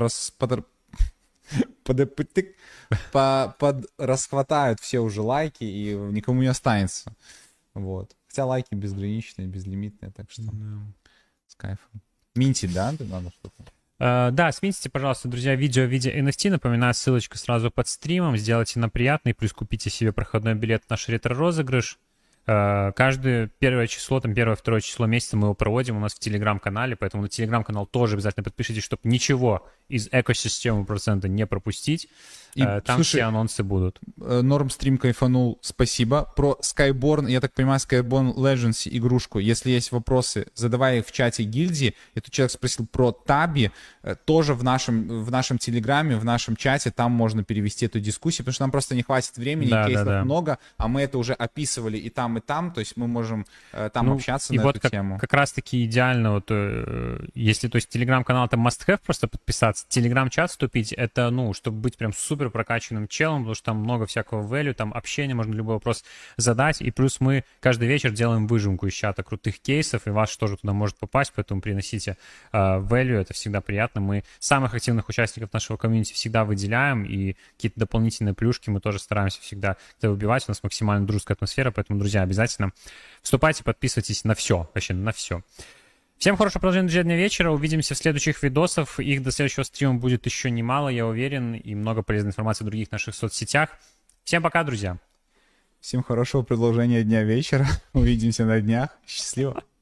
расхватают все уже лайки, и никому не останется. Вот. Хотя лайки безграничные, безлимитные, так что с кайфом. Минтить, да? Надо что-то? Да, смените, пожалуйста, друзья, видео в виде NFT. Напоминаю, ссылочка сразу под стримом. Сделайте на приятный, плюс купите себе проходной билет в наш ретро-розыгрыш. Каждое первое число, там первое-второе число месяца мы его проводим у нас в Телеграм-канале, поэтому на Телеграм-канал тоже обязательно подпишитесь, чтобы ничего из экосистемы процента не пропустить. И, там слушай, все анонсы будут. Нормстрим кайфанул, спасибо. Про Skyborn, я так понимаю, Skyborn Legends игрушку. Если есть вопросы, задавай их в чате гильдии. И тут человек спросил про Таби. Тоже в нашем Телеграме, в нашем чате, там можно перевести эту дискуссию, потому что нам просто не хватит времени, кейсов много, а мы это уже описывали и там, то есть мы можем там общаться на эту тему. Как раз-таки идеально, вот, если, то есть, Телеграм-канал там must-have просто подписаться, Телеграм-чат вступить, это, чтобы быть прям супер прокачанным челом, потому что там много всякого value, там общения, можно любой вопрос задать, и плюс мы каждый вечер делаем выжимку из чата крутых кейсов, и ваш тоже туда может попасть, поэтому приносите value, это всегда приятно. Мы самых активных участников нашего комьюнити всегда выделяем, и какие-то дополнительные плюшки мы тоже стараемся всегда выбивать, у нас максимально дружеская атмосфера, поэтому, друзья, обязательно вступайте, подписывайтесь на все, вообще на все. Всем хорошего продолжения, друзья, дня вечера. Увидимся в следующих видосах. Их до следующего стрима будет еще немало, я уверен, и много полезной информации в других наших соцсетях. Всем пока, друзья. Всем хорошего продолжения дня вечера. Увидимся на днях. Счастливо.